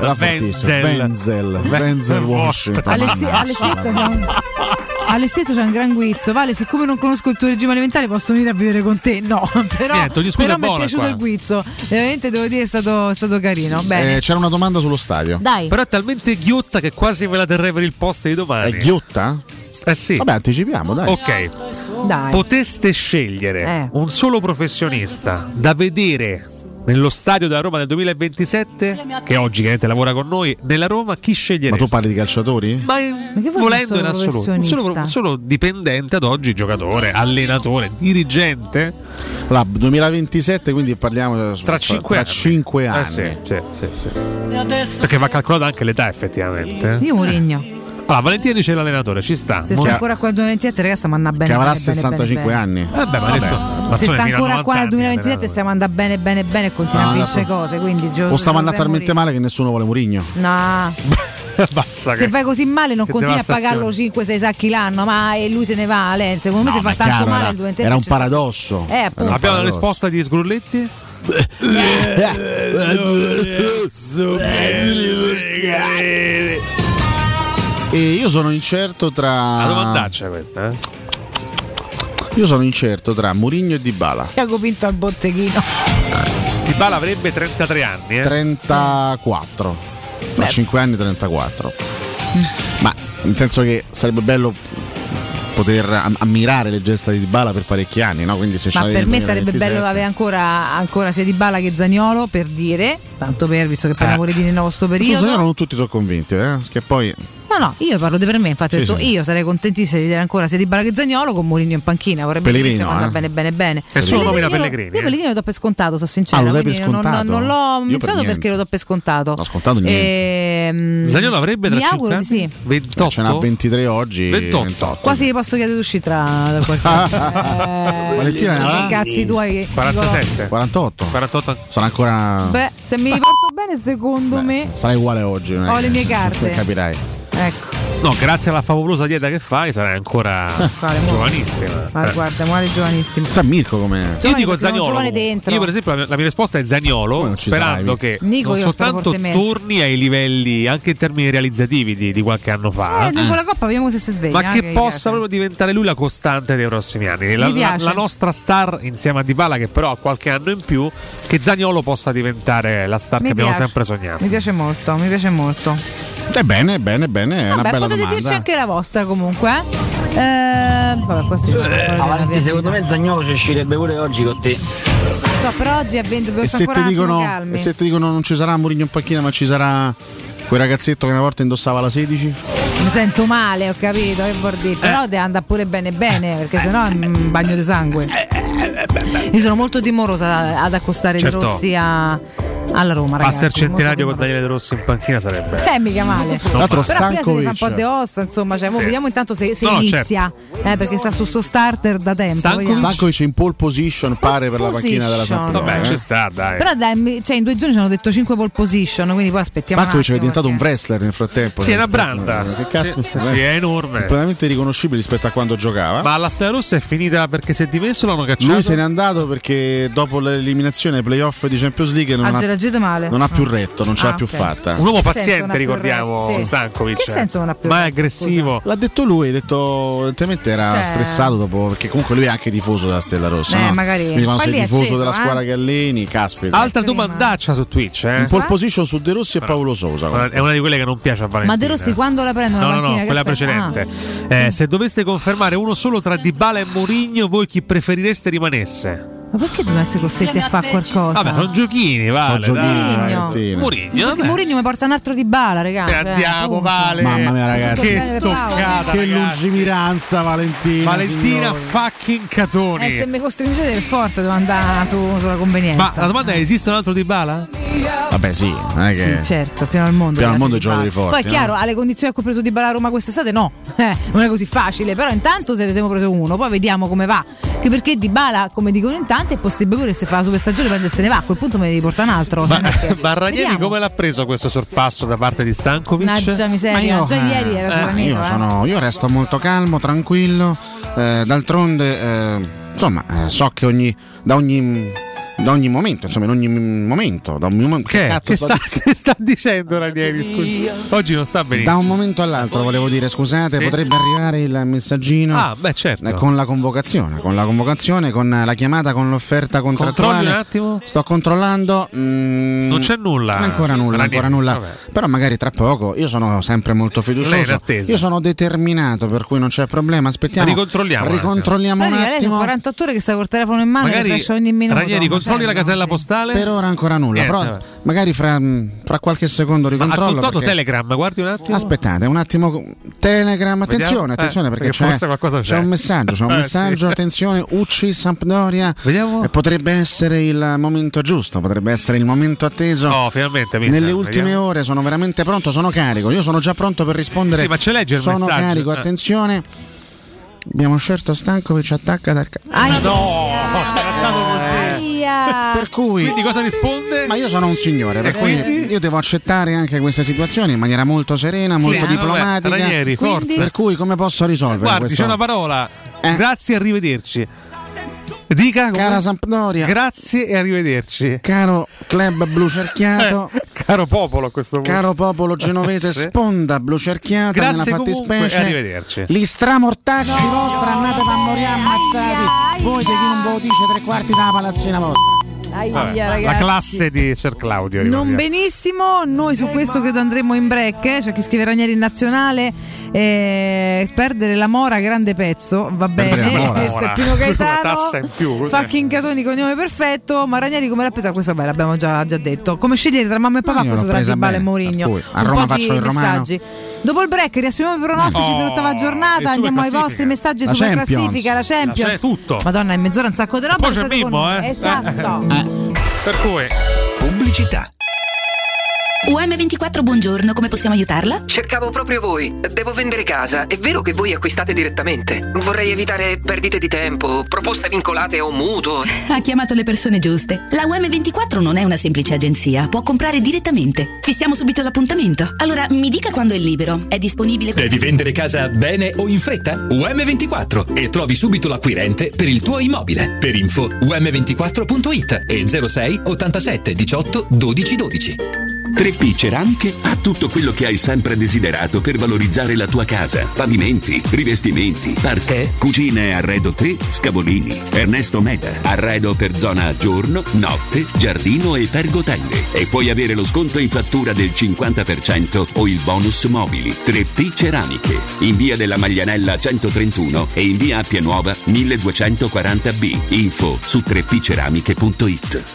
[SPEAKER 15] Wenzel Washington.
[SPEAKER 13] All'estetto c'è un gran guizzo. Vale, siccome non conosco il tuo regime alimentare, posso venire a vivere con te? No, però mi è piaciuto il guizzo. Veramente devo dire è stato carino. Bene.
[SPEAKER 15] C'era una domanda sullo stadio.
[SPEAKER 13] Dai.
[SPEAKER 6] Però è talmente ghiotta che quasi me la terrei per il post di domani.
[SPEAKER 15] È ghiotta?
[SPEAKER 6] Sì.
[SPEAKER 15] Vabbè, anticipiamo, dai.
[SPEAKER 6] Ok.
[SPEAKER 13] Dai.
[SPEAKER 6] Poteste scegliere un solo professionista da vedere nello stadio della Roma del 2027, che oggi chiaramente lavora con noi, nella Roma, chi scegliereste?
[SPEAKER 15] Ma tu parli di calciatori?
[SPEAKER 6] Ma volendo in assoluto, solo dipendente ad oggi, giocatore, allenatore, dirigente.
[SPEAKER 15] 2027, quindi parliamo
[SPEAKER 6] tra 5 anni. Sì. Perché va calcolata anche l'età, effettivamente.
[SPEAKER 13] Io Mourinho.
[SPEAKER 6] Allora, Valentina dice l'allenatore, ci sta.
[SPEAKER 13] Se sta ancora qua al 2027, ragazzi, stiamo andando bene.
[SPEAKER 15] Che avrà 65 anni.
[SPEAKER 13] Se sta ancora qua al 2027, stiamo andando bene e continua a vincere cose. Quindi
[SPEAKER 15] o stiamo andando talmente male che nessuno vuole Mourinho.
[SPEAKER 13] No. Se vai così male non continui a pagarlo 5-6 sacchi l'anno, ma lui se ne va. Secondo me si fa tanto male il 2027.
[SPEAKER 15] Era un paradosso.
[SPEAKER 6] Abbiamo la risposta di Sgrulletti?
[SPEAKER 15] E io sono incerto tra.
[SPEAKER 6] La domandaccia questa,
[SPEAKER 15] Io sono incerto tra Mourinho e Dybala.
[SPEAKER 13] Tiago Pinto al botteghino.
[SPEAKER 6] Dybala avrebbe 33 anni.
[SPEAKER 15] 34. Tra 5 anni 34. Ma nel senso che sarebbe bello poter ammirare le gesta di Dybala per parecchi anni, no? Quindi se
[SPEAKER 13] ma per me sarebbe bello avere ancora sia Dybala che Zaniolo, per dire, tanto per, visto che parliamo di nel nostro periodo.
[SPEAKER 15] Zaniolo non tutti sono convinti, che poi.
[SPEAKER 13] No, io parlo per me, infatti ho detto io sarei contentissima di vedere ancora sia Dybala che Zaniolo con Mourinho in panchina, vorrebbe dire che stiamo andando bene.
[SPEAKER 6] E solo nomina Pellegrini.
[SPEAKER 13] Io Pellegrini lo do per scontato, sono sincera, quindi non l'ho menzionato perché lo do per scontato.
[SPEAKER 15] Ho scontato niente.
[SPEAKER 6] Zaniolo avrebbe da 5
[SPEAKER 13] anni? Sì.
[SPEAKER 6] 28.
[SPEAKER 15] Ce n'ha 23 oggi.
[SPEAKER 6] 28.
[SPEAKER 13] Quasi posso chiedere di uscire da qualche
[SPEAKER 15] Valentina,
[SPEAKER 13] che cazzi tuoi?
[SPEAKER 6] 47.
[SPEAKER 15] 48. Sono ancora.
[SPEAKER 13] Beh, se mi riporto bene, secondo me
[SPEAKER 15] sarai uguale oggi.
[SPEAKER 13] Ho le mie carte.
[SPEAKER 15] Capirai.
[SPEAKER 13] Ecco.
[SPEAKER 6] No, grazie alla favolosa dieta che fai sarai ancora giovanissima.
[SPEAKER 13] Ma guarda, muore giovanissimo.
[SPEAKER 15] Sa Mirko come.
[SPEAKER 6] Io dico Zaniolo. Io per esempio la mia risposta è Zaniolo, sperando che non soltanto torni ai livelli anche in termini realizzativi di qualche anno fa.
[SPEAKER 13] Dopo la Coppa vediamo se si sveglia.
[SPEAKER 6] Ma che possa proprio diventare lui la costante dei prossimi anni. La nostra star insieme a Dybala, che però ha qualche anno in più, che Zaniolo possa diventare la star che abbiamo sempre sognato.
[SPEAKER 13] Mi piace molto.
[SPEAKER 15] Bene, è una bella
[SPEAKER 13] potete
[SPEAKER 15] domanda.
[SPEAKER 13] dirci anche la vostra comunque. Vabbè, questo
[SPEAKER 17] secondo me Zaniolo ci uscirebbe pure oggi con te.
[SPEAKER 13] No, però oggi è 20,
[SPEAKER 15] e se ti dicono non ci sarà Mourinho in panchina, ma ci sarà quel ragazzetto che una volta indossava la 16?
[SPEAKER 13] Mi sento male, ho capito, che vuol dire. Però deve andare pure bene, perché sennò è un bagno di sangue. Io sono molto timorosa ad accostare De Rossi alla Roma, ragazzi.
[SPEAKER 6] Passa il centenario con Daniele De Rossi in panchina sarebbe.
[SPEAKER 13] Mica male.
[SPEAKER 15] L'altro
[SPEAKER 13] però prima si fa un po' di ossa, insomma, vediamo intanto se inizia. Certo. Perché sta sul suo starter da tempo.
[SPEAKER 15] Stankovic in pole position pare per la panchina della Sampdoria.
[SPEAKER 6] Vabbè, ci sta, dai.
[SPEAKER 13] Però in 2 giorni ci hanno detto 5 pole position, quindi poi aspettiamo.
[SPEAKER 15] Stankovic è diventato un wrestler nel frattempo.
[SPEAKER 6] Sì, è una branda. Sì, è enorme.
[SPEAKER 15] Completamente riconoscibile rispetto a quando giocava.
[SPEAKER 6] Ma la Stella Rossa è finita perché si è dimesso o l'hanno cacciato?
[SPEAKER 15] Lui se n'è andato perché dopo l'eliminazione ai playoff di Champions League non ha più retto, non ce l'ha più fatta.
[SPEAKER 6] Un uomo paziente, ricordiamo, Stankovic.
[SPEAKER 13] Che senso non ha più
[SPEAKER 6] ma
[SPEAKER 13] retto?
[SPEAKER 6] È aggressivo.
[SPEAKER 15] L'ha detto lui, evidentemente era stressato dopo, perché comunque lui è anche tifoso della Stella Rossa.
[SPEAKER 13] Magari.
[SPEAKER 15] Quindi quando sei tifoso della squadra che alleni, caspita.
[SPEAKER 6] Altra domandaccia su Twitch,
[SPEAKER 15] In pole position su De Rossi e Paolo Sousa.
[SPEAKER 6] È una di quelle che non piace a Valentina.
[SPEAKER 13] Ma De Rossi quando la prendono?
[SPEAKER 6] No, quella precedente. Se doveste confermare uno solo tra Dybala e Mourinho, voi chi preferireste rimanesse?
[SPEAKER 13] Ma perché dobbiamo essere costretti a fare qualcosa?
[SPEAKER 6] Vabbè, sono giochini, Vale.
[SPEAKER 13] Mourinho. Perché Mourinho mi porta un altro Dybala, ragazzi.
[SPEAKER 6] Andiamo, Vale.
[SPEAKER 15] Mamma mia, ragazzi.
[SPEAKER 6] Che stoccata.
[SPEAKER 15] Che lungimiranza,
[SPEAKER 6] Valentina fucking Catoni.
[SPEAKER 13] Se mi costringete per forza devo andare sulla convenienza.
[SPEAKER 6] Ma la domanda è: esiste un altro Dybala?
[SPEAKER 15] Vabbè, sì, non è che.
[SPEAKER 13] Sì, certo, piano al mondo.
[SPEAKER 15] Piano al mondo i giocatori forti.
[SPEAKER 13] Poi è chiaro, alle condizioni a cui ho preso Dybala a Roma quest'estate, no. Non è così facile. Però intanto se ne siamo preso uno, poi vediamo come va. Che perché Dybala, come dicono in tanti, è possibile pure se fa la super stagione prendersene va. A quel punto me ne devi portare un altro.
[SPEAKER 6] Ma Ranieri come l'ha preso questo sorpasso da parte di Stankovic?
[SPEAKER 13] Mannaggia miseria, già ieri era straniero.
[SPEAKER 15] Io resto molto calmo, tranquillo. D'altronde, insomma, so che da ogni da ogni momento, insomma, in ogni momento, da un momento
[SPEAKER 6] che sta dicendo Ranieri? Scusi. Oggi non sta benissimo.
[SPEAKER 15] Da un momento all'altro volevo dire, scusate,
[SPEAKER 6] sì?
[SPEAKER 15] potrebbe arrivare il messaggino
[SPEAKER 6] certo.
[SPEAKER 15] con la convocazione, con la chiamata, con l'offerta contrattuale.
[SPEAKER 6] Controlli un attimo.
[SPEAKER 15] Sto controllando.
[SPEAKER 6] Non c'è nulla.
[SPEAKER 15] Ancora nulla. Vabbè. Però magari tra poco. Io sono sempre molto fiducioso. Io sono determinato, per cui non c'è problema. Aspettiamo. Ricontrolliamo un attimo.
[SPEAKER 13] Sono 48 ore che sta col telefono in mano,
[SPEAKER 6] magari,
[SPEAKER 13] che flascia ogni minuto.
[SPEAKER 6] Ranieri, controlli la casella postale?
[SPEAKER 15] Per ora ancora nulla. Però magari fra qualche secondo ricontrollo.
[SPEAKER 6] Ha contato Telegram, guardi un attimo.
[SPEAKER 15] Aspettate un attimo. Telegram, attenzione perché c'è un messaggio, attenzione, UCI Sampdoria.
[SPEAKER 6] Vediamo.
[SPEAKER 15] Potrebbe essere il momento giusto, potrebbe essere il momento atteso.
[SPEAKER 6] Finalmente.
[SPEAKER 15] Nelle ultime ore sono veramente pronto, sono carico. Io sono già pronto per rispondere.
[SPEAKER 6] Sì, ma ce legge il
[SPEAKER 15] sono
[SPEAKER 6] messaggio.
[SPEAKER 15] Carico, attenzione. Abbiamo scelto Stankovic, attacca dal per cui
[SPEAKER 6] quindi cosa risponde?
[SPEAKER 15] Ma io sono un signore, per cui io devo accettare anche queste situazioni in maniera molto serena, molto diplomatica.
[SPEAKER 6] Ranieri, forza.
[SPEAKER 15] Per cui come posso risolvere
[SPEAKER 6] Guardi,
[SPEAKER 15] questo?
[SPEAKER 6] c'è una parola. Grazie e arrivederci. Dica,
[SPEAKER 15] cara Sampdoria,
[SPEAKER 6] grazie e arrivederci.
[SPEAKER 15] Caro club blu cerchiato,
[SPEAKER 6] caro popolo a questo punto.
[SPEAKER 15] Caro popolo genovese, sponda blu cerchiata,
[SPEAKER 6] grazie
[SPEAKER 15] nella fattispecie.
[SPEAKER 6] E arrivederci.
[SPEAKER 15] Gli stramortacci vostri andate a morire ammazzati. Voi di chi non ve lo dice tre quarti della palazzina vostra.
[SPEAKER 6] La classe di Ser Claudio.
[SPEAKER 13] Non benissimo, noi su questo credo andremo in break. C'è chi scrive Ranieri in nazionale, perdere la Mora grande pezzo, va bene, questo è Pino Gaetano, fucking Catoni cognome perfetto. Ma Ranieri come l'ha presa? Questa bella l'abbiamo già detto. Come scegliere tra mamma e papà? Questo tra Dybala e Mourinho.
[SPEAKER 15] A Roma faccio il romano.
[SPEAKER 13] Dopo il break riassumiamo i pronostici dell'ottava giornata, andiamo ai vostri messaggi sulla classifica, la Champions.
[SPEAKER 6] Tutto.
[SPEAKER 13] Madonna, in mezz'ora un sacco di roba.
[SPEAKER 6] Poi c'è Mimmo,
[SPEAKER 13] Esatto.
[SPEAKER 6] Per cui
[SPEAKER 18] pubblicità. UM24, buongiorno, come possiamo aiutarla?
[SPEAKER 1] Cercavo proprio voi. Devo vendere casa. È vero che voi acquistate direttamente? Vorrei evitare perdite di tempo, proposte vincolate o mutuo.
[SPEAKER 18] Ha chiamato le persone giuste. La UM24 non è una semplice agenzia, può comprare direttamente. Fissiamo subito l'appuntamento. Allora, mi dica quando è libero. È disponibile?
[SPEAKER 19] Devi vendere casa bene o in fretta? UM24 e trovi subito l'acquirente per il tuo immobile. Per info um24.it e 06 87 18 12 12.
[SPEAKER 20] 3P Ceramiche ha tutto quello che hai sempre desiderato per valorizzare la tua casa. Pavimenti, rivestimenti, parquet, cucine e arredo 3, Scavolini. Ernesto Meda, arredo per zona giorno, notte, giardino e pergotelle. E puoi avere lo sconto in fattura del 50% o il bonus mobili. 3P Ceramiche, in via della Maglianella 131 e in via Appia Nuova 1240B. Info su 3pceramiche.it.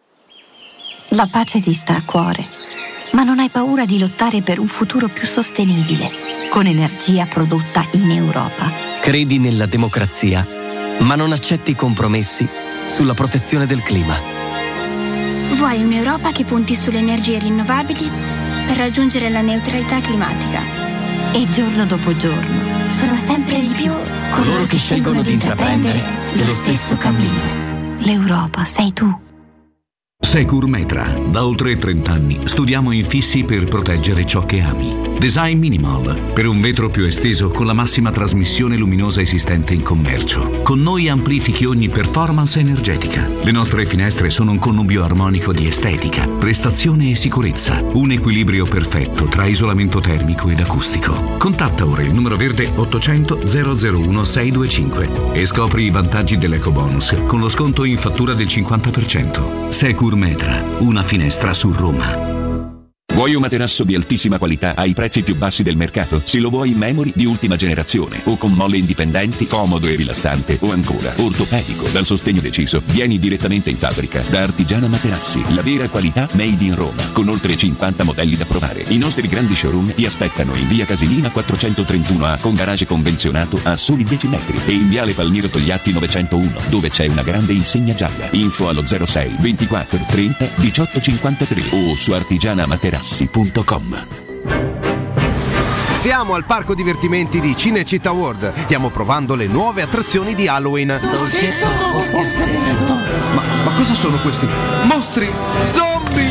[SPEAKER 21] La pace ti sta a cuore. Ma non hai paura di lottare per un futuro più sostenibile, con energia prodotta in Europa.
[SPEAKER 25] Credi nella democrazia, ma non accetti compromessi sulla protezione del clima.
[SPEAKER 26] Vuoi un'Europa che punti sulle energie rinnovabili per raggiungere la neutralità climatica.
[SPEAKER 21] E giorno dopo giorno sono sempre di più coloro che scelgono di intraprendere lo stesso cammino. L'Europa sei tu.
[SPEAKER 27] Securmetra. Da oltre 30 anni studiamo infissi per proteggere ciò che ami. Design minimal, per un vetro più esteso con la massima trasmissione luminosa esistente in commercio. Con noi amplifichi ogni performance energetica. Le nostre finestre sono un connubio armonico di estetica, prestazione e sicurezza. Un equilibrio perfetto tra isolamento termico ed acustico. Contatta ora il numero verde 800 001 625 e scopri i vantaggi dell'ecobonus con lo sconto in fattura del 50%. Securmetra, una finestra su Roma.
[SPEAKER 20] Vuoi un materasso di altissima qualità ai prezzi più bassi del mercato? Se lo vuoi in memory di ultima generazione o con molle indipendenti, comodo e rilassante o ancora ortopedico dal sostegno deciso, vieni direttamente in fabbrica da Artigiana Materassi, la vera qualità made in Roma, con oltre 50 modelli da provare. I nostri grandi showroom ti aspettano in via Casilina 431A con garage convenzionato a soli 10 metri e in viale Palmiro Togliatti 901 dove c'è una grande insegna gialla. Info allo 06 24 30 18 53 o su artigianamaterassi.com.
[SPEAKER 28] Siamo al parco divertimenti di Cinecittà World. Stiamo provando le nuove attrazioni di Halloween. Ma cosa sono questi? Mostri! Zombie!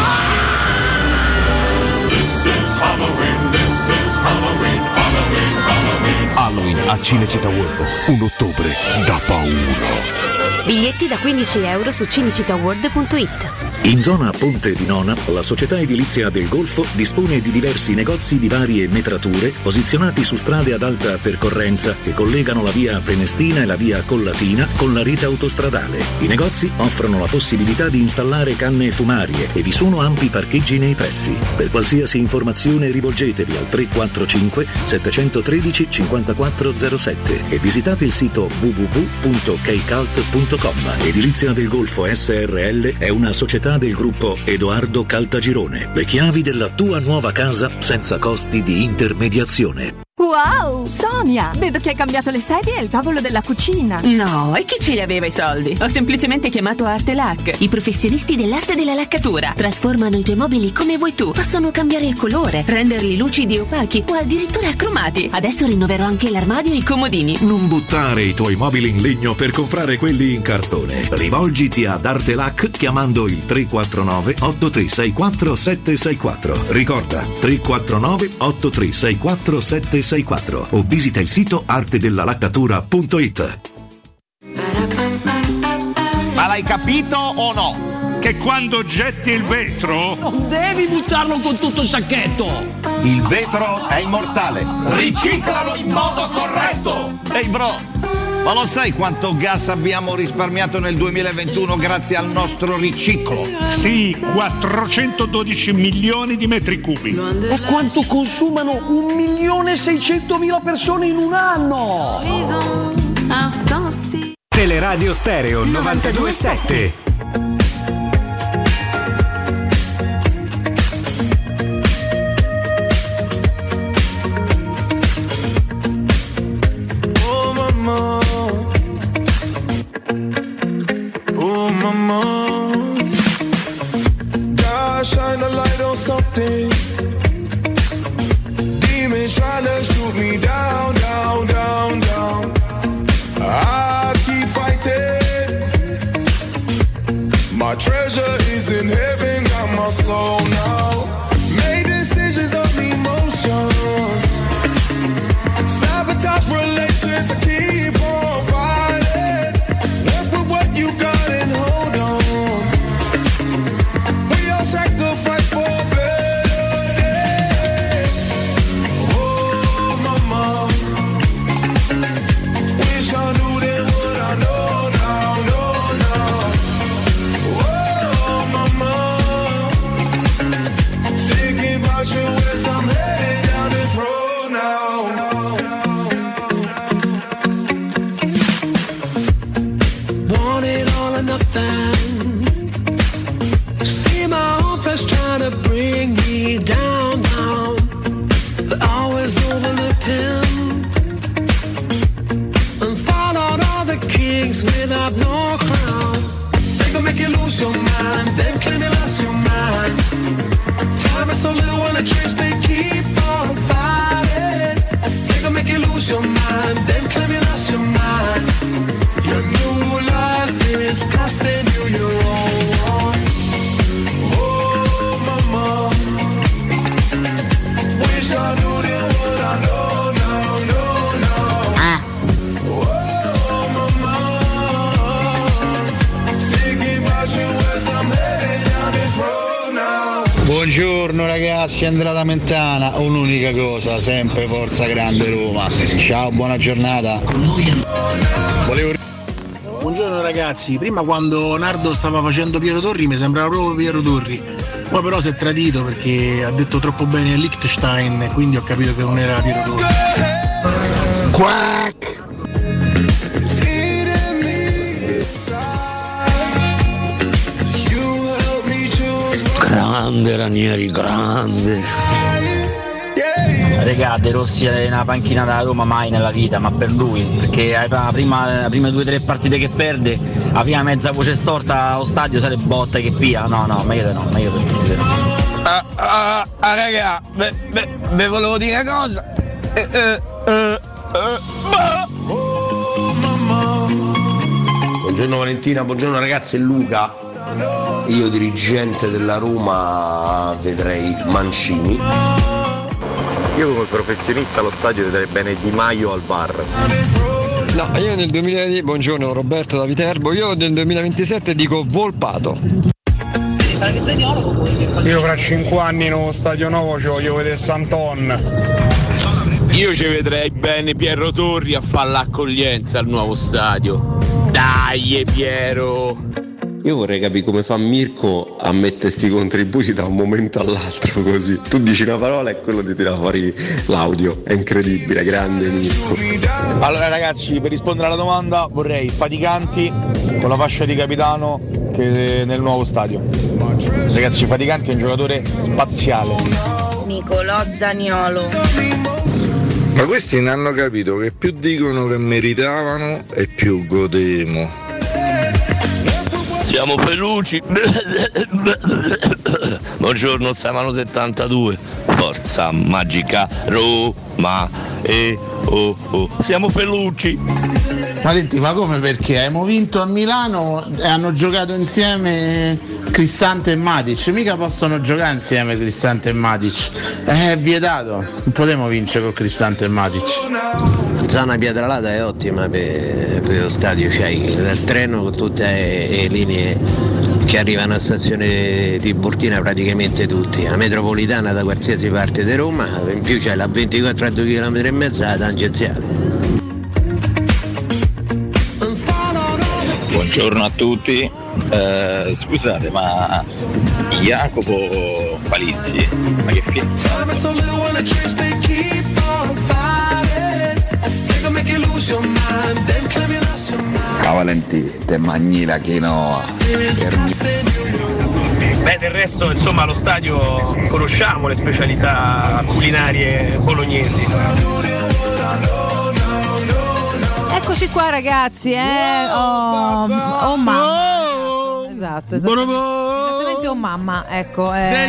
[SPEAKER 2] This is Halloween, this is Halloween, Halloween, Halloween.
[SPEAKER 28] Halloween a Cinecittà World. Un ottobre da paura.
[SPEAKER 4] Biglietti da €15 su cinecittàworld.it.
[SPEAKER 7] In zona Ponte di Nona, la società edilizia del Golfo dispone di diversi negozi di varie metrature posizionati su strade ad alta percorrenza che collegano la via Prenestina e la via Collatina con la rete autostradale. I negozi offrono la possibilità di installare canne fumarie e vi sono ampi parcheggi nei pressi. Per qualsiasi informazione rivolgetevi al 345 713 5407 e visitate il sito www.kcalt.com. Edilizia del Golfo SRL è una società del gruppo Edoardo Caltagirone. Le chiavi della tua nuova casa senza costi di intermediazione.
[SPEAKER 9] Wow, Sonia, vedo che hai cambiato le sedie e il tavolo della cucina.
[SPEAKER 10] No, e chi ce li aveva i soldi? Ho semplicemente chiamato Artelac, i professionisti dell'arte della laccatura. Trasformano i tuoi mobili come vuoi tu. Possono cambiare il colore, renderli lucidi e opachi o addirittura cromati. Adesso rinnoverò anche l'armadio e i comodini.
[SPEAKER 7] Non buttare i tuoi mobili in legno per comprare quelli in cartone. Rivolgiti ad Artelac chiamando il 349 8364 764. Ricorda, 349 8364 764 o visita il sito artedellalaccatura.it.
[SPEAKER 16] Ma l'hai capito o no?
[SPEAKER 12] Che quando getti il vetro
[SPEAKER 16] non devi buttarlo con tutto il sacchetto. Il vetro è immortale. Riciclalo in modo corretto. Ehi bro, ma lo sai quanto gas abbiamo risparmiato nel 2021 grazie al nostro riciclo?
[SPEAKER 12] Sì, 412 milioni di metri cubi.
[SPEAKER 16] E quanto consumano 1.600.000 persone in un anno?
[SPEAKER 22] Teleradio Stereo 92.7.
[SPEAKER 2] Shine a light on something. Demons trying to shoot me down, down, down, down. I keep fighting. My treasure is in heaven, got my soul now. Made decisions of emotions. Sabotage relations, I keep on fighting. Work with what you got and hold on. Sacrifice for a better day. Oh, mama, wish I knew then what I know now, now. Oh, mama, thinking about you as I'm heading down this road now. Want it all or nothing. Trying to bring me down, down. But always overlooked him and followed all the kings without no crown. They gon' make you lose your mind, then claim you lost your mind. Time is so little when the tricks they keep on fighting. They gon' make you lose your mind, then claim you lost your mind. Your new life is costing you your own. Wish I knew then what I know now, no. Oh, mama, thinking about you as I'm heading down this road now.
[SPEAKER 3] Buongiorno ragazzi, Andrea da Mentana. Un'unica cosa, sempre forza grande Roma. Ciao, buona giornata.
[SPEAKER 23] Buongiorno ragazzi, prima quando Nardo stava facendo Piero Torri mi sembrava proprio Piero Torri, poi però si è tradito perché ha detto troppo bene Liechtenstein e quindi ho capito che non era Piero Torri.
[SPEAKER 3] Quack!
[SPEAKER 23] Grande Ranieri, grande.
[SPEAKER 17] Regà, De Rossi è una panchina da Roma mai nella vita, ma per lui, perché la prime 2 o 3 partite che perde, la prima mezza voce storta allo stadio sai le botte che pia. No, meglio di no, meglio per tutti.
[SPEAKER 8] Raga, ve volevo dire una cosa.
[SPEAKER 24] Buongiorno Valentina, buongiorno ragazzi, è Luca. Io dirigente della Roma vedrei Mancini.
[SPEAKER 8] Io come professionista allo stadio vedrei bene Di Maio al bar.
[SPEAKER 1] No, io nel 2020, buongiorno Roberto da Viterbo, io nel 2027 dico Volpato.
[SPEAKER 5] Io fra 5 anni in uno stadio nuovo ci voglio vedere Santon.
[SPEAKER 6] Io ci vedrei bene Piero Torri a fare l'accoglienza al nuovo stadio. Dai Piero!
[SPEAKER 11] Io vorrei capire come fa Mirko a mettersi i contributi da un momento all'altro così. Tu dici una parola e quello ti tira fuori l'audio. È incredibile, grande Mirko.
[SPEAKER 13] Allora ragazzi, per rispondere alla domanda vorrei Faticanti con la fascia di capitano che nel nuovo stadio. Ragazzi, Faticanti è un giocatore spaziale.
[SPEAKER 14] Nicolò Zaniolo.
[SPEAKER 15] Ma questi non hanno capito che più dicono che meritavano e più godemo.
[SPEAKER 6] Siamo felici. Buongiorno Samano 72. Forza magica Roma. Siamo felici.
[SPEAKER 18] Valenti, ma come perché? Abbiamo vinto a Milano e hanno giocato insieme Cristante e Matic. Mica possono giocare insieme Cristante e Matic. È vietato. Non potremo vincere con Cristante e Matic.
[SPEAKER 24] La zona Pietralata è ottima per lo stadio, c'è il treno con tutte le linee che arrivano a stazione Tiburtina praticamente tutti, la metropolitana da qualsiasi parte di Roma, in più c'è la 24 a 2 km e mezzo la tangenziale.
[SPEAKER 6] Buongiorno a tutti. Scusate, ma Jacopo Palizzi, ma che film?
[SPEAKER 29] Valenti, te magni la quinoa.
[SPEAKER 13] Beh, del resto, insomma, allo stadio conosciamo le specialità culinarie bolognesi.
[SPEAKER 30] Eccoci qua ragazzi, oh mamma. Esatto. Esattamente oh mamma, ecco.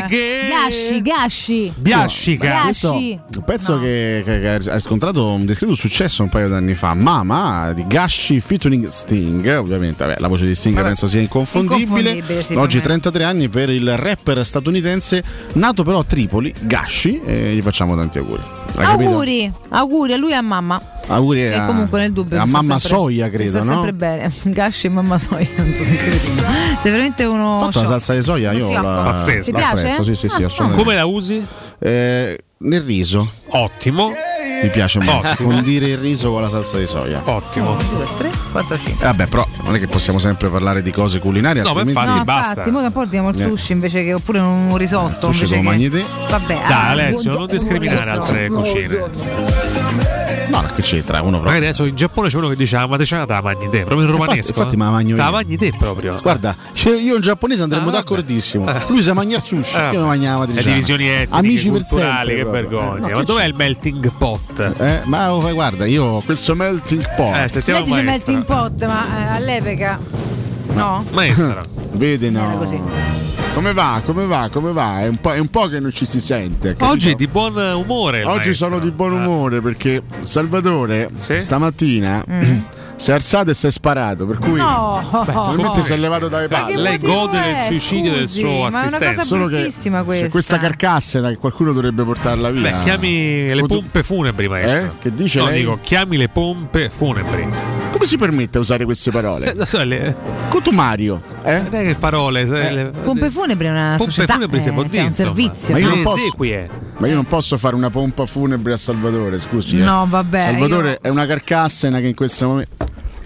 [SPEAKER 30] Gasci.
[SPEAKER 31] Questo un pezzo che ha scontrato un discreto successo un paio d'anni fa. Mamma di Gasci featuring Sting, ovviamente la voce di Sting penso sia inconfondibile. Sì, oggi 33 anni per il rapper statunitense nato però a Tripoli, Gasci, e gli facciamo tanti auguri.
[SPEAKER 30] Auguri a lui e a mamma.
[SPEAKER 31] Auguri
[SPEAKER 30] e comunque nel dubbio
[SPEAKER 31] a mamma
[SPEAKER 30] sempre,
[SPEAKER 31] Soia, credo, no?
[SPEAKER 30] Sempre bene. Gasci e mamma Soia, non so se credo. Sei veramente uno.
[SPEAKER 31] Fatto la salsa di soia, io
[SPEAKER 30] pazzesco. Ti piace?
[SPEAKER 31] Sì, assolutamente.
[SPEAKER 12] Come la usi?
[SPEAKER 31] Nel riso.
[SPEAKER 12] Ottimo.
[SPEAKER 31] Mi piace molto condire il riso con la salsa di soia.
[SPEAKER 12] Ottimo.
[SPEAKER 30] 1, 2, 3, 4, 5.
[SPEAKER 31] Vabbè, però non è che possiamo sempre parlare di cose culinarie.
[SPEAKER 12] No, infatti basta.
[SPEAKER 30] Infatti, noi portiamo il sushi invece che oppure un risotto.
[SPEAKER 31] Sushi come mangi te.
[SPEAKER 30] Vabbè.
[SPEAKER 12] Dai, Alessio, non discriminare altre cucine.
[SPEAKER 31] No, che c'entra uno proprio.
[SPEAKER 12] Magari adesso in Giappone c'è uno che dice la matriciana te la mangi te, proprio in romanesco.
[SPEAKER 31] Infatti me la mangio io.
[SPEAKER 12] Te la mangi te proprio.
[SPEAKER 31] Guarda, io in giapponese andremmo d'accordissimo. Lui sa mangiare sushi, io non mangiavo la matriciana.
[SPEAKER 12] Le divisioni etniche,
[SPEAKER 31] amici
[SPEAKER 12] culturali,
[SPEAKER 31] per sempre,
[SPEAKER 12] che vergogna.
[SPEAKER 31] No,
[SPEAKER 12] ma dov'è il melting pot?
[SPEAKER 31] Ma guarda, io questo melting pot.
[SPEAKER 30] Lei dice melting pot, ma all'epoca no?
[SPEAKER 12] Maestra.
[SPEAKER 31] Vede, no.
[SPEAKER 30] Era così.
[SPEAKER 31] Come va? È un po' che non ci si sente. Capito?
[SPEAKER 12] Oggi è di buon umore.
[SPEAKER 31] Oggi sono di buon umore perché Salvatore stamattina si è alzato e si è sparato. Per cui probabilmente si è levato dalle palle.
[SPEAKER 12] Lei gode del suicidio del suo assistente.
[SPEAKER 30] Ma è una cosa bruttissima questa.
[SPEAKER 31] Questa carcassera che qualcuno dovrebbe portarla via.
[SPEAKER 12] Beh, chiami le pompe funebri, maestro.
[SPEAKER 31] Che dice lei?
[SPEAKER 12] Dico, chiami le pompe funebri.
[SPEAKER 31] Come si permette a usare queste parole? Contumario.
[SPEAKER 12] Non è che parole.
[SPEAKER 30] Pompe funebri è una società.
[SPEAKER 12] Pompe funebri
[SPEAKER 30] c'è un servizio.
[SPEAKER 31] Ma io non posso fare una pompa funebre a Salvatore, scusi.
[SPEAKER 30] No, vabbè.
[SPEAKER 31] Salvatore è una carcassena che in questo momento.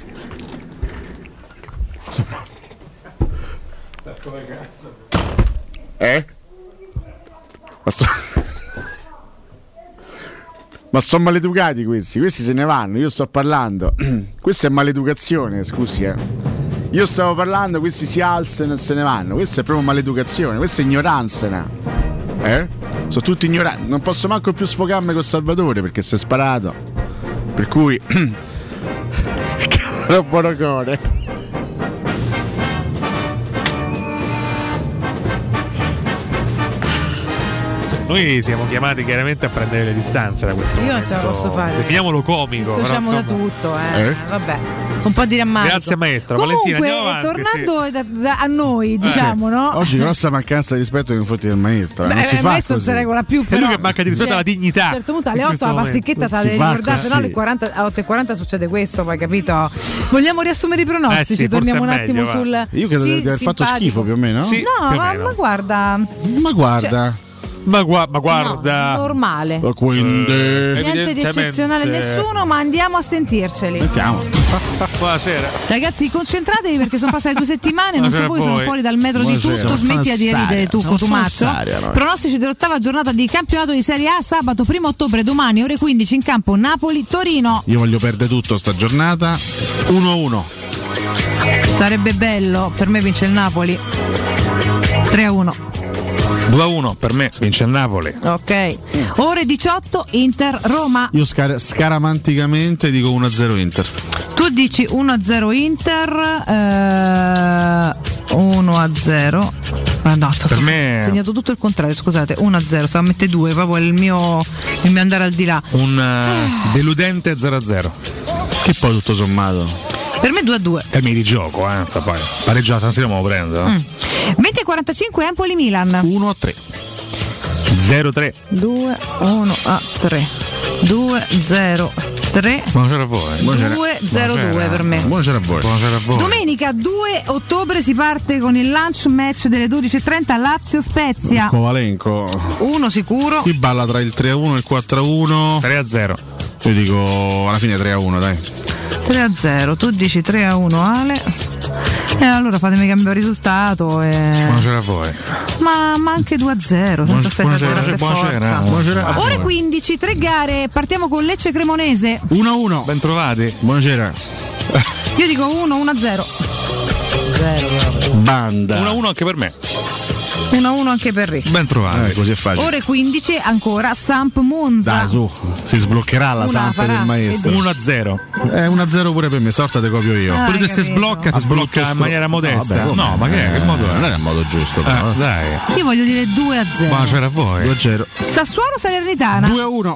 [SPEAKER 31] Insomma. Ma sono maleducati questi se ne vanno, io sto parlando. Questa è maleducazione, scusi. Io stavo parlando, questi si alzano e se ne vanno. Questa è proprio maleducazione, questa è ignoranza. Sono tutti ignoranti. Non posso manco più sfogarmi con Salvatore perché si è sparato. Per cui caro Borocone.
[SPEAKER 4] noi siamo chiamati chiaramente a prendere le distanze da questo momento.
[SPEAKER 30] Io ce la posso fare.
[SPEAKER 4] Definiamolo comico.
[SPEAKER 30] Dissociamo da tutto, vabbè. Un po' di rammarico.
[SPEAKER 4] Grazie maestro.
[SPEAKER 30] Comunque,
[SPEAKER 4] Valentina, andiamo avanti,
[SPEAKER 30] tornando a noi, diciamo, no?
[SPEAKER 31] Oggi grossa mancanza di rispetto nei confronti del maestro. Non si
[SPEAKER 30] il
[SPEAKER 31] fa
[SPEAKER 30] maestro non si regola più.
[SPEAKER 4] È lui che manca di rispetto alla dignità.
[SPEAKER 30] A un certo punto alle 8 la pasticchetta te la devi ricordare, no? Alle 8:40 succede questo, poi capito? Vogliamo riassumere i pronostici?
[SPEAKER 4] Sì,
[SPEAKER 30] torniamo un attimo
[SPEAKER 4] meglio,
[SPEAKER 30] sul.
[SPEAKER 31] Io credo di aver fatto schifo più o meno.
[SPEAKER 4] Sì,
[SPEAKER 30] no, ma guarda.
[SPEAKER 31] Ma guarda.
[SPEAKER 4] Ma guarda.
[SPEAKER 30] No, normale.
[SPEAKER 31] Quindi
[SPEAKER 30] niente di eccezionale nessuno, ma andiamo a sentirceli.
[SPEAKER 31] Sentiamo.
[SPEAKER 4] Buonasera.
[SPEAKER 30] Ragazzi, concentratevi perché sono passate 2 settimane, non so voi, sono fuori dal metro di tutto. Smettila di ridere tu, Cotumaccio. Pronostici dell'8ª giornata di campionato di Serie A, sabato 1 ottobre, domani ore 15 in campo Napoli-Torino.
[SPEAKER 31] Io voglio perdere tutto sta giornata. 1-1.
[SPEAKER 30] Sarebbe bello, per me vince il Napoli. 3-1.
[SPEAKER 4] 2-1 per me, vince il Napoli.
[SPEAKER 30] Ok. Ore 18 Inter-Roma.
[SPEAKER 31] Io scaramanticamente dico 1-0 Inter.
[SPEAKER 30] Tu dici 1-0 Inter, 1-0. Ah no,
[SPEAKER 4] per me
[SPEAKER 30] segnato tutto il contrario, scusate, 1-0, stavo a mettere 2, proprio il mio andare al di là.
[SPEAKER 4] Un deludente 0-0.
[SPEAKER 31] Che poi tutto sommato.
[SPEAKER 30] Per me 2-2.
[SPEAKER 4] Termini di gioco, so poi pareggiato San Siro me lo prendo.
[SPEAKER 30] 20:45 Empoli-Milan.
[SPEAKER 31] 1-3.
[SPEAKER 4] 0-3.
[SPEAKER 30] 2-1-3. 2-0-3.
[SPEAKER 4] Buonasera a voi.
[SPEAKER 30] 2-0-2 per me.
[SPEAKER 31] Buonasera a voi.
[SPEAKER 4] Buonasera a voi.
[SPEAKER 30] Domenica 2 ottobre si parte con il lunch match delle 12:30 Lazio-Spezia.
[SPEAKER 31] Kovalenko.
[SPEAKER 30] Uno sicuro.
[SPEAKER 31] Qui balla tra il 3-1 e il 4-1.
[SPEAKER 4] 3-0.
[SPEAKER 31] Io dico alla fine 3-1, dai.
[SPEAKER 30] 3-0, tu dici 3-1 Ale. Allora fatemi cambiare risultato.
[SPEAKER 4] Buonasera a voi.
[SPEAKER 30] Ma anche 2-0, senza stare esagerando per forza.
[SPEAKER 31] Buonasera.
[SPEAKER 30] Ore 15, 3 gare. Partiamo con Lecce Cremonese.
[SPEAKER 31] 1-1.
[SPEAKER 4] Ben trovati.
[SPEAKER 31] Buonasera.
[SPEAKER 30] Io dico 1-1-0.
[SPEAKER 31] 0. Banda.
[SPEAKER 4] 1-1 anche per me.
[SPEAKER 30] 1-1 anche per Rick.
[SPEAKER 4] Ben trovati.
[SPEAKER 31] Così è facile.
[SPEAKER 30] Ore 15 ancora Samp Monza.
[SPEAKER 31] Dai, su, si sbloccherà la Samp del maestro.
[SPEAKER 4] 1-0.
[SPEAKER 31] 1-0 pure per me, sorta te copio io.
[SPEAKER 4] Pure se si sblocca in maniera modesta. No, ma che modo è?
[SPEAKER 31] Non è il modo giusto, però.
[SPEAKER 4] Dai.
[SPEAKER 30] Io voglio dire 2-0.
[SPEAKER 4] Buonasera a voi.
[SPEAKER 31] 2-0.
[SPEAKER 30] Sassuolo Salernitana.
[SPEAKER 31] 2-1.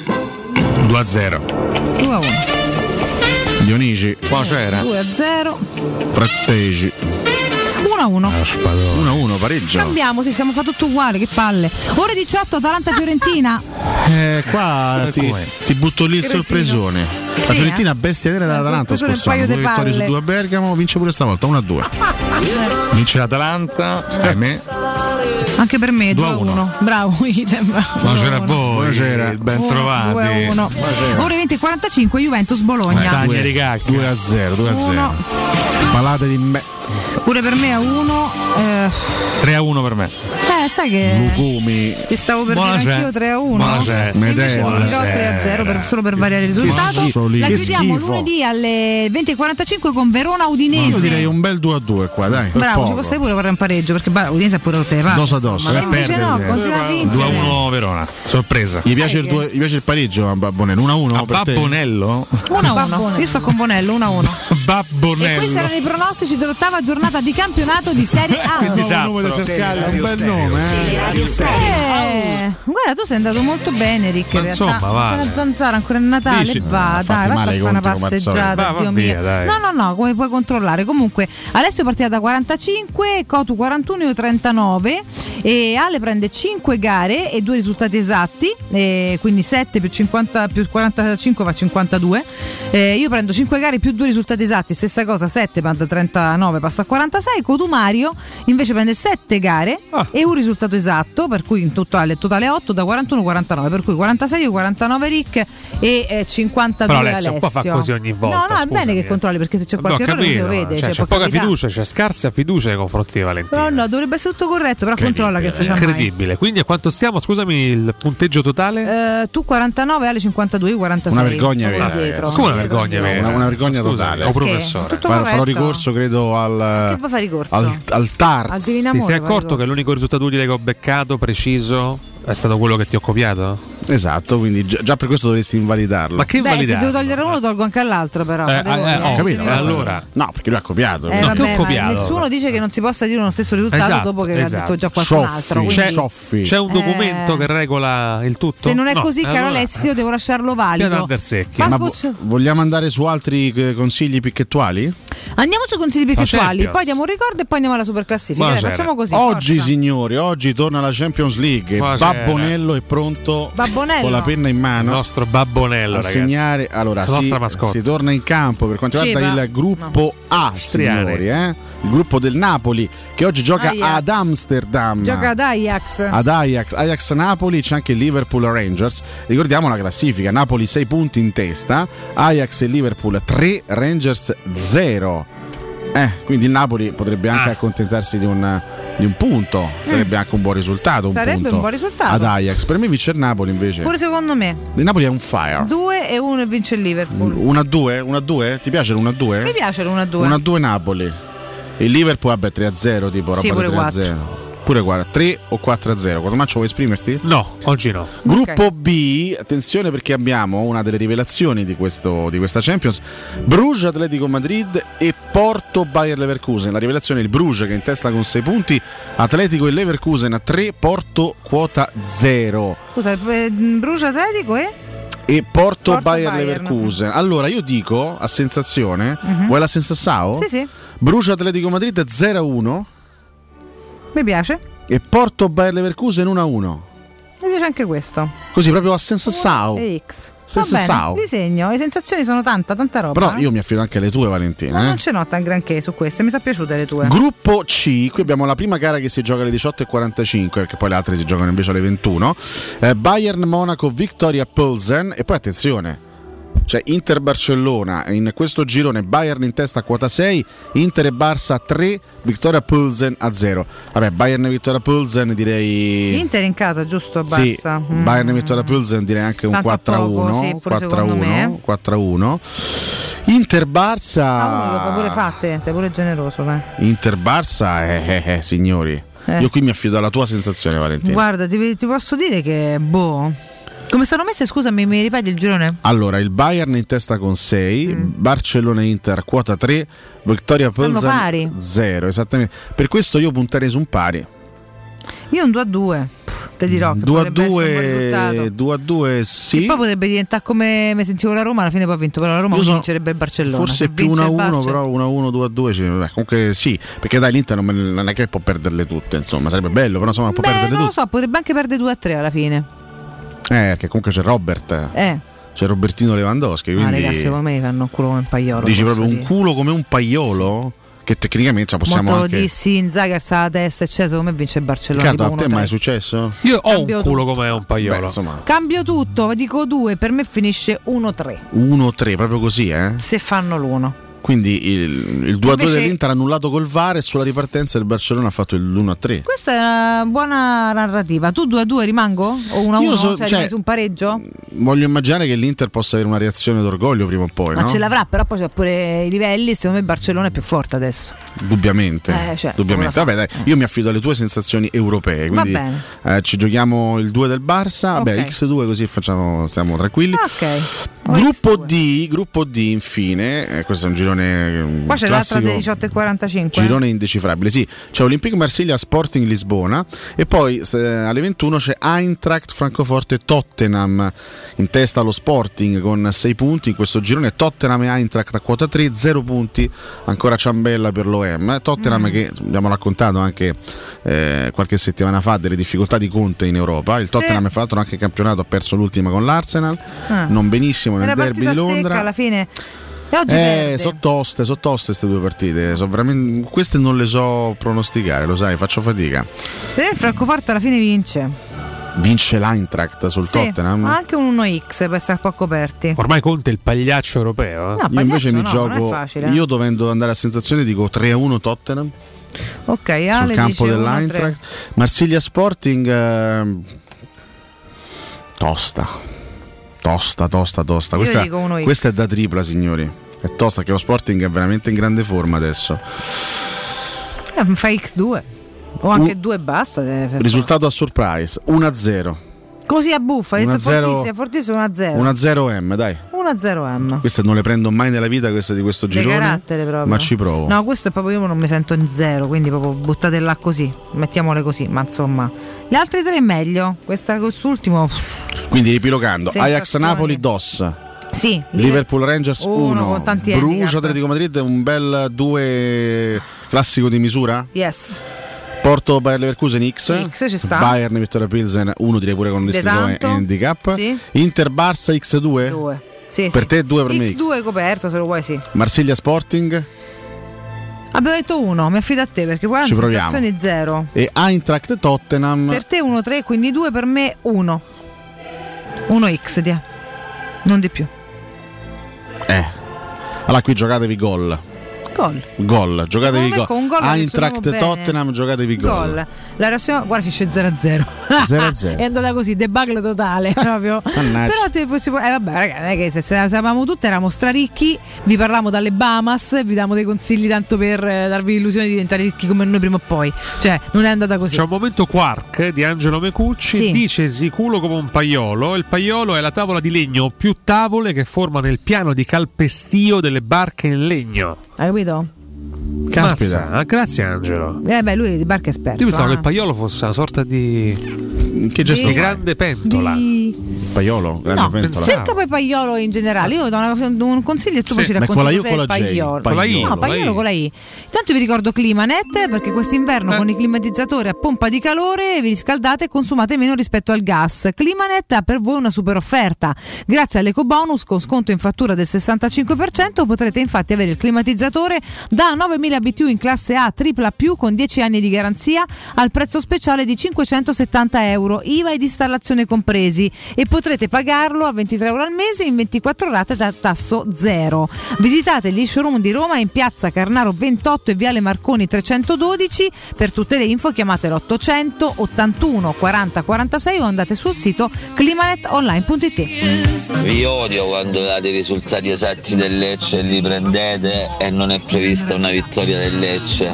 [SPEAKER 4] 2-0.
[SPEAKER 30] 2-1.
[SPEAKER 31] Dionici.
[SPEAKER 4] Buonasera.
[SPEAKER 30] 2-0.
[SPEAKER 31] Frattesi.
[SPEAKER 30] 1-1.
[SPEAKER 31] 1-1, pareggio.
[SPEAKER 30] Cambiamo, sì, stiamo fatto tutto uguale, che palle. Ore 18 Atalanta-Fiorentina.
[SPEAKER 31] Qua ti butto lì il sorpresone. La Fiorentina bestia vera dell'Atalanta scorso anno. 2 vittorie su 2 a Bergamo, vince pure stavolta 1-2.
[SPEAKER 4] Vince l'Atalanta, per me.
[SPEAKER 30] Anche per me 2-1. Bravo, idem.
[SPEAKER 4] Buonasera a voi.
[SPEAKER 31] Buonasera.
[SPEAKER 4] Ben trovati.
[SPEAKER 30] 2-1. Ore 20:45 Juventus Bologna.
[SPEAKER 31] 2-0. Palate di me.
[SPEAKER 30] Pure per me a 1.
[SPEAKER 4] 3-1 per me.
[SPEAKER 30] Sai che
[SPEAKER 31] Lucumi.
[SPEAKER 30] ti stavo per dire anch'io 3-1. Invece ti dirò 3-0 solo per variare il risultato. La chiudiamo lunedì alle 20:45 con Verona Udinese.
[SPEAKER 31] Io direi un bel 2-2 qua, dai.
[SPEAKER 30] Bravo, ci può stare pure vorrei un pareggio perché Udinese ha pure rotte le palle.
[SPEAKER 31] Dos a dos.
[SPEAKER 30] Ma invece no, continua a vincere.
[SPEAKER 4] 2-1 Verona. Sorpresa.
[SPEAKER 31] Gli piace il pareggio a Babbonello? 1-1
[SPEAKER 4] a Babbonello?
[SPEAKER 30] 1-1. Io sto con Bonello 1-1.
[SPEAKER 4] Babbonello.
[SPEAKER 30] E questi erano i pronostici dell'8ª giornata di campionato di Serie A.
[SPEAKER 31] Un bel nome,
[SPEAKER 30] guarda, tu sei andato molto bene, Rick. In realtà
[SPEAKER 4] insomma,
[SPEAKER 30] c'è una zanzara ancora in Natale.
[SPEAKER 31] Dici,
[SPEAKER 30] va a fare una passeggiata. Dio mio. No, come puoi controllare. Comunque, Alessio partirà da 45, Cotu 41 e io 39. E Ale prende 5 gare e 2 risultati esatti. Quindi 7 più 50 più 45 fa 52. Io prendo 5 gare più 2 risultati esatti, stessa cosa, 7 da 39 passa a 46. Cotumario invece prende 7 gare e un risultato esatto, per cui in totale 8 da 41 a 49, per cui 46 io, 49 Rick e 52
[SPEAKER 4] però
[SPEAKER 30] Alessio.
[SPEAKER 4] Un po' fa così ogni volta.
[SPEAKER 30] No, è bene che controlli, perché se c'è qualche errore lo vede.
[SPEAKER 4] C'è poca fiducia, c'è scarsa fiducia nei confronti di Valentina.
[SPEAKER 30] No, dovrebbe essere tutto corretto, però controlla che non si sa mai.
[SPEAKER 4] Incredibile. Quindi a quanto stiamo? Scusami, il punteggio totale?
[SPEAKER 30] Tu 49, Ale 52, io 46.
[SPEAKER 31] Una vergogna vera.
[SPEAKER 4] Come una vergogna vera?
[SPEAKER 31] Una vergogna totale.
[SPEAKER 4] O professore.
[SPEAKER 31] Farò ricorso, credo, al.
[SPEAKER 30] Che va a fare ricorso?
[SPEAKER 31] Al TAR.
[SPEAKER 30] Al
[SPEAKER 4] Ti sei accorto che l'unico risultato utile che ho beccato preciso
[SPEAKER 7] È stato quello che ti ho copiato?
[SPEAKER 31] Esatto, quindi già per questo dovresti invalidarlo.
[SPEAKER 7] Ma che
[SPEAKER 30] se devo togliere uno tolgo anche all'altro, però.
[SPEAKER 31] Ho capito, allora. No, perché lui ha copiato.
[SPEAKER 30] Nessuno dice che non si possa dire uno stesso risultato dopo che ha detto già qualcun altro.
[SPEAKER 7] C'è un documento che regola il tutto?
[SPEAKER 30] Se non è così, caro Alessio, devo lasciarlo valido.
[SPEAKER 31] Ma vogliamo andare su altri consigli picchettuali?
[SPEAKER 30] Andiamo sui consigli picchetuali, poi diamo un ricordo e poi andiamo alla super classifica. Dai, facciamo così.
[SPEAKER 31] Oggi, signori, oggi torna la Champions League. Babbonello è pronto con la penna in mano.
[SPEAKER 7] Il nostro Babbonello,
[SPEAKER 31] a segnare. Allora, si torna in campo per quanto riguarda il gruppo A, signori, il gruppo del Napoli che oggi gioca ad Amsterdam.
[SPEAKER 30] Gioca ad Ajax.
[SPEAKER 31] Ajax Napoli, c'è anche Liverpool Rangers. Ricordiamo la classifica: Napoli 6 punti in testa, Ajax e Liverpool 3, Rangers 0. Quindi il Napoli potrebbe anche accontentarsi di un punto, sarebbe anche un buon risultato.
[SPEAKER 30] Sarebbe un buon risultato
[SPEAKER 31] ad Ajax. Per me vince il Napoli invece.
[SPEAKER 30] Pure secondo me.
[SPEAKER 31] Il Napoli è un fire.
[SPEAKER 30] 2-1 e vince il Liverpool.
[SPEAKER 31] 1-2? Ti piace l'1-2?
[SPEAKER 30] Mi piace l'1-2.
[SPEAKER 31] 1-2 Napoli. Il Liverpool 3-0 tipo roba
[SPEAKER 30] pure
[SPEAKER 31] 3-0. Pure guarda, 3 o 4-0. Quando Maccio vuoi esprimerti?
[SPEAKER 7] No, oggi no.
[SPEAKER 31] Gruppo B, attenzione perché abbiamo una delle rivelazioni di questa Champions: Bruges Atletico Madrid e Porto Bayer Leverkusen. La rivelazione è il Bruges che è in testa con 6 punti, Atletico e Leverkusen a 3, Porto quota 0.
[SPEAKER 30] Scusa, Bruges Atletico
[SPEAKER 31] e Porto Bayer Leverkusen. Allora io dico a sensazione, vuoi la sensazione?
[SPEAKER 30] Sì.
[SPEAKER 31] Bruges Atletico Madrid 0-1.
[SPEAKER 30] Mi piace.
[SPEAKER 31] E Porto Bayer Leverkusen 1-1.
[SPEAKER 30] Mi piace anche questo.
[SPEAKER 31] Così proprio a sensazione.
[SPEAKER 30] E X. Va bene, li segno. Le sensazioni sono tanta roba.
[SPEAKER 31] Però io mi affido anche alle tue, Valentina.
[SPEAKER 30] Non ce n'ho tan granché su queste, mi sono piaciute le tue.
[SPEAKER 31] Gruppo C, qui abbiamo la prima gara che si gioca alle 18:45, perché poi le altre si giocano invece alle 21. Bayern Monaco, Victoria Pilsen. E poi attenzione, c'è Inter Barcellona in questo girone, Bayern in testa a quota 6, Inter e Barça 3, Victoria Pilsen a 0. Vabbè, Bayern e Victoria Pilsen direi
[SPEAKER 30] Inter in casa, giusto, Barça.
[SPEAKER 31] Sì, Bayern e Victoria Pilsen direi anche un 4-1,
[SPEAKER 30] sì, 4-1,
[SPEAKER 31] 4-1. Inter Barça
[SPEAKER 30] lo fa pure fatte, sei pure generoso,
[SPEAKER 31] Inter Barça signori. Io qui mi affido alla tua sensazione, Valentina.
[SPEAKER 30] Guarda, ti posso dire che come stanno messe, scusami, mi ripeti il girone?
[SPEAKER 31] Allora, il Bayern in testa con 6, Barcellona e Inter quota 3, Victoria Pilsen 0, esattamente. Per questo io punterei su un pari.
[SPEAKER 30] Io un 2-2. Te dirò che
[SPEAKER 31] 2-2 sì.
[SPEAKER 30] E poi potrebbe diventare come mi sentivo la Roma, alla fine poi ha vinto, però la Roma vincerebbe il Barcellona.
[SPEAKER 31] Forse più 1-1, però 1-1, 2-2 comunque sì, perché dai, l'Inter non è che può perderle tutte, insomma, sarebbe bello, però insomma può perderle tutte.
[SPEAKER 30] Non lo so, potrebbe anche perdere 2-3 alla fine.
[SPEAKER 31] Perché comunque c'è Robert. C'è Robertino Lewandowski. Quindi
[SPEAKER 30] ragazzi, secondo me fanno un culo come un paiolo.
[SPEAKER 31] Dici proprio un culo come un paiolo? Sì. Che tecnicamente possiamo
[SPEAKER 30] molto
[SPEAKER 31] anche.
[SPEAKER 30] Dissi, Inzaghi alza la testa, eccetera. Secondo me vince il Barcellona.
[SPEAKER 31] Riccardo, a te mai è successo?
[SPEAKER 7] Io ho un culo come un paiolo.
[SPEAKER 30] Cambio tutto, dico 2. Per me finisce 1-3.
[SPEAKER 31] 1-3, proprio così,
[SPEAKER 30] se fanno l'1.
[SPEAKER 31] Quindi il 2-2 dell'Inter annullato col VAR e sulla ripartenza il Barcellona ha fatto il 1-3.
[SPEAKER 30] Questa è una buona narrativa. Tu 2-2 rimango? O 1-1? Cioè su un pareggio?
[SPEAKER 31] Voglio immaginare che l'Inter possa avere una reazione d'orgoglio prima o poi.
[SPEAKER 30] Ma ce l'avrà, però poi c'è pure i livelli. Secondo me il Barcellona è più forte adesso.
[SPEAKER 31] Dubbiamente. Vabbè, dai, io mi affido alle tue sensazioni europee. Quindi
[SPEAKER 30] va bene.
[SPEAKER 31] Ci giochiamo il 2 del Barça. Vabbè, X2 così stiamo tranquilli.
[SPEAKER 30] Ok.
[SPEAKER 31] Gruppo D infine, questo è un girone
[SPEAKER 30] qua c'è l'altra delle 18:45.
[SPEAKER 31] Girone indecifrabile, sì. C'è Olympique Marsiglia Sporting Lisbona e poi alle 21 c'è Eintracht Francoforte Tottenham in testa allo Sporting con 6 punti in questo girone. Tottenham e Eintracht a quota 3, 0 punti ancora ciambella per l'OM. Tottenham che abbiamo raccontato anche qualche settimana fa delle difficoltà di Conte in Europa. Il Tottenham fra l'altro anche il campionato ha perso l'ultima con l'Arsenal, non benissimo nel derby di Londra.
[SPEAKER 30] Alla fine
[SPEAKER 31] sono toste queste due partite, queste non le so pronosticare, lo sai, faccio fatica.
[SPEAKER 30] Il Francoforte alla fine vince
[SPEAKER 31] l'Eintracht sul Tottenham,
[SPEAKER 30] anche un 1x per stare un po' coperti.
[SPEAKER 7] Ormai Conte il pagliaccio europeo.
[SPEAKER 30] No,
[SPEAKER 31] io invece mi gioco,
[SPEAKER 30] non è facile,
[SPEAKER 31] io dovendo andare a sensazione dico 3-1 Tottenham.
[SPEAKER 30] Ok, Ale
[SPEAKER 31] sul campo dell'Eintracht. Marsiglia Sporting tosta. Questa è da tripla, signori. È tosta, che lo Sporting è veramente in grande forma adesso.
[SPEAKER 30] Fai X2. O anche 2 basta.
[SPEAKER 31] Risultato a surprise 1-0.
[SPEAKER 30] Così a buffa, hai detto fortissimo 1-0.
[SPEAKER 31] 1-0 M, dai.
[SPEAKER 30] 1-0 M.
[SPEAKER 31] Queste non le prendo mai nella vita, queste di questo girone.
[SPEAKER 30] Carattere proprio.
[SPEAKER 31] Ma ci provo.
[SPEAKER 30] No, questo è proprio, io non mi sento in 0, quindi proprio buttate là così, mettiamole così, ma insomma. Gli altri 3 meglio, quest'ultimo.
[SPEAKER 31] Quindi ripilogando, Ajax Napoli DOS.
[SPEAKER 30] Sì,
[SPEAKER 31] Liverpool Rangers 1,
[SPEAKER 30] con tanti
[SPEAKER 31] Bruges Atletico Madrid, un bel 2 classico di misura?
[SPEAKER 30] Yes.
[SPEAKER 31] Porto Bayer Leverkusen X
[SPEAKER 30] ci sta.
[SPEAKER 31] Bayern Vittoria Pilsen 1, direi pure con un discreto handicap.
[SPEAKER 30] Sì.
[SPEAKER 31] Inter Barça X2
[SPEAKER 30] 2. Sì,
[SPEAKER 31] per te 2, per me
[SPEAKER 30] X2 coperto, se lo vuoi, sì.
[SPEAKER 31] Marsiglia Sporting
[SPEAKER 30] abbiamo detto 1, mi affido a te perché poi hanno sensazioni 0.
[SPEAKER 31] E Eintracht Tottenham
[SPEAKER 30] per te 1-3, quindi 2, per me 1 X dia. Non di più.
[SPEAKER 31] Allora qui giocatevi gol, giocatevi gol. Eintracht Tottenham, giocatevi gol.
[SPEAKER 30] La reazione, guarda, finisce 0-0.
[SPEAKER 31] 0-0.
[SPEAKER 30] È andata così, debacle totale proprio. Però vabbè, ragazzi, non è che se sapevamo tutte, eravamo straricchi, vi parlavamo dalle Bahamas, vi diamo dei consigli tanto per darvi l'illusione di diventare ricchi come noi prima o poi. Cioè, non è andata così.
[SPEAKER 7] C'è un momento quark di Angelo Mecucci, sì. Dice siculo come un paiolo. Il paiolo è la tavola di legno, più tavole che formano il piano di calpestio delle barche in legno.
[SPEAKER 30] Hai capito?
[SPEAKER 31] Caspita,
[SPEAKER 7] grazie Angelo.
[SPEAKER 30] Lui di barca esperto.
[SPEAKER 7] Io pensavo che il paiolo fosse una sorta di
[SPEAKER 31] gesto
[SPEAKER 7] di grande pentola.
[SPEAKER 31] Paiolo? Grande pentola.
[SPEAKER 30] Cerca poi paiolo in generale. Io do un consiglio e tu poi ci racconti cos'è il paiolo. No, paiolo con la I. Intanto vi ricordo Climanet, perché quest'inverno con i climatizzatori a pompa di calore vi riscaldate e consumate meno rispetto al gas. Climanet ha per voi una super offerta. Grazie all'ecobonus con sconto in fattura del 65% potrete infatti avere il climatizzatore da 9.000 BTU in classe A AAA+, con 10 anni di garanzia al prezzo speciale di €570, IVA ed installazione compresi, e potrete pagarlo a €23 al mese in 24 rate da tasso zero. Visitate gli showroom di Roma in piazza Carnaro 28 e viale Marconi 312. Per tutte le info chiamate l'800 81 40 46 o andate sul sito climanetonline.it.
[SPEAKER 9] Vi odio quando date i risultati esatti del Lecce e li prendete e non è prevista una vittoria del Lecce.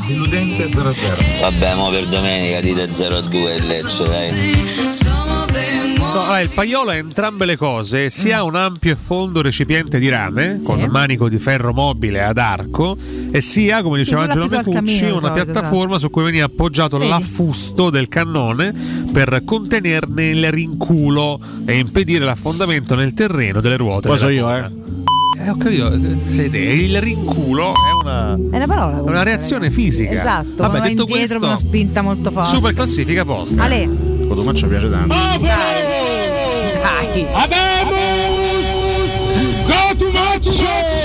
[SPEAKER 9] Vabbè, mo per domenica dite 0-2 il Lecce, dai.
[SPEAKER 7] No, il paiolo è entrambe le cose, si ha un ampio e fondo recipiente di rame con manico di ferro mobile ad arco e sia, come diceva Angelo Mecucci, una piattaforma su cui veniva appoggiato l'affusto del cannone per contenerne il rinculo e impedire l'affondamento nel terreno delle ruote.
[SPEAKER 31] Poi so io,
[SPEAKER 7] ho capito, il rinculo è una
[SPEAKER 30] parola,
[SPEAKER 7] è una reazione fisica.
[SPEAKER 30] Esatto,
[SPEAKER 7] vabbè,
[SPEAKER 30] va
[SPEAKER 7] detto
[SPEAKER 30] indietro
[SPEAKER 7] questo,
[SPEAKER 30] con una spinta molto forte.
[SPEAKER 7] Super classifica posta.
[SPEAKER 30] Ale.
[SPEAKER 31] Cotumaccio piace tanto.
[SPEAKER 30] Dai.
[SPEAKER 12] Abemus Cotumaccio.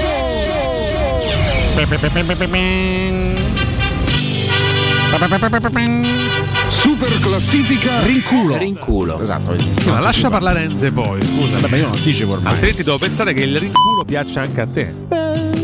[SPEAKER 31] Super classifica
[SPEAKER 7] rinculo.
[SPEAKER 31] Esatto.
[SPEAKER 7] Ma lascia parlare Enze poi, scusa.
[SPEAKER 31] Vabbè, io non anticipo ormai.
[SPEAKER 7] Altrimenti devo pensare che il rinculo piaccia anche a te.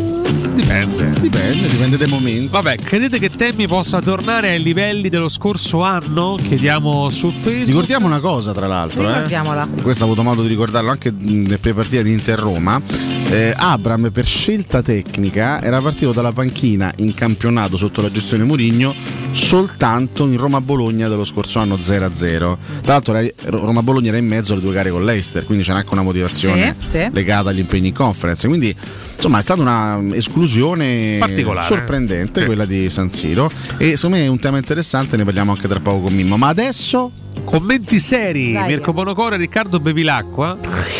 [SPEAKER 31] Dipende dai momenti.
[SPEAKER 7] Vabbè, credete che Temmi possa tornare ai livelli dello scorso anno? Chiediamo su Facebook.
[SPEAKER 31] Ricordiamo una cosa, tra l'altro.
[SPEAKER 30] Ricordiamola.
[SPEAKER 31] Questo ho avuto modo di ricordarlo anche nel pre-partita di Inter-Roma. Abram, per scelta tecnica, era partito dalla panchina in campionato sotto la gestione Mourinho soltanto in Roma-Bologna dello scorso anno 0-0. Tra l'altro Roma-Bologna era in mezzo alle 2 gare con l'Eister, quindi c'era anche una motivazione legata agli impegni in conference. Quindi insomma è stata una esclusione
[SPEAKER 7] particolare,
[SPEAKER 31] sorprendente, quella di San Siro, e secondo me è un tema interessante, ne parliamo anche tra poco con Mimmo. Ma adesso
[SPEAKER 7] commenti seri. Mirko Bonocore e Riccardo Bevilacqua.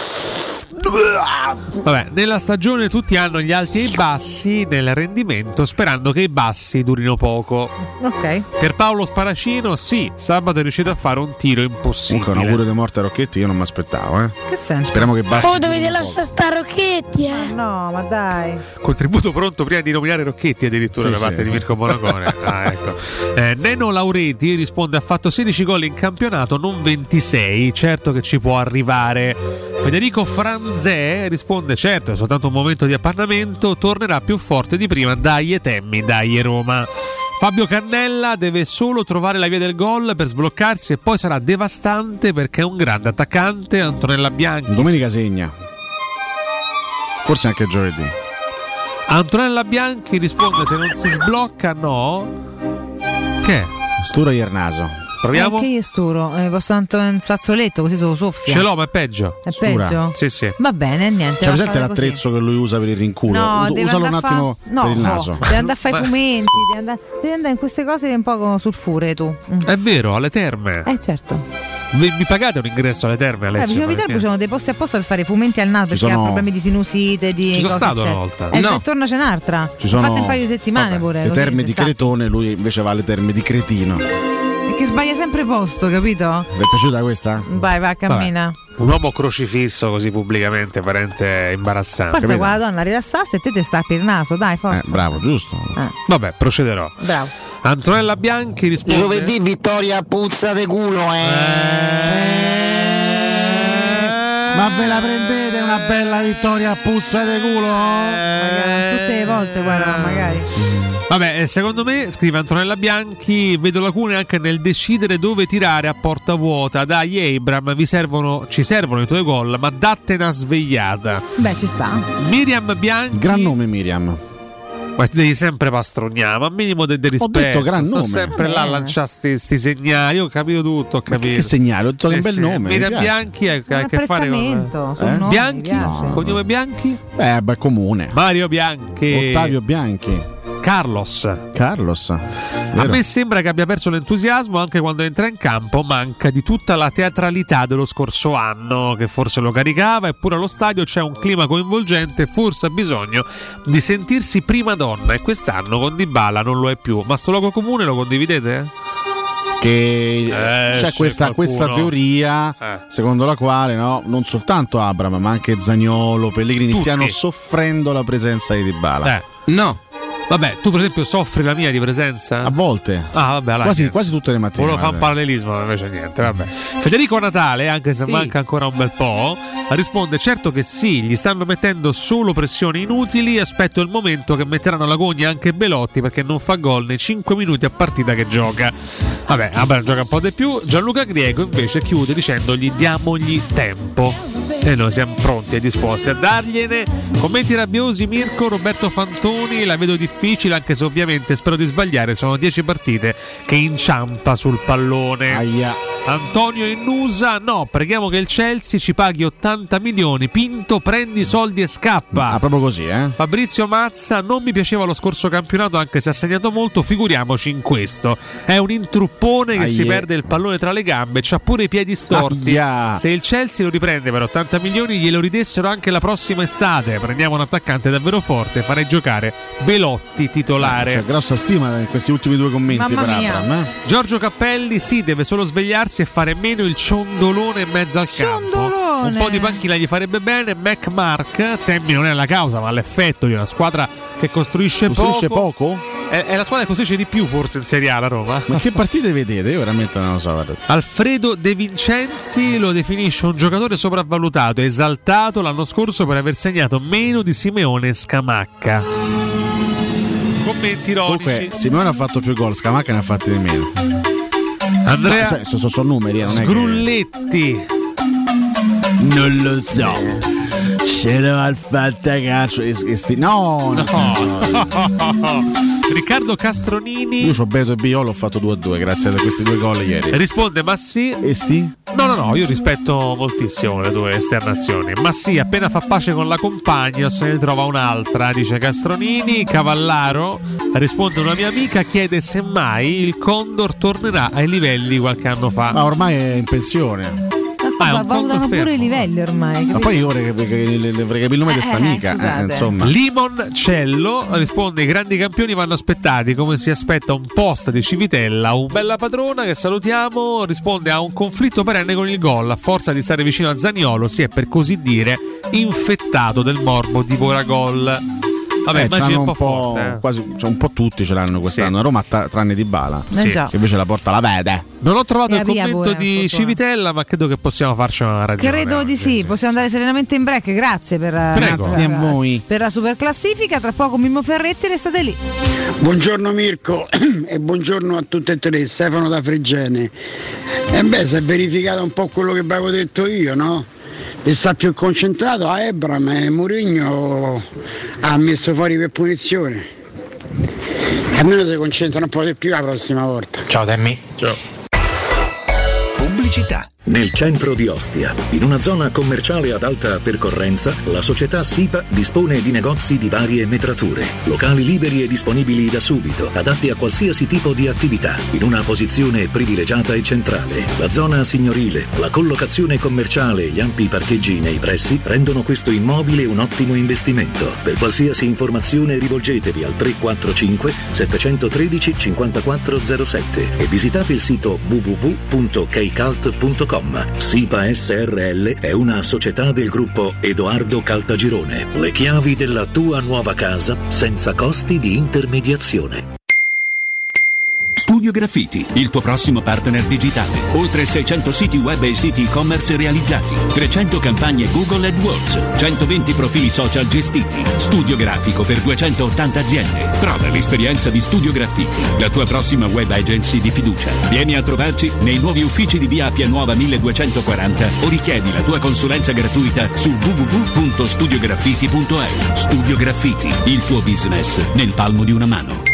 [SPEAKER 7] Vabbè, nella stagione tutti hanno gli alti e i bassi nel rendimento, sperando che i bassi durino poco.
[SPEAKER 30] Ok.
[SPEAKER 7] Per Paolo Sparacino, sì, sabato è riuscito a fare un tiro impossibile.
[SPEAKER 31] Comunque un augurio di morte a Rocchetti io non mi aspettavo,
[SPEAKER 30] Che senso?
[SPEAKER 31] Speriamo che bassi.
[SPEAKER 14] Dovete lasciare stare Rocchetti,
[SPEAKER 30] No, ma dai.
[SPEAKER 7] Contributo pronto prima di nominare Rocchetti addirittura da parte di Mirko Bonocore. Ecco. Neno Laureti risponde: ha fatto 16 gol in campionato, non 26. Certo che ci può arrivare. Federico Franzè risponde: certo, è soltanto un momento di appannamento, tornerà più forte di prima. Dai Temmi, dai Roma. Fabio Cannella deve solo trovare la via del gol per sbloccarsi e poi sarà devastante perché è un grande attaccante. Antonella Bianchi.
[SPEAKER 31] Domenica segna, forse anche giovedì.
[SPEAKER 7] Antonella Bianchi risponde: se non si sblocca no. Che?
[SPEAKER 31] Sturo Iernaso.
[SPEAKER 7] Proviamo?
[SPEAKER 30] Che sturo? Posso andare in fazzoletto così se lo soffia.
[SPEAKER 7] Ce l'ho, ma è peggio.
[SPEAKER 30] È peggio?
[SPEAKER 7] Sì.
[SPEAKER 30] Va bene, niente.
[SPEAKER 31] C'è presente l'attrezzo che lui usa per il rinculo?
[SPEAKER 30] No,
[SPEAKER 31] usalo un attimo per il naso.
[SPEAKER 30] Devi andare a fare i fumetti, devi andare in queste cose un po' sul fure tu.
[SPEAKER 7] È vero, alle terme.
[SPEAKER 30] Certo.
[SPEAKER 7] Mi pagate un ingresso alle terme, Alessio?
[SPEAKER 30] Vicino a Viterbo ci sono dei posti apposta per fare i fumetti al naso perché ha problemi di sinusite.
[SPEAKER 7] Ci sono stato una volta.
[SPEAKER 30] No. Torna c'è un'altra.
[SPEAKER 31] Ci sono
[SPEAKER 30] fatte un paio di settimane pure.
[SPEAKER 31] Le terme di Cretone, lui invece va alle terme di Cretino.
[SPEAKER 30] Perché sbaglia sempre posto, capito?
[SPEAKER 31] Vi è piaciuta questa?
[SPEAKER 30] Vai, cammina.
[SPEAKER 7] Un uomo crocifisso così pubblicamente, parente imbarazzante.
[SPEAKER 30] Guarda qua la donna rilassarsi e te stappi il naso, dai, forza.
[SPEAKER 31] Bravo, giusto.
[SPEAKER 7] Vabbè, procederò.
[SPEAKER 30] Bravo.
[SPEAKER 7] Antonella Bianchi risponde:
[SPEAKER 18] giovedì vittoria puzza de culo,
[SPEAKER 31] Ma ve la prendete una bella vittoria a puzza de culo?
[SPEAKER 30] Magari, tutte le volte, guarda, magari.
[SPEAKER 7] Vabbè, secondo me, scrive Antonella Bianchi, vedo lacune anche nel decidere dove tirare a porta vuota. Dai Abram, ci servono i tuoi gol, ma dattene una svegliata.
[SPEAKER 30] Beh, ci sta.
[SPEAKER 7] Miriam Bianchi.
[SPEAKER 31] Gran nome Miriam.
[SPEAKER 7] Ma ti devi sempre pastrugnar, ma minimo di rispetto.
[SPEAKER 31] Ho detto gran nome.
[SPEAKER 7] Sto sempre là a lanciare sti segnali. Io ho capito tutto, ho capito.
[SPEAKER 31] Che segnale? Ho detto un bel nome.
[SPEAKER 7] Miriam Bianchi ha a che fare con
[SPEAKER 30] Bianchi?
[SPEAKER 7] Cognome Bianchi?
[SPEAKER 31] Beh, comune.
[SPEAKER 7] Mario Bianchi.
[SPEAKER 31] Ottavio Bianchi.
[SPEAKER 7] Carlos.
[SPEAKER 31] Vero.
[SPEAKER 7] A me sembra che abbia perso l'entusiasmo anche quando entra in campo, manca di tutta la teatralità dello scorso anno che forse lo caricava, eppure allo stadio c'è un clima coinvolgente, forse ha bisogno di sentirsi prima donna e quest'anno con Dybala non lo è più. Ma sto luogo comune lo condividete?
[SPEAKER 31] Che c'è questa teoria secondo la quale non soltanto Abram ma anche Zaniolo, Pellegrini stiano soffrendo la presenza di Dybala.
[SPEAKER 7] No. Vabbè, tu per esempio soffri la mia di presenza?
[SPEAKER 31] A volte.
[SPEAKER 7] Vabbè,
[SPEAKER 31] quasi tutte le mattine.
[SPEAKER 7] Volevo fare un parallelismo, invece niente, vabbè. Federico Natale, anche se manca ancora un bel po', risponde: certo che sì, gli stanno mettendo solo pressioni inutili, aspetto il momento che metteranno la gogna anche Belotti perché non fa gol nei 5 minuti a partita che gioca. Vabbè, gioca un po' di più. Gianluca Griego invece chiude dicendogli: diamogli tempo. E noi siamo pronti e disposti a dargliene. Commenti rabbiosi Mirko, Roberto Fantoni, la vedo difficile anche se ovviamente spero di sbagliare, sono 10 partite che inciampa sul pallone. Antonio Innusa, no, preghiamo che il Chelsea ci paghi 80 milioni, Pinto prendi i soldi e scappa.
[SPEAKER 31] Proprio così,
[SPEAKER 7] Fabrizio Mazza, non mi piaceva lo scorso campionato anche se ha segnato molto, figuriamoci in questo. È un intruppone che si perde il pallone tra le gambe, c'ha pure i piedi storti. Se il Chelsea lo riprende per 80 milioni glielo ridessero anche la prossima estate. Prendiamo un attaccante davvero forte, farei giocare Belotti titolare.
[SPEAKER 31] C'è grossa stima in questi ultimi due commenti.
[SPEAKER 30] Mamma
[SPEAKER 31] per
[SPEAKER 30] mia.
[SPEAKER 31] Abram.
[SPEAKER 7] Giorgio Cappelli, sì, deve solo svegliarsi e fare meno il ciondolone in mezzo al campo. Un po' di panchina gli farebbe bene. Mac Mark, Temmi non è la causa ma l'effetto di una squadra che costruisce poco? È la squadra che costruisce di più forse in Serie A la Roma.
[SPEAKER 31] Ma che partite vedete? Io veramente non lo so.
[SPEAKER 7] Alfredo De Vincenzi lo definisce un giocatore sopravvalutato, esaltato l'anno scorso per aver segnato meno di Simeone e Scamacca. Commenti ironici.
[SPEAKER 31] Comunque Simeone ha fatto più gol, Scamacca ne ha fatti di meno.
[SPEAKER 7] Andrea
[SPEAKER 31] sono numeri, non
[SPEAKER 7] Sgrulletti.
[SPEAKER 31] Non lo so. Ce l'ho al fantacalcio. No.
[SPEAKER 7] Riccardo Castronini.
[SPEAKER 31] Io c'ho Beto e Biolo, ho fatto 2-2 grazie a questi due gol ieri.
[SPEAKER 7] Risponde: ma sì. No, io rispetto moltissimo le tue esternazioni. Ma sì, appena fa pace con la compagna se ne trova un'altra, dice Castronini. Cavallaro risponde: una mia amica chiede se mai il Condor tornerà ai livelli di qualche anno fa.
[SPEAKER 31] Ma ormai è in pensione.
[SPEAKER 30] Valutano pure i livelli ormai, capito?
[SPEAKER 31] Ma poi ora che il nome di sta amica, insomma.
[SPEAKER 7] Limoncello risponde: i grandi campioni vanno aspettati come si aspetta un post di Civitella. Un bella padrona che salutiamo risponde: a un conflitto perenne con il gol, a forza di stare vicino a Zaniolo si è per così dire infettato del morbo divora gol. Vabbè, immagino un po' forte,
[SPEAKER 31] quasi, cioè un po' tutti ce l'hanno quest'anno a Roma tranne Dybala, che invece la porta la vede.
[SPEAKER 7] Non ho trovato il commento di Civitella, ma credo che possiamo farci una ragione.
[SPEAKER 30] Credo di sì, possiamo andare serenamente in break. Grazie per la super classifica. Tra poco Mimmo Ferretti, restate lì.
[SPEAKER 2] Buongiorno Mirko e buongiorno a tutte e tre. Stefano da Fregene. Si è verificato un po' quello che avevo detto io, no? E sta più concentrato a Abram e Mourinho ha messo fuori per punizione. almeno si concentrano un po' di più la prossima volta.
[SPEAKER 13] Ciao Temmi.
[SPEAKER 31] Ciao.
[SPEAKER 3] Pubblicità. Nel centro di Ostia, in una zona commerciale ad alta percorrenza, la società SIPA dispone di negozi di varie metrature, locali liberi e disponibili da subito, adatti a qualsiasi tipo di attività, in una posizione privilegiata e centrale. La zona signorile, la collocazione commerciale e gli ampi parcheggi nei pressi rendono questo immobile un ottimo investimento. Per qualsiasi informazione rivolgetevi al 345 713 5407 e visitate il sito www.kcalt.com. SIPA SRL è una società del gruppo Edoardo Caltagirone. Le chiavi della tua nuova casa senza costi di intermediazione.
[SPEAKER 10] Studio Graffiti, il tuo prossimo partner digitale. Oltre 600 siti web e siti e-commerce realizzati, 300 campagne Google AdWords, 120 profili social gestiti. Studio grafico per 280 aziende. Prova l'esperienza di Studio Graffiti, la tua prossima web agency di fiducia. Vieni a trovarci nei nuovi uffici di via Appia Nuova 1240 o richiedi la tua consulenza gratuita su www.studiograffiti.eu. Studio Graffiti, il tuo business nel palmo di una mano.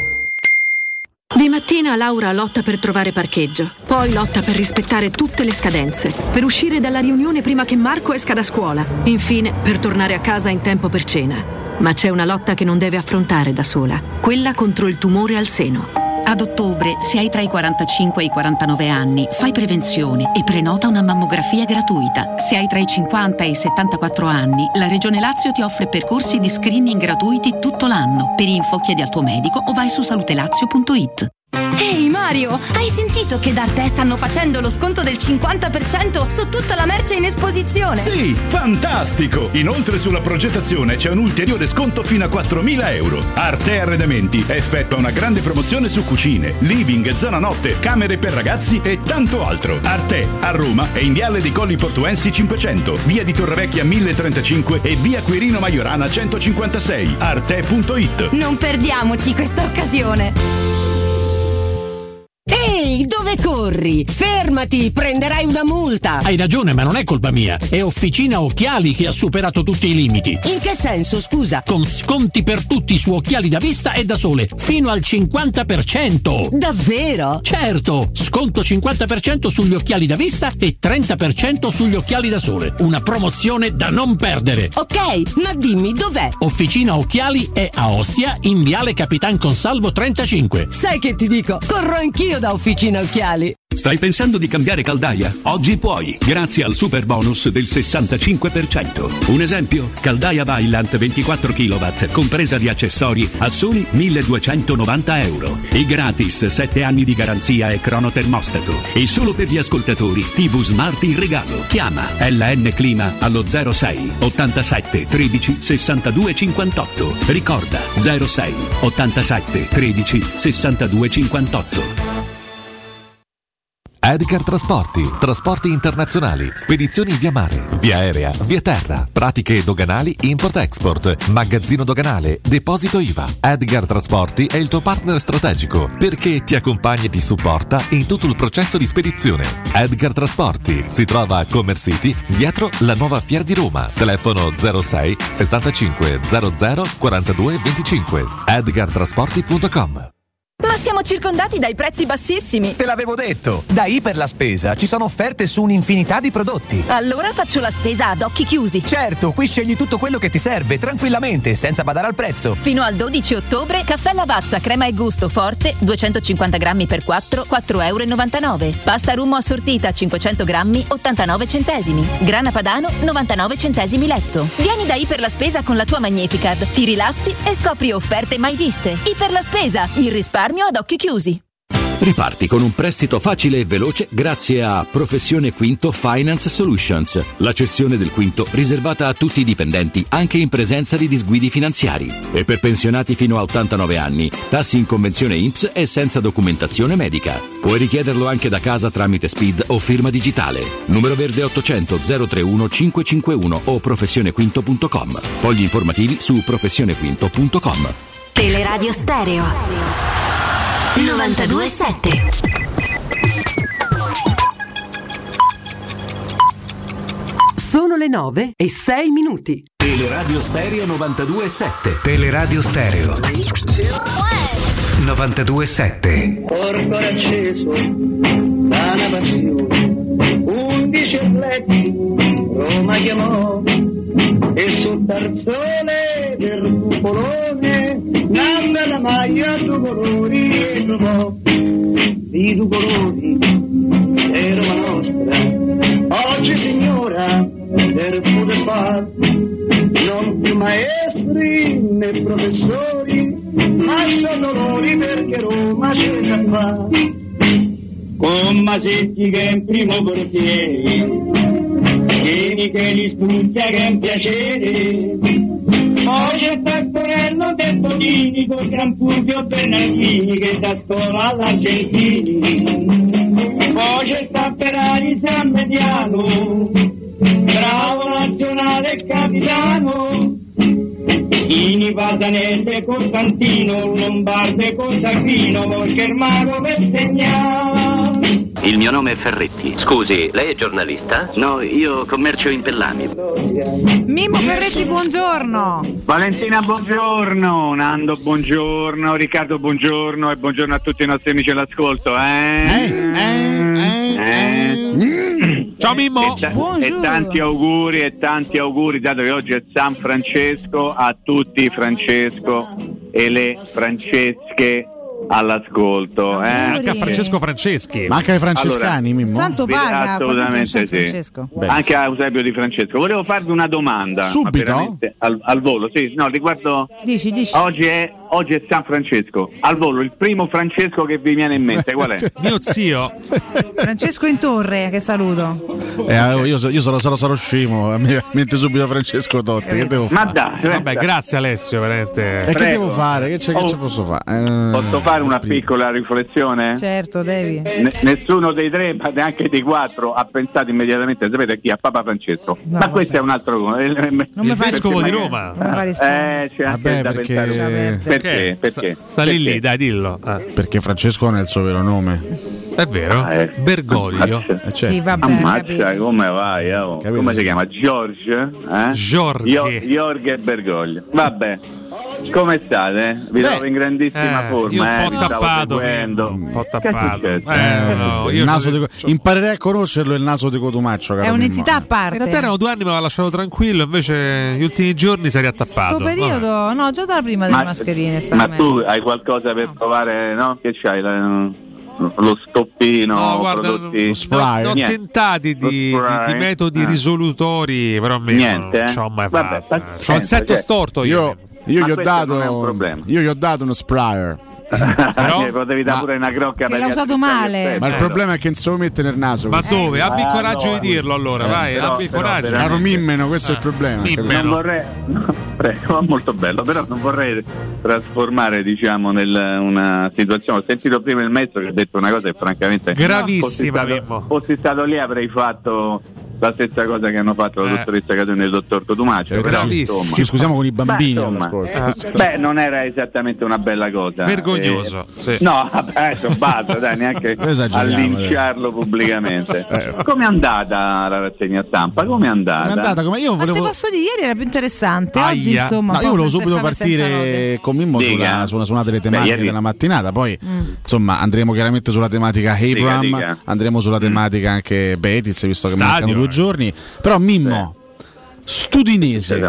[SPEAKER 16] Di mattina Laura lotta per trovare parcheggio, poi lotta per rispettare tutte le scadenze, per uscire dalla riunione prima che Marco esca da scuola, infine per tornare a casa in tempo per cena. Ma c'è una lotta che non deve affrontare da sola, quella contro il tumore al seno.
[SPEAKER 19] Ad ottobre, se hai tra i 45 e i 49 anni, fai prevenzione e prenota una mammografia gratuita. Se hai tra i 50 e i 74 anni, la Regione Lazio ti offre percorsi di screening gratuiti tutto l'anno. Per info chiedi al tuo medico o vai su salutelazio.it.
[SPEAKER 20] Ehi Mario, hai sentito che da Arte stanno facendo lo sconto del 50% su tutta la merce in esposizione?
[SPEAKER 21] Sì, fantastico! Inoltre sulla progettazione c'è un ulteriore sconto fino a 4.000 euro. Arte Arredamenti effettua una grande promozione su cucine, living, zona notte, camere per ragazzi e tanto altro. Arte a Roma è in Viale dei Colli Portuensi 500, via di Torrevecchia 1035 e via Quirino Maiorana 156. Arte.it.
[SPEAKER 20] Non perdiamoci questa occasione.
[SPEAKER 22] Ehi, dove corri? Fermati, prenderai una multa.
[SPEAKER 25] Hai ragione, ma non è colpa mia. È Officina Occhiali che ha superato tutti i limiti.
[SPEAKER 22] In che senso, scusa?
[SPEAKER 25] Con sconti per tutti su occhiali da vista e da sole, fino al 50%.
[SPEAKER 22] Davvero?
[SPEAKER 25] Certo, sconto 50% sugli occhiali da vista e 30% sugli occhiali da sole. Una promozione da non perdere.
[SPEAKER 22] Ok, ma dimmi dov'è?
[SPEAKER 25] Officina Occhiali è a Ostia, in Viale Capitan Consalvo 35.
[SPEAKER 22] Sai che ti dico? Corro anch'io da Officina Occhiali.
[SPEAKER 10] Stai pensando di cambiare caldaia? Oggi puoi, grazie al super bonus del 65%. Un esempio? Caldaia Vaillant 24 kW, compresa di accessori, a soli 1.290 euro. E gratis 7 anni di garanzia e cronotermostato. E solo per gli ascoltatori, TV Smart in regalo. Chiama LN Clima allo 06 87 13 62 58. Ricorda 06 87 13 62 58.
[SPEAKER 26] Edgar trasporti internazionali, spedizioni via mare, via aerea, via terra, pratiche doganali, import-export, magazzino doganale, deposito IVA. Edgar Trasporti è il tuo partner strategico perché ti accompagna e ti supporta in tutto il processo di spedizione. Edgar Trasporti si trova a Commerce City, dietro la nuova Fiera di Roma. Telefono 06 65 00 42 25. edgartrasporti.com.
[SPEAKER 20] Ma siamo circondati dai prezzi bassissimi.
[SPEAKER 27] Te l'avevo detto! Da Iper la Spesa ci sono offerte su un'infinità di prodotti.
[SPEAKER 20] Allora faccio la spesa ad occhi chiusi.
[SPEAKER 27] Certo, qui scegli tutto quello che ti serve, tranquillamente, senza badare al prezzo.
[SPEAKER 20] Fino al 12 ottobre, caffè Lavazza crema e gusto forte, 250 grammi per 4,99 euro. Pasta Rummo assortita 500 grammi, 89 centesimi. Grana Padano, 99 centesimi letto. Vieni da Iper la Spesa con la tua Magnificard, ti rilassi e scopri offerte mai viste. Iper la Spesa, il risparmio ad occhi chiusi.
[SPEAKER 10] Riparti con un prestito facile e veloce grazie a Professione Quinto Finance Solutions, la cessione del quinto riservata a tutti i dipendenti anche in presenza di disguidi finanziari. E per pensionati fino a 89 anni, tassi in convenzione INPS e senza documentazione medica. Puoi richiederlo anche da casa tramite SPID o firma digitale. Numero verde 800 031 551 o professionequinto.com. Fogli informativi su professionequinto.com.
[SPEAKER 20] Teleradio Stereo 92.7.
[SPEAKER 22] Sono le 9:06.
[SPEAKER 10] Teleradio Stereo 92.7.
[SPEAKER 26] Teleradio Stereo
[SPEAKER 1] 92.7.
[SPEAKER 5] Porco acceso da una passione, 11 letti Roma chiamò e sul tarzone del cupolone nanda la maglia due colori e trovò di due colori è Roma nostra oggi signora per poter far non più maestri né professori ma sono dolori perché Roma c'è già fa con Masetti che è in primo portiere Vieni che li studia che è un piacere poi c'è Taccorello del Bonini con Gran Fulvio Bernardini che da scuola all'Argentini poi c'è Ferrari San Mediano bravo nazionale capitano Ini Pasanese Costantino Lombarde Costantino Germano per segnare.
[SPEAKER 6] Il mio nome è Ferretti. Scusi, lei è giornalista? No, io commercio in pellami.
[SPEAKER 30] Mimmo Ferretti, buongiorno.
[SPEAKER 8] Valentina, buongiorno. Nando, buongiorno. Riccardo, buongiorno. E buongiorno a tutti i nostri amici all'ascolto.
[SPEAKER 7] Ciao Mimmo.
[SPEAKER 8] E tanti auguri, dato che oggi è San Francesco, a tutti Francesco e le Francesche all'ascolto.
[SPEAKER 7] Anche a Francesco Franceschi.
[SPEAKER 31] Ma anche ai francescani,
[SPEAKER 8] allora,
[SPEAKER 31] Mimmo?
[SPEAKER 30] Santo paga,
[SPEAKER 8] assolutamente sì.
[SPEAKER 30] Francesco.
[SPEAKER 8] Anche a Eusebio Di Francesco. Volevo farvi una domanda.
[SPEAKER 31] Subito?
[SPEAKER 8] Al volo, sì, no, riguardo.
[SPEAKER 30] Dici.
[SPEAKER 8] Oggi è San Francesco. Al volo, il primo Francesco che vi viene in mente, qual è?
[SPEAKER 7] Mio zio.
[SPEAKER 30] Francesco in Torre, che saluto.
[SPEAKER 31] Io sarò scemo, mentre subito Francesco Totti. Che devo fare?
[SPEAKER 8] Ma dai,
[SPEAKER 7] vabbè, grazie Alessio, veramente.
[SPEAKER 31] E che devo fare? Che posso fare?
[SPEAKER 8] Posso fare una piccola riflessione?
[SPEAKER 30] Certo, devi.
[SPEAKER 8] Nessuno dei tre, ma neanche dei quattro, ha pensato immediatamente, sapete chi? A Papa Francesco.
[SPEAKER 30] No,
[SPEAKER 8] ma questo è un altro.
[SPEAKER 7] Il vescovo di Roma.
[SPEAKER 8] C'è anche da pensare. Perché?
[SPEAKER 7] Sta lì, dai, dillo.
[SPEAKER 31] Perché Francesco non è il suo vero nome.
[SPEAKER 7] È vero? Bergoglio.
[SPEAKER 30] Sì, vabbè,
[SPEAKER 8] ammazza, come vai? Come si chiama? George? Jorge Bergoglio. Vabbè. Come state? Vi trovo in grandissima forma.
[SPEAKER 7] Un po' tappato.
[SPEAKER 31] Il naso imparerei a conoscerlo il naso di Cotumaccio.
[SPEAKER 30] È un'entità a parte.
[SPEAKER 7] In realtà erano 2 anni, mi aveva lasciato tranquillo. Invece, gli ultimi giorni si è riattappato.
[SPEAKER 30] Questo periodo, no, già dalla prima delle mascherine.
[SPEAKER 8] Ma tu hai qualcosa per provare? No? Che c'hai? Lo stoppino?
[SPEAKER 7] No, guarda, ho tentati di metodi risolutori, però
[SPEAKER 8] niente.
[SPEAKER 7] Non ci ho mai fatto. C'ho il setto storto
[SPEAKER 31] io gli ho dato uno sprayer.
[SPEAKER 8] Però potevi dare pure una crocca
[SPEAKER 30] che l'ha usato male.
[SPEAKER 31] Ma il problema è che non se lo mette nel naso.
[SPEAKER 7] Ma dove? Abbi il coraggio di dirlo allora, vai, abbi il coraggio.
[SPEAKER 31] Caro Mimmeno, questo è il problema.
[SPEAKER 8] Non vorrei, prego, molto bello, però non vorrei trasformare, diciamo, una situazione. Ho sentito prima il maestro che ha detto una cosa che francamente
[SPEAKER 7] gravissima.
[SPEAKER 8] Fossi stato lì avrei fatto la stessa cosa che hanno fatto la dottoressa Catone e il dottor Cotumaccio.
[SPEAKER 31] Ci scusiamo con i bambini.
[SPEAKER 8] Non era esattamente una bella cosa.
[SPEAKER 7] Vergognoso.
[SPEAKER 8] No, vabbè, basta, dai, neanche a linciarlo pubblicamente. Com'è andata la rassegna stampa? Com'è andata?
[SPEAKER 31] Come io volevo.
[SPEAKER 30] Ma te posso dire, ieri era più interessante. Oggi, insomma,
[SPEAKER 31] no, io volevo subito partire con Mimmo su una delle tematiche della mattinata. Poi, insomma, andremo chiaramente sulla tematica Abraham, andremo sulla tematica anche Betis, visto che mancano 2 giorni. Però Mimmo, Studinese.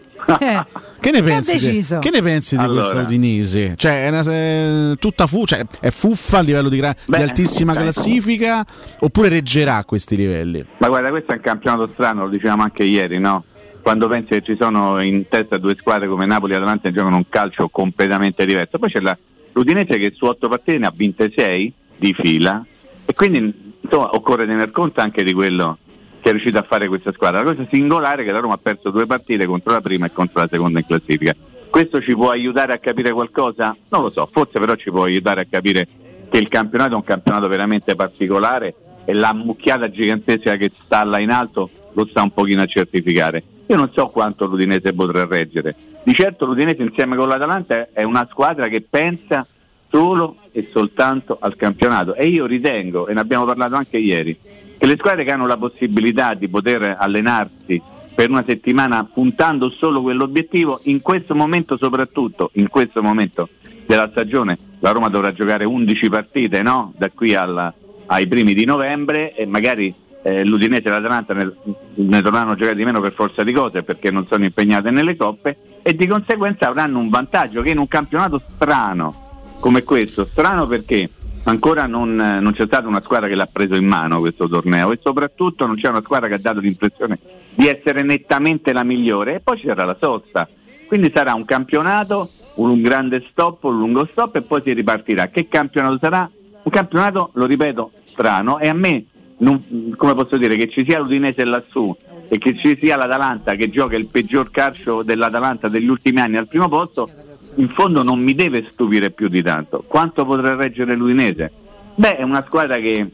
[SPEAKER 31] Che ne pensi di questa Udinese? Cioè, è tutta è fuffa a livello di altissima classifica, oppure reggerà a questi livelli?
[SPEAKER 8] Ma guarda, questo è un campionato strano, lo dicevamo anche ieri, no? Quando pensi che ci sono in testa 2 squadre come Napoli e Atalanta che giocano un calcio completamente diverso. Poi c'è l'Udinese che su 8 partite ne ha vinte 6 di fila, e quindi insomma occorre tener conto anche di quello che è riuscito a fare questa squadra. La cosa singolare è che la Roma ha perso 2 partite contro la prima e contro la seconda in classifica. Questo ci può aiutare a capire qualcosa? Non lo so, forse però ci può aiutare a capire che il campionato è un campionato veramente particolare e la mucchiata gigantesca che sta là in alto lo sta un pochino a certificare. Io non so quanto l'Udinese potrà reggere. Di certo l'Udinese insieme con l'Atalanta è una squadra che pensa solo e soltanto al campionato, e io ritengo, e ne abbiamo parlato anche ieri, che le squadre che hanno la possibilità di poter allenarsi per una settimana puntando solo quell'obiettivo, in questo momento, soprattutto in questo momento della stagione, la Roma dovrà giocare 11 partite, no? Da qui ai primi di novembre, e magari l'Udinese e l'Atalanta ne dovranno giocare di meno per forza di cose, perché non sono impegnate nelle coppe, e di conseguenza avranno un vantaggio che in un campionato strano come questo, strano perché ancora non c'è stata una squadra che l'ha preso in mano questo torneo, e soprattutto non c'è una squadra che ha dato l'impressione di essere nettamente la migliore, e poi ci sarà la sosta, quindi sarà un campionato, un grande stop, un lungo stop, e poi si ripartirà. Che campionato sarà? Un campionato, lo ripeto, strano, e a me come posso dire, che ci sia l'Udinese lassù e che ci sia l'Atalanta che gioca il peggior calcio dell'Atalanta degli ultimi anni al primo posto, in fondo non mi deve stupire più di tanto. Quanto potrà reggere l'Udinese? Beh, è una squadra che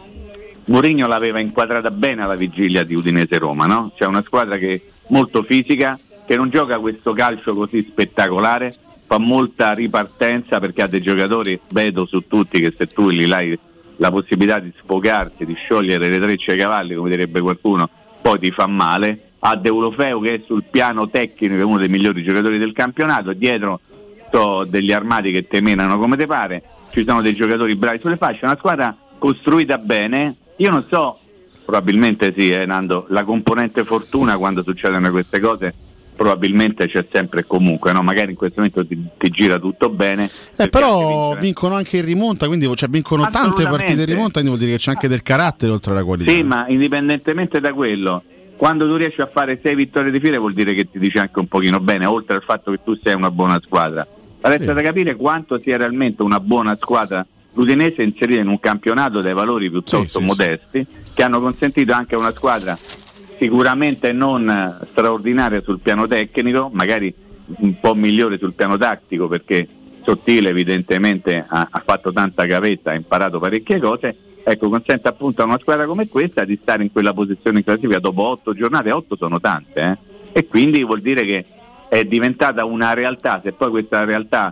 [SPEAKER 8] Mourinho l'aveva inquadrata bene alla vigilia di Udinese-Roma, no? C'è una squadra che è molto fisica, che non gioca questo calcio così spettacolare, fa molta ripartenza perché ha dei giocatori, vedo su tutti, che se tu gli dai la possibilità di sfogarsi, di sciogliere le trecce ai cavalli, come direbbe qualcuno, poi ti fa male. Ha Deulofeu che è sul piano tecnico è uno dei migliori giocatori del campionato, dietro degli armati che te menano come te pare, ci sono dei giocatori bravi sulle fasce, una squadra costruita bene. Io non so, probabilmente sì, Nando, la componente fortuna quando succedono queste cose probabilmente c'è sempre e comunque, no? Magari in questo momento ti gira tutto bene,
[SPEAKER 31] però vincono anche in rimonta, quindi vincono tante partite in rimonta, quindi vuol dire che c'è anche del carattere oltre alla qualità.
[SPEAKER 8] Sì, ma indipendentemente da quello, quando tu riesci a fare 6 vittorie di fila vuol dire che ti dice anche un pochino bene, oltre al fatto che tu sei una buona squadra. Resta da capire quanto sia realmente una buona squadra l'Udinese inserita in un campionato dai valori piuttosto modesti, che hanno consentito anche a una squadra sicuramente non straordinaria sul piano tecnico, magari un po' migliore sul piano tattico, perché Sottile evidentemente ha fatto tanta gavetta, ha imparato parecchie cose, ecco, consente appunto a una squadra come questa di stare in quella posizione in classifica dopo 8 giornate, 8 sono tante, e quindi vuol dire che è diventata una realtà. Se poi questa realtà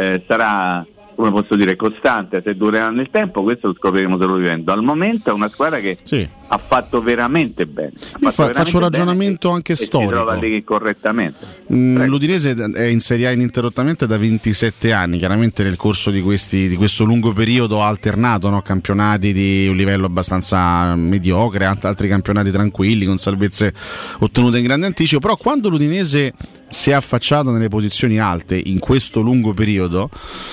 [SPEAKER 8] sarà, come posso dire, costante, se durerà nel tempo, questo lo scopriremo solo vivendo. Al momento è una squadra che ha fatto veramente bene.
[SPEAKER 31] Faccio un ragionamento anche storico.
[SPEAKER 8] Si trova lì correttamente.
[SPEAKER 31] L'Udinese è in Serie A ininterrottamente da 27 anni, chiaramente nel corso di questo lungo periodo ha alternato, no? Campionati di un livello abbastanza mediocre, altri campionati tranquilli con salvezze ottenute in grande anticipo, però quando l'Udinese si è affacciato nelle posizioni alte in questo lungo periodo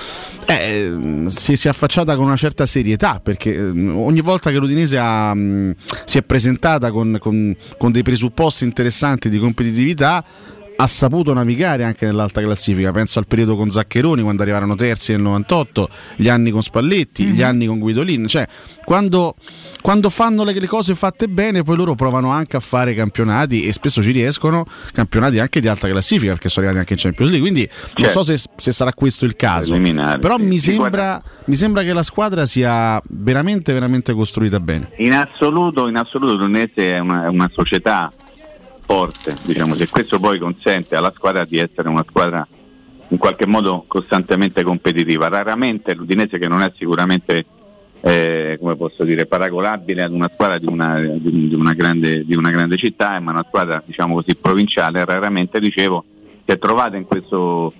[SPEAKER 31] si è affacciata con una certa serietà, perché ogni volta che l'Udinese si è presentata con dei presupposti interessanti di competitività ha saputo navigare anche nell'alta classifica. Penso al periodo con Zaccheroni, quando arrivarono terzi nel 98, gli anni con Spalletti, gli anni con Guidolin, cioè quando fanno le cose fatte bene, poi loro provano anche a fare campionati, e spesso ci riescono, campionati anche di alta classifica, perché sono arrivati anche in Champions League, quindi non so se sarà questo il caso, però mi sembra che la squadra sia veramente veramente costruita bene.
[SPEAKER 8] In assoluto l'Udinese è una società forte, diciamo, se questo poi consente alla squadra di essere una squadra in qualche modo costantemente competitiva. Raramente l'Udinese, che non è sicuramente come posso dire, paragonabile ad una squadra di una grande città, ma una squadra, diciamo così, provinciale, raramente, dicevo, si è trovata in questo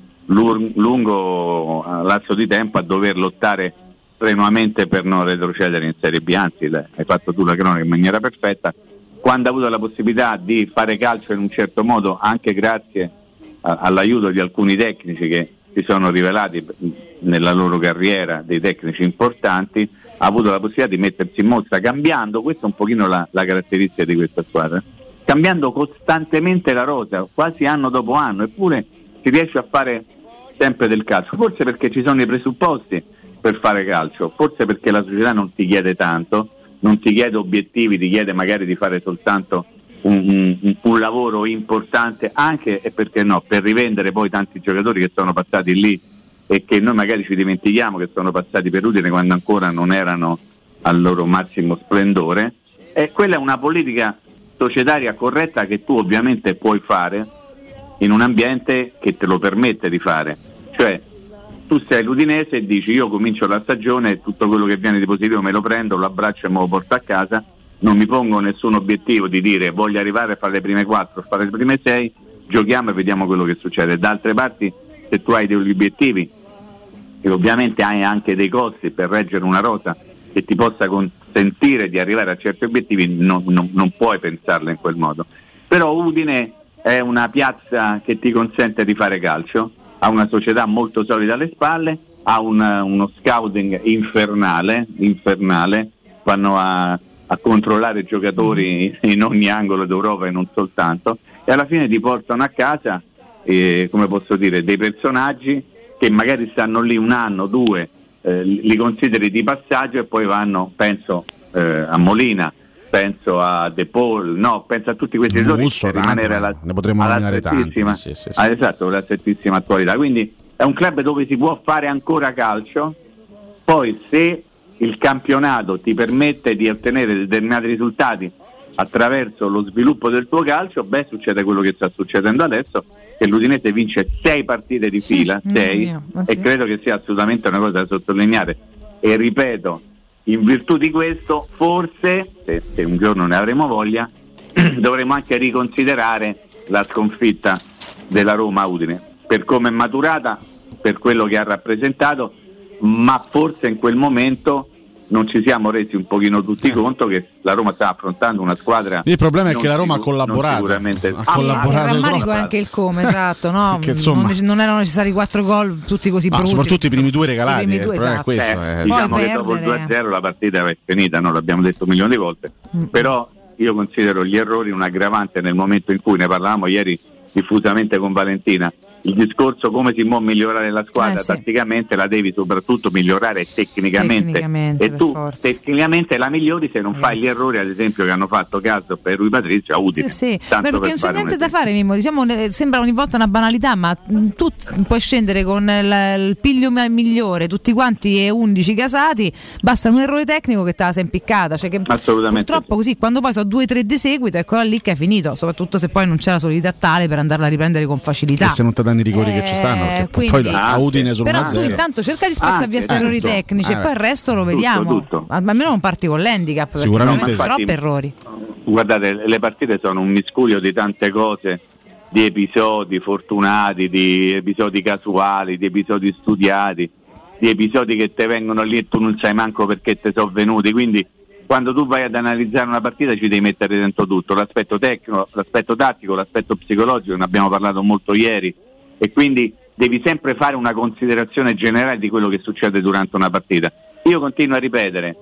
[SPEAKER 8] lungo lasso di tempo a dover lottare strenuamente per non retrocedere in Serie B. Anzi, hai fatto tu la cronaca in maniera perfetta. Quando ha avuto la possibilità di fare calcio in un certo modo, anche grazie all'aiuto di alcuni tecnici che si sono rivelati nella loro carriera dei tecnici importanti, ha avuto la possibilità di mettersi in mostra cambiando, questa è un pochino la caratteristica di questa squadra, cambiando costantemente la rosa, quasi anno dopo anno, eppure si riesce a fare sempre del calcio, forse perché ci sono i presupposti per fare calcio, forse perché la società non ti chiede tanto, non ti chiede obiettivi, ti chiede magari di fare soltanto un lavoro importante, anche, e perché no, per rivendere poi tanti giocatori che sono passati lì e che noi magari ci dimentichiamo che sono passati per Udine quando ancora non erano al loro massimo splendore. E quella è una politica societaria corretta che tu ovviamente puoi fare in un ambiente che te lo permette di fare, cioè tu sei l'Udinese e dici: io comincio la stagione e tutto quello che viene di positivo me lo prendo, lo abbraccio e me lo porto a casa, non mi pongo nessun obiettivo di dire voglio arrivare a fare le prime 4, fare le prime 6, giochiamo e vediamo quello che succede. D'altre parti, se tu hai degli obiettivi e ovviamente hai anche dei costi per reggere una rosa che ti possa consentire di arrivare a certi obiettivi, non puoi pensarla in quel modo. Però Udine è una piazza che ti consente di fare calcio, ha una società molto solida alle spalle, ha uno scouting infernale, vanno a controllare giocatori in ogni angolo d'Europa e non soltanto, e alla fine ti portano a casa come posso dire, dei personaggi che magari stanno lì un anno, due, li consideri di passaggio e poi vanno, penso a Molina, penso a De Paul, penso a tutti questi giocatori per rimanere
[SPEAKER 31] ne potremmo nominare tanti, sì.
[SPEAKER 8] Esatto, la strettissima attualità. Quindi è un club dove si può fare ancora calcio, poi se il campionato ti permette di ottenere determinati risultati attraverso lo sviluppo del tuo calcio, succede quello che sta succedendo adesso, che l'Udinese vince 6 partite di fila, 6, e credo che sia assolutamente una cosa da sottolineare. E ripeto, in virtù di questo, forse, se un giorno ne avremo voglia, dovremo anche riconsiderare la sconfitta della Roma a Udine, per come è maturata, per quello che ha rappresentato, ma forse in quel momento non ci siamo resi un pochino tutti conto che la Roma sta affrontando una squadra.
[SPEAKER 31] Il problema è che la Roma ha collaborato.
[SPEAKER 30] Il drammatico è anche il come, esatto, no?
[SPEAKER 31] Che, insomma,
[SPEAKER 30] non erano necessari 4 gol tutti così brutti.
[SPEAKER 31] Soprattutto i primi 2 regalati.
[SPEAKER 30] Il problema
[SPEAKER 31] esatto. È questo.
[SPEAKER 8] Diciamo che dopo il 2-0 la partita è finita, l'abbiamo detto milioni di volte. Però io considero gli errori un aggravante nel momento in cui, ne parlavamo ieri diffusamente con Valentina, il discorso come si può migliorare la squadra tatticamente la devi soprattutto migliorare tecnicamente e tu tecnicamente la migliori se non fai gli errori, ad esempio, che hanno fatto Caso per Rui Patrizio a Udine.
[SPEAKER 30] Perché non c'è niente da fare, Mimmo, diciamo, sembra ogni volta una banalità, ma tu puoi scendere con il piglio migliore, tutti quanti e 11 casati, basta un errore tecnico che te la sei impiccata, cioè che
[SPEAKER 8] assolutamente
[SPEAKER 30] purtroppo così, quando poi so 2 o 3 di seguito, ecco lì che è finito, soprattutto se poi non c'è la solidità tale per andarla a riprendere con facilità.
[SPEAKER 31] E se non ti danno i rigori che ci stanno,
[SPEAKER 30] quindi,
[SPEAKER 31] poi a Udine sul 1-0.
[SPEAKER 30] Però tu intanto cerca di spazzare via questi errori tecnici e poi il resto lo vediamo. Almeno non parti con l'handicap,
[SPEAKER 31] sicuramente
[SPEAKER 30] perché troppi errori.
[SPEAKER 8] Guardate, le partite sono un miscuglio di tante cose, di episodi fortunati, di episodi casuali, di episodi studiati, di episodi che te vengono lì e tu non sai manco perché te sono venuti, quindi quando tu vai ad analizzare una partita ci devi mettere dentro tutto, l'aspetto tecnico, l'aspetto tattico, l'aspetto psicologico, ne abbiamo parlato molto ieri, e quindi devi sempre fare una considerazione generale di quello che succede durante una partita. Io continuo a ripetere,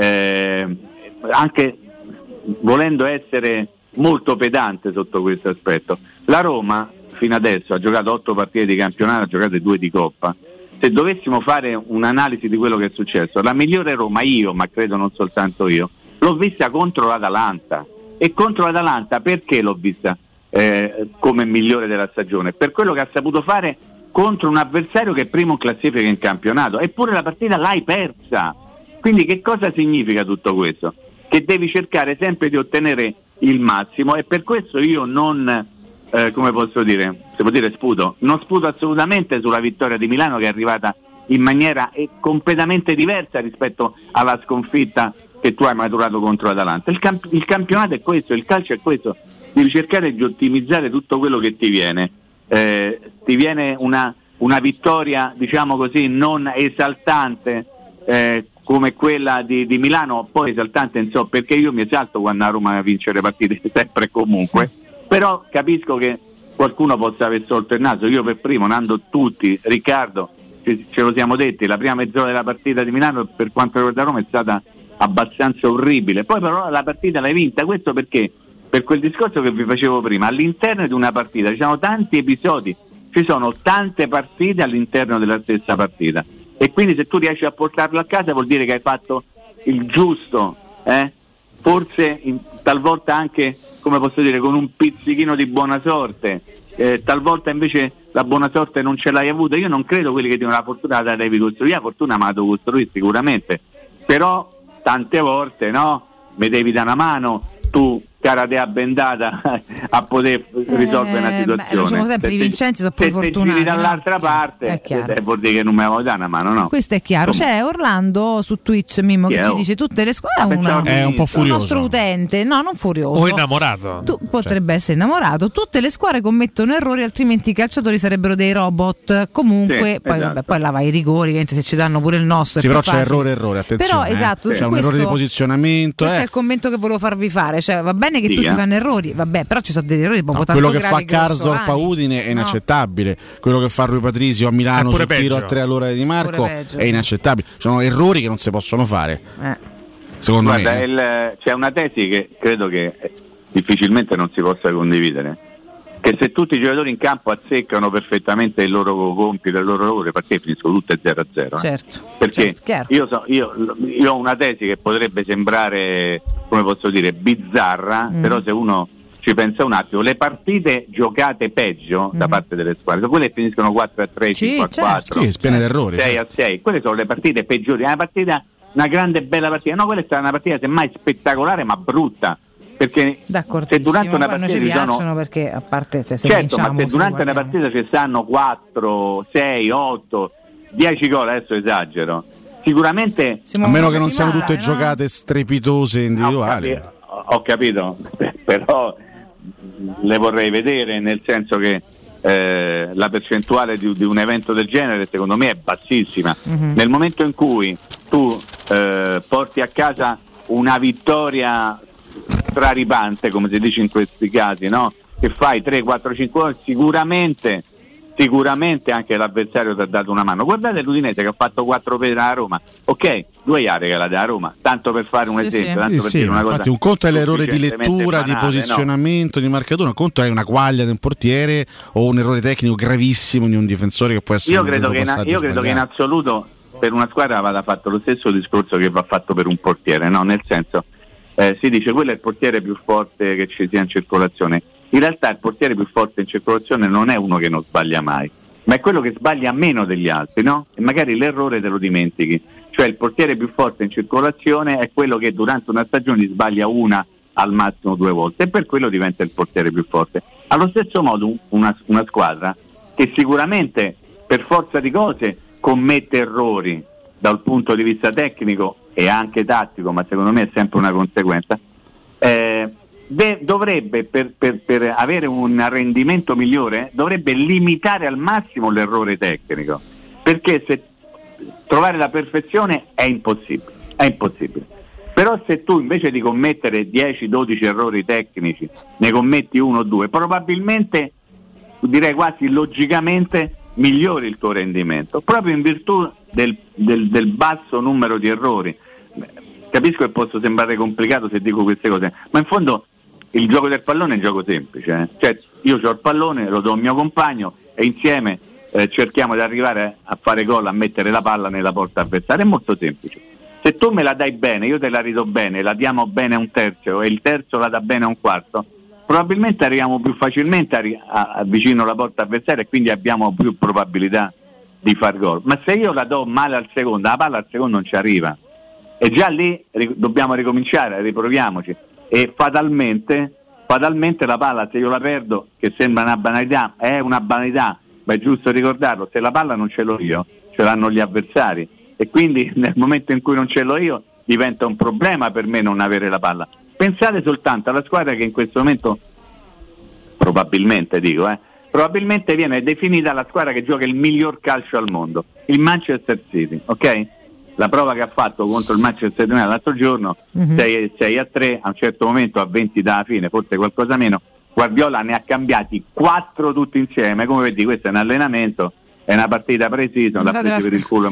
[SPEAKER 8] anche volendo essere molto pedante sotto questo aspetto, la Roma fino adesso ha giocato 8 partite di campionato, ha giocato 2 di Coppa. Se dovessimo fare un'analisi di quello che è successo, la migliore Roma, io, ma credo non soltanto io, l'ho vista contro l'Atalanta. E contro l'Atalanta perché l'ho vista come migliore della stagione? Per quello che ha saputo fare contro un avversario che è primo in classifica in campionato, eppure la partita l'hai persa. Quindi che cosa significa tutto questo? Che devi cercare sempre di ottenere il massimo, e per questo io non... come posso dire, si può dire non sputo assolutamente sulla vittoria di Milano, che è arrivata in maniera completamente diversa rispetto alla sconfitta che tu hai maturato contro l'Atalanta. Il campionato è questo, il calcio è questo, devi cercare di ottimizzare tutto quello che ti viene. Ti viene una vittoria, diciamo così, non esaltante come quella di Milano, poi esaltante insomma, perché io mi esalto quando la Roma vince le partite sempre e comunque. Però capisco che qualcuno possa aver solto il naso, io per primo, Nando, tutti, Riccardo, ce lo siamo detti, la prima mezz'ora della partita di Milano per quanto riguarda Roma è stata abbastanza orribile, poi però la partita l'hai vinta, questo perché? Per quel discorso che vi facevo prima, all'interno di una partita ci sono tanti episodi, ci sono tante partite all'interno della stessa partita, e quindi se tu riesci a portarlo a casa vuol dire che hai fatto il giusto, forse talvolta anche, come posso dire, con un pizzichino di buona sorte, talvolta invece la buona sorte non ce l'hai avuta. Io non credo quelli che dicono la fortuna la devi costruire, la fortuna me la devo costruire sicuramente, però tante volte mi devi dare una mano, tu karatea bendata a poter risolvere una situazione.
[SPEAKER 30] Diciamo sempre, i vincenti sono poi fortunati.
[SPEAKER 8] Se dall'altra parte vuol dire che non mi avevo dato una mano, no?
[SPEAKER 30] Questo è chiaro. C'è Orlando su Twitch, Mimmo, che ci dice tutte le squadre.
[SPEAKER 31] È un po' furioso.
[SPEAKER 30] Il nostro utente, no, non furioso.
[SPEAKER 7] O innamorato.
[SPEAKER 30] Potrebbe essere innamorato. Tutte le squadre commettono errori, altrimenti i calciatori sarebbero dei robot. Comunque, poi, vabbè, poi là va i rigori, che se ci danno pure il nostro.
[SPEAKER 31] Sì, però c'è errore, attenzione.
[SPEAKER 30] Però esatto,
[SPEAKER 31] c'è un errore di posizionamento.
[SPEAKER 30] Questo è il commento che volevo farvi fare. Cioè, va bene che tutti fanno errori, vabbè, però ci sono degli errori proprio tanto
[SPEAKER 31] quello che
[SPEAKER 30] gravi
[SPEAKER 31] fa Karsdorp a Udine è inaccettabile, quello che fa Rui Patrizio a Milano sul tiro a 3 all'ora di Marco è inaccettabile. Sono errori che non si possono fare, secondo me.
[SPEAKER 8] C'è una tesi che credo che difficilmente non si possa condividere, che se tutti i giocatori in campo azzeccano perfettamente il loro compito, il loro lavoro, le partite finiscono tutte 0-0.
[SPEAKER 30] Certo.
[SPEAKER 8] Perché io ho una tesi che potrebbe sembrare, come posso dire, bizzarra, però se uno ci pensa un attimo, le partite giocate peggio da parte delle squadre sono quelle che finiscono 4-3, 5-4,
[SPEAKER 31] sì, spiene d'errori,
[SPEAKER 8] 6-6, quelle sono le partite peggiori. Una grande bella partita, no, quella è stata una partita semmai spettacolare ma brutta, perché se durante una partita
[SPEAKER 30] ci piacciono, perché a parte, cioè, se
[SPEAKER 8] certo, ma se durante una partita ci stanno 4, 6, 8, 10 gol, adesso esagero, sicuramente,
[SPEAKER 31] a meno che non siano tutte giocate strepitose individuali.
[SPEAKER 8] Ho capito, però le vorrei vedere, nel senso che la percentuale di un evento del genere secondo me è bassissima. Nel momento in cui tu porti a casa una vittoria straripante, come si dice in questi casi, no? Che fai 3, 4, 5 gol, sicuramente anche l'avversario ti ha dato una mano. Guardate l'Udinese che ha fatto 4 per la Roma, ok, 2 gare che la da Roma, tanto per fare un esempio, tanto per dire una cosa.
[SPEAKER 31] Infatti un conto è l'errore di lettura, banale, di posizionamento, di marcatura, un conto è una quaglia di un portiere o un errore tecnico gravissimo di un difensore che può essere.
[SPEAKER 8] Io credo che in assoluto per una squadra vada fatto lo stesso discorso che va fatto per un portiere, no? Nel senso, si dice quello è il portiere più forte che ci sia in circolazione. In realtà il portiere più forte in circolazione non è uno che non sbaglia mai, ma è quello che sbaglia meno degli altri, no? E magari l'errore te lo dimentichi. Cioè il portiere più forte in circolazione è quello che durante una stagione sbaglia una, al massimo 2 volte, e per quello diventa il portiere più forte. Allo stesso modo una squadra che sicuramente per forza di cose commette errori dal punto di vista tecnico e anche tattico, ma secondo me è sempre una conseguenza, dovrebbe per avere un rendimento migliore dovrebbe limitare al massimo l'errore tecnico, perché se trovare la perfezione è impossibile. Però se tu invece di commettere 10-12 errori tecnici ne commetti 1 o 2, probabilmente, direi quasi logicamente, migliori il tuo rendimento, proprio in virtù del basso numero di errori. Capisco che posso sembrare complicato se dico queste cose, ma in fondo il gioco del pallone è un gioco semplice, Cioè io ho il pallone, lo do al mio compagno e insieme cerchiamo di arrivare a fare gol, a mettere la palla nella porta avversaria. È molto semplice. Se tu me la dai bene, io te la ridò bene, la diamo bene a un terzo e il terzo la dà bene a un quarto, probabilmente arriviamo più facilmente vicino alla porta avversaria e quindi abbiamo più probabilità di far gol. Ma se io la do male al secondo, la palla al secondo non ci arriva, e già lì dobbiamo ricominciare, riproviamoci, e fatalmente la palla, se io la perdo, che sembra una banalità, è una banalità, ma è giusto ricordarlo, se la palla non ce l'ho io, ce l'hanno gli avversari, e quindi nel momento in cui non ce l'ho io diventa un problema per me non avere la palla. Pensate soltanto alla squadra che in questo momento probabilmente viene definita la squadra che gioca il miglior calcio al mondo, il Manchester City, ok? La prova che ha fatto contro il Manchester United l'altro giorno, 6-3, a un certo momento a 20 dalla fine, forse qualcosa meno, Guardiola ne ha cambiati 4 tutti insieme. Come vedi, questo è un allenamento, è una partita precisa, l'ha presa per il culo in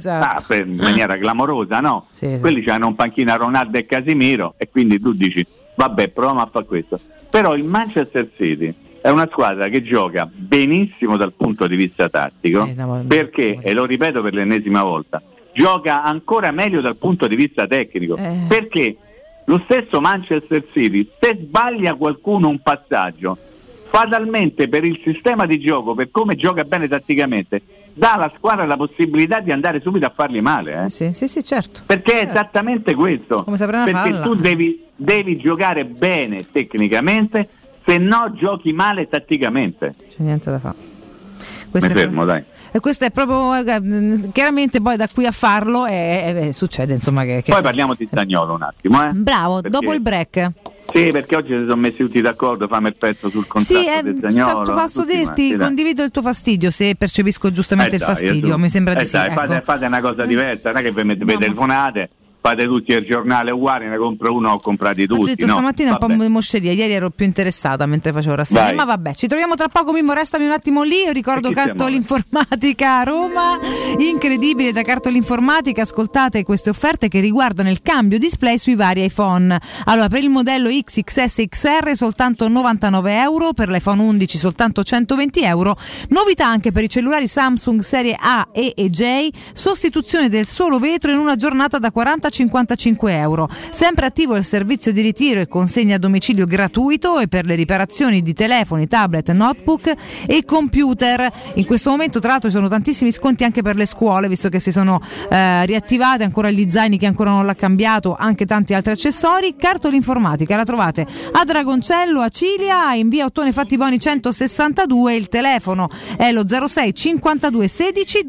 [SPEAKER 8] maniera clamorosa, no? Sì. Quelli c'hanno un panchina Ronaldo e Casimiro, e quindi tu dici vabbè, proviamo a fare questo. Però il Manchester City è una squadra che gioca benissimo dal punto di vista tattico, perché, e lo ripeto per l'ennesima volta, gioca ancora meglio dal punto di vista tecnico, perché lo stesso Manchester City, se sbaglia qualcuno un passaggio, fatalmente per il sistema di gioco, per come gioca bene tatticamente, dà alla squadra la possibilità di andare subito a fargli male.
[SPEAKER 30] Sì, certo.
[SPEAKER 8] Perché è esattamente questo.
[SPEAKER 30] Come saprà
[SPEAKER 8] perché
[SPEAKER 30] farla.
[SPEAKER 8] tu devi giocare bene tecnicamente, se no giochi male tatticamente.
[SPEAKER 30] C'è niente da fare.
[SPEAKER 8] Mi fermo, dai.
[SPEAKER 30] E questo è proprio chiaramente poi da qui a farlo succede, insomma, che
[SPEAKER 8] poi parliamo di Zaniolo un attimo,
[SPEAKER 30] Bravo,
[SPEAKER 8] perché...
[SPEAKER 30] dopo il break.
[SPEAKER 8] Sì, perché oggi si sono messi tutti d'accordo, fammi il pezzo sul contratto di Zaniolo.
[SPEAKER 30] Certo, posso dirti, condivido il tuo fastidio, se percepisco giustamente il fastidio, mi sembra di sì.
[SPEAKER 8] Fate una cosa diversa, non è che vi mettete telefonate, fate tutti il giornale uguale, ne compro uno, ho comprati tutti.
[SPEAKER 30] Ho detto stamattina un po' di mosceria, ieri ero più interessata mentre facevo rassegna, ma vabbè, ci troviamo tra poco. Mimmo, restami un attimo lì. Io ricordo Cartolinformatica a Roma, incredibile da Cartolinformatica. Ascoltate queste offerte che riguardano il cambio display sui vari iPhone. Allora, per il modello X, XS, XR soltanto €99, per l'iPhone 11 soltanto €120. Novità anche per i cellulari Samsung serie A, E e J, sostituzione del solo vetro in una giornata da 40-55 euro. Sempre attivo il servizio di ritiro e consegna a domicilio gratuito, e per le riparazioni di telefoni, tablet, notebook e computer. In questo momento tra l'altro ci sono tantissimi sconti anche per le scuole, visto che si sono riattivate, ancora gli zaini che ancora non l'ha cambiato, anche tanti altri accessori. Cartolinformatica la trovate a Dragoncello, a Cilia, in via Ottone Fattiboni 162, il telefono è lo 06 52 16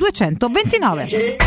[SPEAKER 30] 229.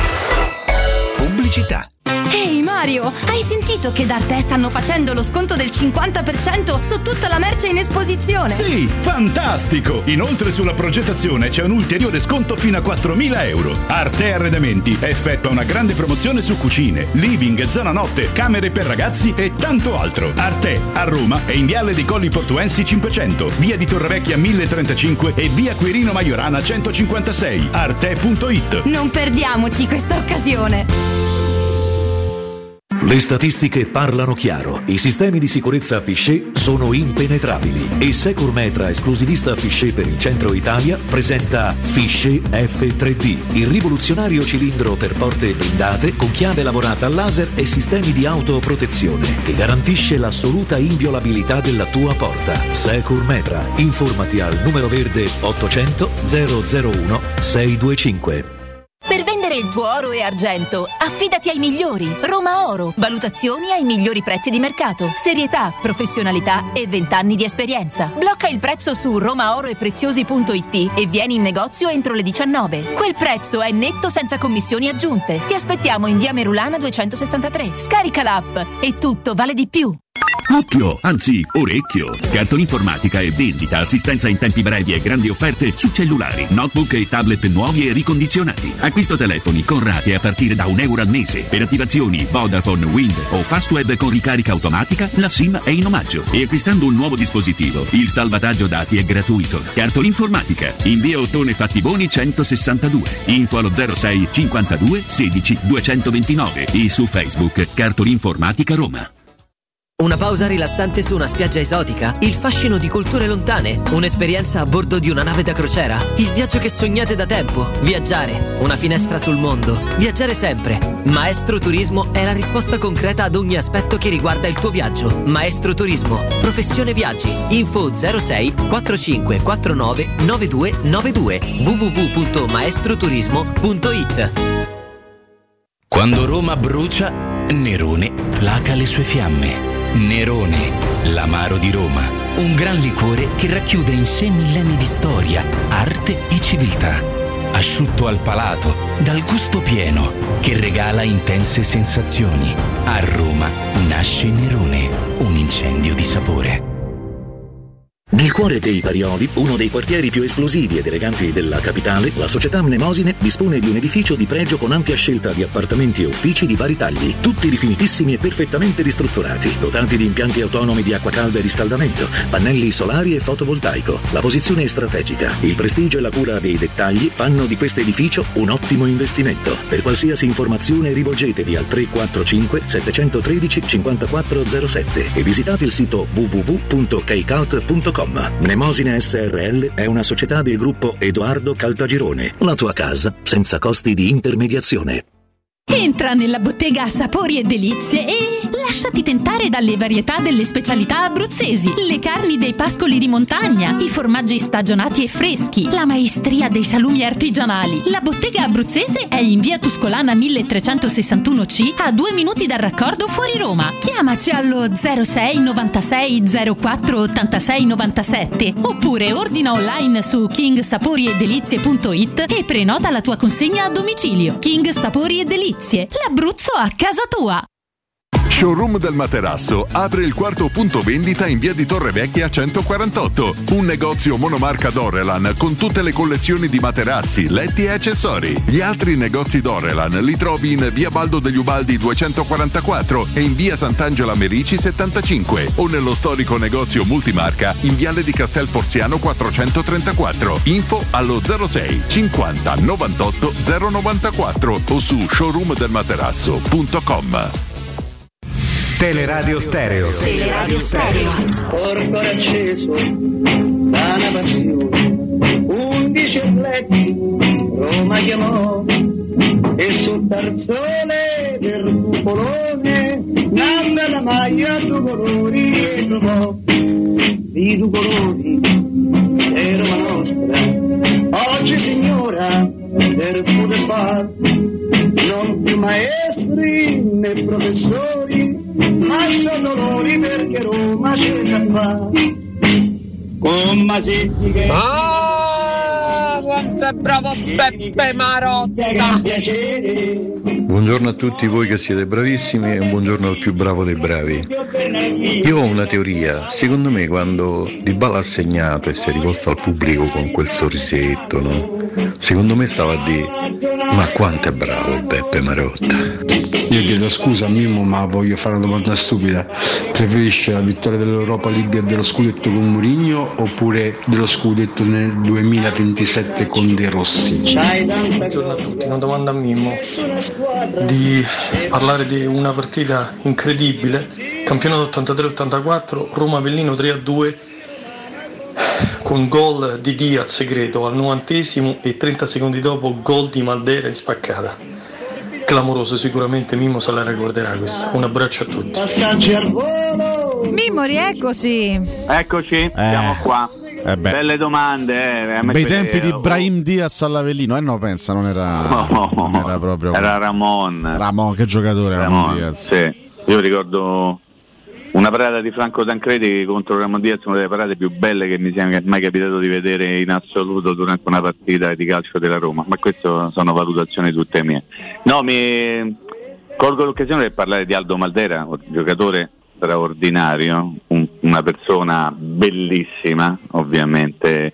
[SPEAKER 1] Pubblicità.
[SPEAKER 4] Ehi Mario, hai sentito che da Arte stanno facendo lo sconto del 50% su tutta la merce in esposizione?
[SPEAKER 21] Sì, fantastico! Inoltre sulla progettazione c'è un ulteriore sconto fino a €4.000. Arte Arredamenti effettua una grande promozione su cucine, living, zona notte, camere per ragazzi e tanto altro. Arte a Roma è in viale dei Colli Portuensi 500, via di Torrevecchia 1035 e via Quirino Maiorana 156. Arte.it.
[SPEAKER 4] Non perdiamoci questa occasione.
[SPEAKER 3] Le statistiche parlano chiaro. I sistemi di sicurezza Fichet sono impenetrabili e Securmetra, esclusivista Fichet per il centro Italia, presenta Fichet F3D, il rivoluzionario cilindro per porte blindate con chiave lavorata a laser e sistemi di autoprotezione che garantisce l'assoluta inviolabilità della tua porta. Securmetra. Informati al numero verde 800 001 625.
[SPEAKER 20] Per vendere il tuo oro e argento, affidati ai migliori. Roma Oro. Valutazioni ai migliori prezzi di mercato. Serietà, professionalità e 20 anni di esperienza. Blocca il prezzo su romaoroepreziosi.it e vieni in negozio entro le 19. Quel prezzo è netto senza commissioni aggiunte. Ti aspettiamo in via Merulana 263. Scarica l'app e tutto vale di più.
[SPEAKER 10] Occhio, anzi orecchio. Cartolinformatica e vendita, assistenza in tempi brevi e grandi offerte su cellulari, notebook e tablet nuovi e ricondizionati. Acquisto telefoni con rate a partire da €1 al mese. Per attivazioni Vodafone, Wind o Fastweb con ricarica automatica, la SIM è in omaggio. E acquistando un nuovo dispositivo, il salvataggio dati è gratuito. Cartolinformatica, in via Ottone Fattiboni 162. Info allo 06 52 16 229 e su Facebook Cartolinformatica Roma.
[SPEAKER 9] Una pausa rilassante su una spiaggia esotica? Il fascino di culture lontane? Un'esperienza a bordo di una nave da crociera? Il viaggio che sognate da tempo? Viaggiare, una finestra sul mondo. Viaggiare sempre. Maestro Turismo è la risposta concreta ad ogni aspetto che riguarda il tuo viaggio. Maestro Turismo, professione viaggi. Info 06 45 49 9292 www.maestroturismo.it.
[SPEAKER 11] Quando Roma brucia, Nerone placa le sue fiamme. Nerone, l'amaro di Roma, un gran liquore che racchiude in sé millenni di storia, arte e civiltà. Asciutto al palato, dal gusto pieno, che regala intense sensazioni. A Roma nasce Nerone, un incendio di sapore.
[SPEAKER 3] Nel cuore dei Parioli, uno dei quartieri più esclusivi ed eleganti della capitale, la società Mnemosine dispone di un edificio di pregio con ampia scelta di appartamenti e uffici di vari tagli, tutti rifinitissimi e perfettamente ristrutturati, dotati di impianti autonomi di acqua calda e riscaldamento, pannelli solari e fotovoltaico. La posizione è strategica, il prestigio e la cura dei dettagli fanno di questo edificio un ottimo investimento. Per qualsiasi informazione rivolgetevi al 345 713 5407 e visitate il sito www.kcalt.com. Mnemosine SRL è una società del gruppo Edoardo Caltagirone. La tua casa senza costi di intermediazione.
[SPEAKER 19] Entra nella bottega Sapori e Delizie e lasciati tentare dalle varietà delle specialità abruzzesi, le carni dei pascoli di montagna, i formaggi stagionati e freschi, la maestria dei salumi artigianali. La bottega abruzzese è in via Tuscolana 1361C, a 2 minuti dal raccordo fuori Roma. Chiamaci allo 06 96 04 86 97 oppure ordina online su kingsaporiedelizie.it e prenota la tua consegna a domicilio. King Sapori e Delizie, l'Abruzzo a casa tua.
[SPEAKER 2] Showroom del Materasso apre il 4º punto vendita in via di Torrevecchia 148. Un negozio monomarca Dorelan con tutte le collezioni di materassi, letti e accessori. Gli altri negozi Dorelan li trovi in via Baldo degli Ubaldi 244 e in via Sant'Angela Merici 75 o nello storico negozio multimarca in viale di Castel Porziano 434. Info allo 06 50 98 094 o su showroomdelmaterasso.com.
[SPEAKER 1] Teleradio Stereo.
[SPEAKER 5] Teleradio Stereo. Porto acceso da una passione, 11 letti Roma chiamò e sul tarzone del cupolone nanna la maglia due colori e trovò di due colori è Roma nostra. Oggi signora per poter far non più maestri né professori, ma sono dolori perché Roma c'è già fa. Con Masetti che
[SPEAKER 12] quanto è bravo Beppe Marotta.
[SPEAKER 13] Buongiorno a tutti voi che siete bravissimi e un buongiorno al più bravo dei bravi. Io ho una teoria, secondo me quando Dybala ha segnato e si è rivolto al pubblico con quel sorrisetto, no? Secondo me stava a dire: ma quanto è bravo Beppe Marotta.
[SPEAKER 14] Io chiedo scusa a Mimmo, ma voglio fare una domanda stupida. Preferisce la vittoria dell'Europa League e dello scudetto con Mourinho oppure dello scudetto nel 2027 con De Rossi?
[SPEAKER 15] Buongiorno a tutti, una domanda a Mimmo. Di parlare di una partita incredibile, campionato 83-84, Roma-Avellino 3-2 con gol di Diaz segreto al 90° e 30 secondi dopo gol di Maldera in spaccata. Clamoroso, sicuramente Mimmo se la ricorderà questa. Un abbraccio a tutti.
[SPEAKER 30] Mimmo, rieccoci.
[SPEAKER 8] Eccoci, siamo qua. Belle domande.
[SPEAKER 31] Bei tempi di Brahim Diaz all'Avellino. No, pensa, non era proprio.
[SPEAKER 8] Era Ramon,
[SPEAKER 31] che giocatore Ramon Diaz.
[SPEAKER 8] Sì. Io ricordo una parata di Franco Tancredi contro Ramon Diaz, una delle parate più belle che mi sia mai capitato di vedere in assoluto durante una partita di calcio della Roma, ma queste sono valutazioni tutte mie. No, mi colgo l'occasione per parlare di Aldo Maldera, un giocatore straordinario, una persona bellissima, ovviamente,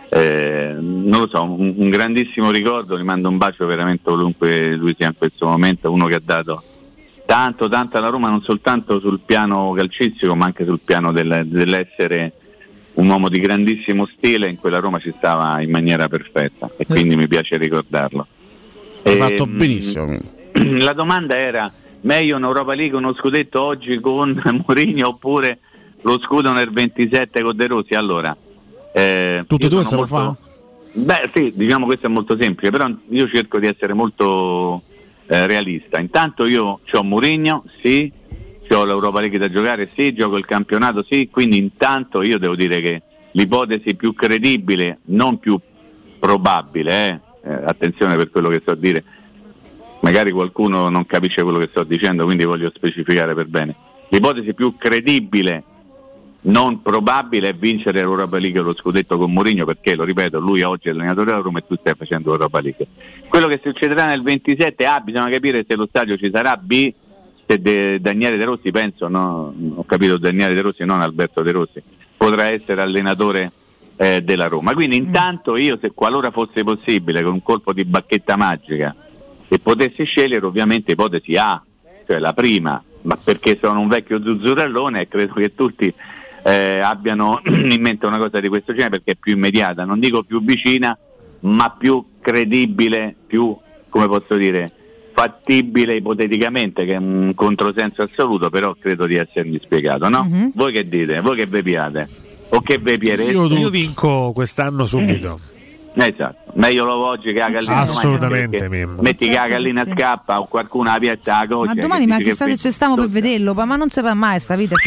[SPEAKER 8] non lo so, un grandissimo ricordo, gli mando un bacio veramente ovunque lui sia in questo momento, uno che ha dato tanto alla Roma, non soltanto sul piano calcistico ma anche sul piano dell'essere un uomo di grandissimo stile. In quella Roma ci stava in maniera perfetta e quindi mi piace ricordarlo.
[SPEAKER 31] Hai fatto benissimo.
[SPEAKER 8] La domanda era: meglio un'Europa League, uno scudetto oggi con Mourinho oppure lo scudo nel 27 con De Rossi? Allora,
[SPEAKER 31] tutte e due se lo fa?
[SPEAKER 8] Beh sì, diciamo questo è molto semplice, però io cerco di essere molto realista. Intanto io c'ho Mourinho, sì, c'ho l'Europa League da giocare, sì, gioco il campionato, sì, quindi intanto io devo dire che l'ipotesi più credibile, non più probabile, attenzione per quello che sto a dire, magari qualcuno non capisce quello che sto dicendo, quindi voglio specificare per bene. L'ipotesi più credibile, non probabile, è vincere l'Europa League e lo scudetto con Mourinho, perché, lo ripeto, lui oggi è allenatore della Roma e tu stai facendo l'Europa League. Quello che succederà nel 27, bisogna capire se lo stadio ci sarà, B, se Daniele De Rossi, penso, no, ho capito, Daniele De Rossi, non Alberto De Rossi, potrà essere allenatore della Roma. Quindi intanto io, se qualora fosse possibile, con un colpo di bacchetta magica, e potessi scegliere, ovviamente ipotesi A, cioè la prima, ma perché sono un vecchio zuzzurellone e credo che tutti abbiano in mente una cosa di questo genere, perché è più immediata, non dico più vicina, ma più credibile, più, come posso dire, fattibile ipoteticamente, che è un controsenso assoluto, però credo di essermi spiegato, no? Voi che dite? Voi che vi piate? O che vi piace?
[SPEAKER 7] Io vinco quest'anno subito.
[SPEAKER 8] Esatto, meglio l'uovo oggi che la gallina
[SPEAKER 7] assolutamente
[SPEAKER 8] domani, metti che la gallina scappa o qualcuno la piazza la croce.
[SPEAKER 30] Ma domani ma chissà se ci stiamo per vederlo, ma non si fa mai sta vita.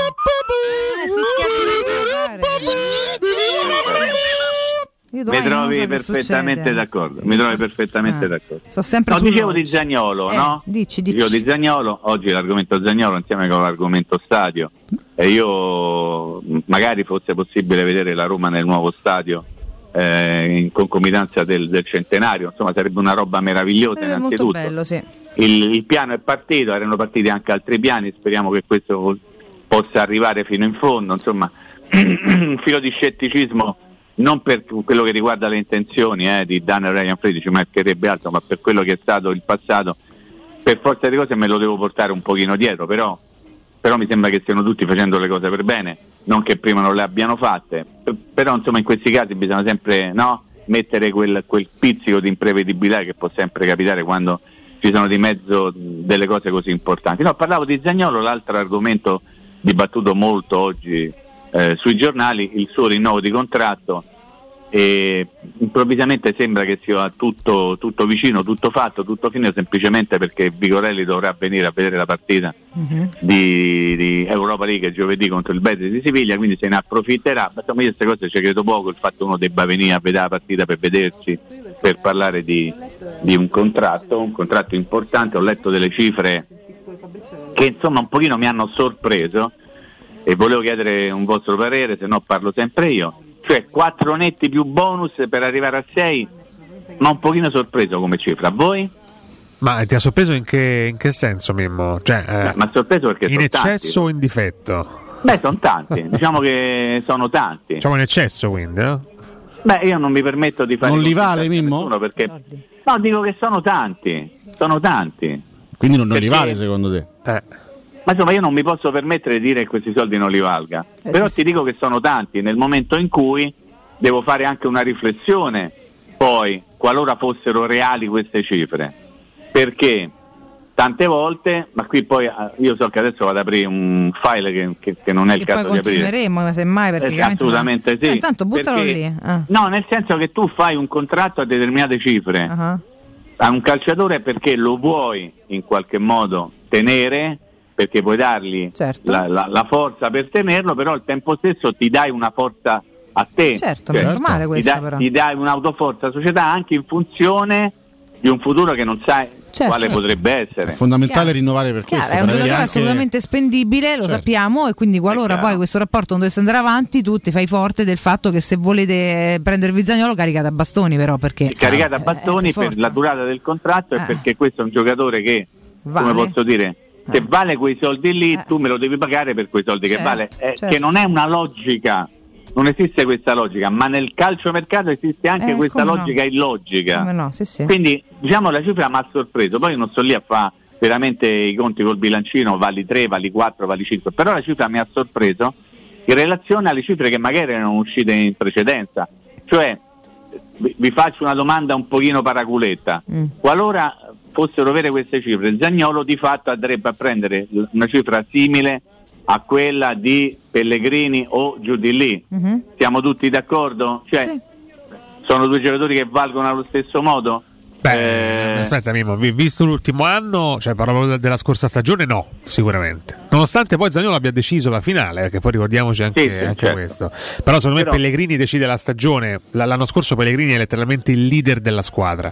[SPEAKER 8] Mi trovi perfettamente d'accordo. Mi trovi perfettamente d'accordo.
[SPEAKER 30] Sono sempre
[SPEAKER 8] dicevo di Zaniolo, no?
[SPEAKER 30] Dici.
[SPEAKER 8] Io di Zaniolo, oggi l'argomento Zaniolo insieme con l'argomento stadio. E io magari fosse possibile vedere la Roma nel nuovo stadio in concomitanza del centenario, insomma sarebbe una roba meravigliosa.
[SPEAKER 30] Sarebbe
[SPEAKER 8] innanzitutto.
[SPEAKER 30] molto bello, sì.
[SPEAKER 8] Il piano è partito, erano partiti anche altri piani, speriamo che questo possa arrivare fino in fondo, insomma un filo di scetticismo non per quello che riguarda le intenzioni di Daniel Ryan Free, ci mancherebbe altro, ma per quello che è stato il passato, per forza di cose me lo devo portare un pochino dietro, però mi sembra che stiano tutti facendo le cose per bene, non che prima non le abbiano fatte, però insomma in questi casi bisogna sempre mettere quel pizzico di imprevedibilità che può sempre capitare quando ci sono di mezzo delle cose così importanti. Parlavo di Zaniolo, l'altro argomento dibattuto molto oggi sui giornali, il suo rinnovo di contratto, e improvvisamente sembra che sia tutto vicino, tutto fatto, tutto finito, semplicemente perché Vigorelli dovrà venire a vedere la partita di Europa League giovedì contro il Betis di Siviglia, quindi se ne approfitterà. Ma insomma io queste cose ci credo poco, il fatto che uno debba venire a vedere la partita per vederci, per parlare di un contratto importante. Ho letto delle cifre che insomma un pochino mi hanno sorpreso e volevo chiedere un vostro parere, se no parlo sempre io. Cioè 4 netti più bonus per arrivare a 6, ma un pochino sorpreso come cifra. A voi?
[SPEAKER 7] Ma ti ha sorpreso in che senso, Mimmo? Cioè,
[SPEAKER 8] ma sorpreso perché
[SPEAKER 7] in eccesso tanti, o in difetto?
[SPEAKER 8] Beh, sono tanti, diciamo che sono tanti.
[SPEAKER 7] Diciamo in eccesso, quindi, eh?
[SPEAKER 8] Beh, io non mi permetto di fare...
[SPEAKER 31] Non li vale, Mimmo?
[SPEAKER 8] Perché... No, dico che sono tanti.
[SPEAKER 31] Quindi non li vale, secondo te?
[SPEAKER 8] Ma insomma io non mi posso permettere di dire che questi soldi non li valga, però ti dico che sono tanti nel momento in cui devo fare anche una riflessione poi qualora fossero reali queste cifre, perché tante volte, ma qui poi io so che adesso vado ad aprire un file che non è il caso di aprire.
[SPEAKER 30] Poi continueremo semmai, perché
[SPEAKER 8] assolutamente sì.
[SPEAKER 30] Intanto buttalo lì.
[SPEAKER 8] No, nel senso che tu fai un contratto a determinate cifre a un calciatore perché lo vuoi in qualche modo tenere, perché puoi dargli la forza per tenerlo, però al tempo stesso ti dai una forza a te.
[SPEAKER 30] Certo, è normale questo però.
[SPEAKER 8] Ti dai un'autoforza società anche in funzione di un futuro che non sai quale potrebbe essere.
[SPEAKER 31] È fondamentale rinnovare per questo.
[SPEAKER 30] È un giocatore assolutamente spendibile, lo sappiamo, e quindi qualora poi questo rapporto non dovesse andare avanti, tu ti fai forte del fatto che se volete prendervi Zaniolo caricate a bastoni, però perché
[SPEAKER 8] caricate a bastoni per la durata del contratto e perché questo è un giocatore che, come posso dire, se vale quei soldi lì, tu me lo devi pagare per quei soldi che vale, che non è una logica, non esiste questa logica, ma nel calciomercato esiste anche questa logica illogica. Quindi diciamo la cifra mi ha sorpreso, poi non sto lì a fare veramente i conti col bilancino, vali 3, vali 4, vali 5, però la cifra mi ha sorpreso in relazione alle cifre che magari erano uscite in precedenza. Cioè vi faccio una domanda un pochino paraculetta, qualora fossero vere queste cifre, Zaniolo di fatto andrebbe a prendere una cifra simile a quella di Pellegrini o giù di lì. Siamo tutti d'accordo? Cioè, sono due giocatori che valgono allo stesso modo?
[SPEAKER 7] Aspetta Mimmo, visto l'ultimo anno, cioè parlo della scorsa stagione, no, sicuramente. Nonostante poi Zaniolo abbia deciso la finale, che poi ricordiamoci anche questo. Però secondo me Pellegrini decide la stagione. L'anno scorso Pellegrini è letteralmente il leader della squadra.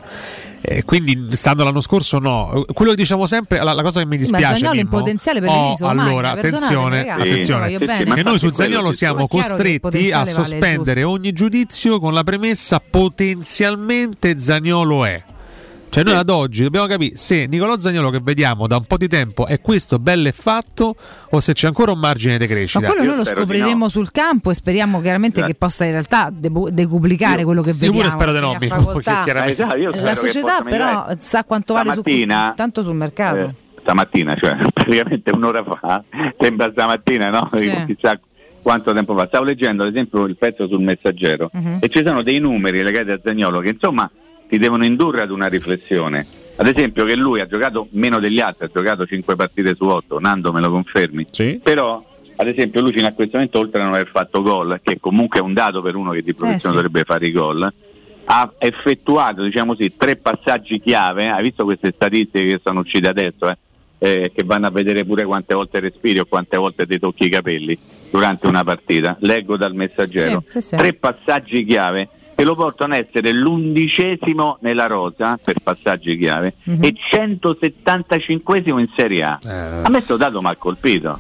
[SPEAKER 7] Quindi stando l'anno scorso no. Quello che diciamo sempre, la cosa che mi dispiace,
[SPEAKER 30] Zaniolo in potenziale Pellegrini
[SPEAKER 7] allora attenzione, che noi su Zaniolo siamo costretti a sospendere ogni giudizio con la premessa potenzialmente Zaniolo è. Cioè noi ad oggi dobbiamo capire se Nicolò Zaniolo che vediamo da un po' di tempo è questo bello e fatto o se c'è ancora un margine di crescita.
[SPEAKER 30] Ma quello noi lo scopriremo sul campo e speriamo chiaramente che possa in realtà decuplicare quello che vediamo.
[SPEAKER 7] Io pure spero di no,
[SPEAKER 30] la società però sa quanto vale tanto sul mercato.
[SPEAKER 8] Stamattina, cioè praticamente un'ora fa, sembra stamattina, no? Chissà quanto tempo fa. Stavo leggendo ad esempio il pezzo sul Messaggero e ci sono dei numeri legati a Zaniolo che insomma ti devono indurre ad una riflessione. Ad esempio che lui ha giocato meno degli altri, ha giocato 5 partite su 8, Nando me lo confermi? Però ad esempio lui fino a questo momento, oltre a non aver fatto gol, che comunque è un dato per uno che di professione dovrebbe fare i gol, ha effettuato, diciamo così, 3 passaggi chiave. Hai visto queste statistiche che sono uscite adesso, che vanno a vedere pure quante volte respiri o quante volte ti tocchi i capelli durante una partita. Leggo dal Messaggero.
[SPEAKER 30] Sì.
[SPEAKER 8] 3 passaggi chiave che lo portano a essere l'11° nella rosa per passaggi chiave e 175° in Serie A. A me sto dato mi ha colpito.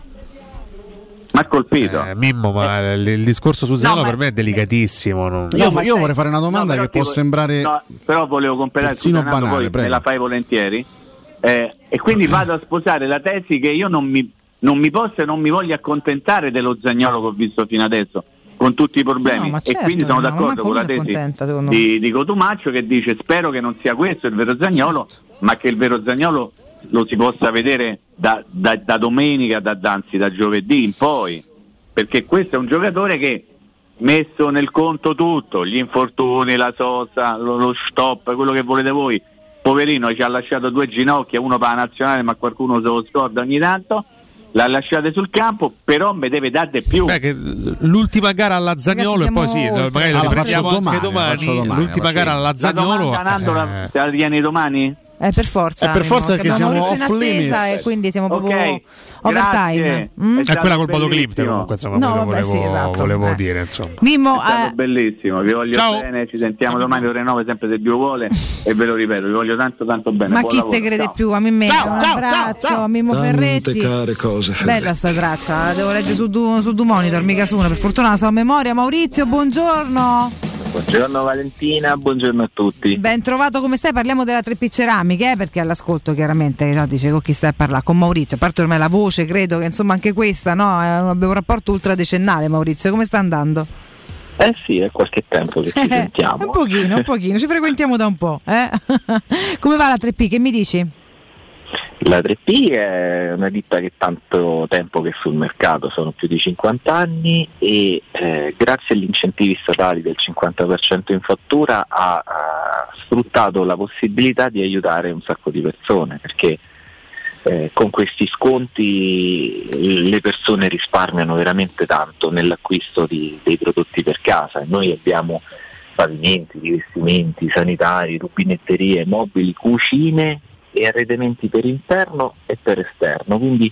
[SPEAKER 7] Mimmo, ma il discorso su Zaniolo per me è delicatissimo. No?
[SPEAKER 31] Io vorrei fare una domanda che può sembrare.
[SPEAKER 8] No, però volevo completare
[SPEAKER 31] banale,
[SPEAKER 8] poi me la fai volentieri. E quindi vado a sposare la tesi che io non mi posso e non mi voglio accontentare dello Zaniolo che ho visto fino adesso, con tutti i problemi.
[SPEAKER 30] No, certo,
[SPEAKER 8] e quindi sono d'accordo con la tesi di Cotumaccio, che dice spero che non sia questo il vero Zaniolo, ma che il vero Zaniolo lo si possa vedere da domenica, anzi da giovedì in poi, perché questo è un giocatore che, messo nel conto tutto, gli infortuni, la sosta, lo stop, quello che volete voi, poverino ci ha lasciato 2 ginocchia, uno per la nazionale ma qualcuno se lo scorda ogni tanto, l'ha lasciato sul campo, però mi deve dare di più.
[SPEAKER 7] L'ultima gara alla Zaniolo, e poi sì, magari la riprendiamo anche domani. L'ultima gara alla Zaniolo
[SPEAKER 8] te la tieni domani?
[SPEAKER 30] Per forza
[SPEAKER 31] che siamo off limits
[SPEAKER 30] e quindi siamo proprio overtime.
[SPEAKER 7] È quella col Bodo Clip comunque, insomma, volevo dire, insomma.
[SPEAKER 30] Mimmo,
[SPEAKER 8] è stato bellissimo, vi voglio bene, ci sentiamo domani ore 9 sempre se Dio vuole e ve lo ripeto, vi voglio tanto bene.
[SPEAKER 30] Ma chi te crede più? A me un abbraccio a Mimmo Ferretti.
[SPEAKER 1] Care cose,
[SPEAKER 30] bella sta traccia, la devo leggere su Du Monitor, mica su una, per fortuna la so a memoria. Maurizio, buongiorno.
[SPEAKER 16] Buongiorno Valentina, buongiorno a tutti.
[SPEAKER 30] Ben trovato, come stai? Parliamo della 3P Ceramiche, perché all'ascolto chiaramente dice con chi stai a parlare, con Maurizio, a parte ormai la voce, credo che insomma anche questa, no? Abbiamo un rapporto ultradecennale. Maurizio, come sta andando?
[SPEAKER 16] Sì, è qualche tempo che ci sentiamo.
[SPEAKER 30] un pochino, ci frequentiamo da un po'. Come va la 3P, che mi dici?
[SPEAKER 16] La 3P è una ditta che tanto tempo che è sul mercato, sono più di 50 anni e grazie agli incentivi statali del 50% in fattura ha sfruttato la possibilità di aiutare un sacco di persone, perché con questi sconti le persone risparmiano veramente tanto nell'acquisto dei prodotti per casa. Noi abbiamo pavimenti, rivestimenti, sanitari, rubinetterie, mobili, cucine e arredamenti per interno e per esterno, quindi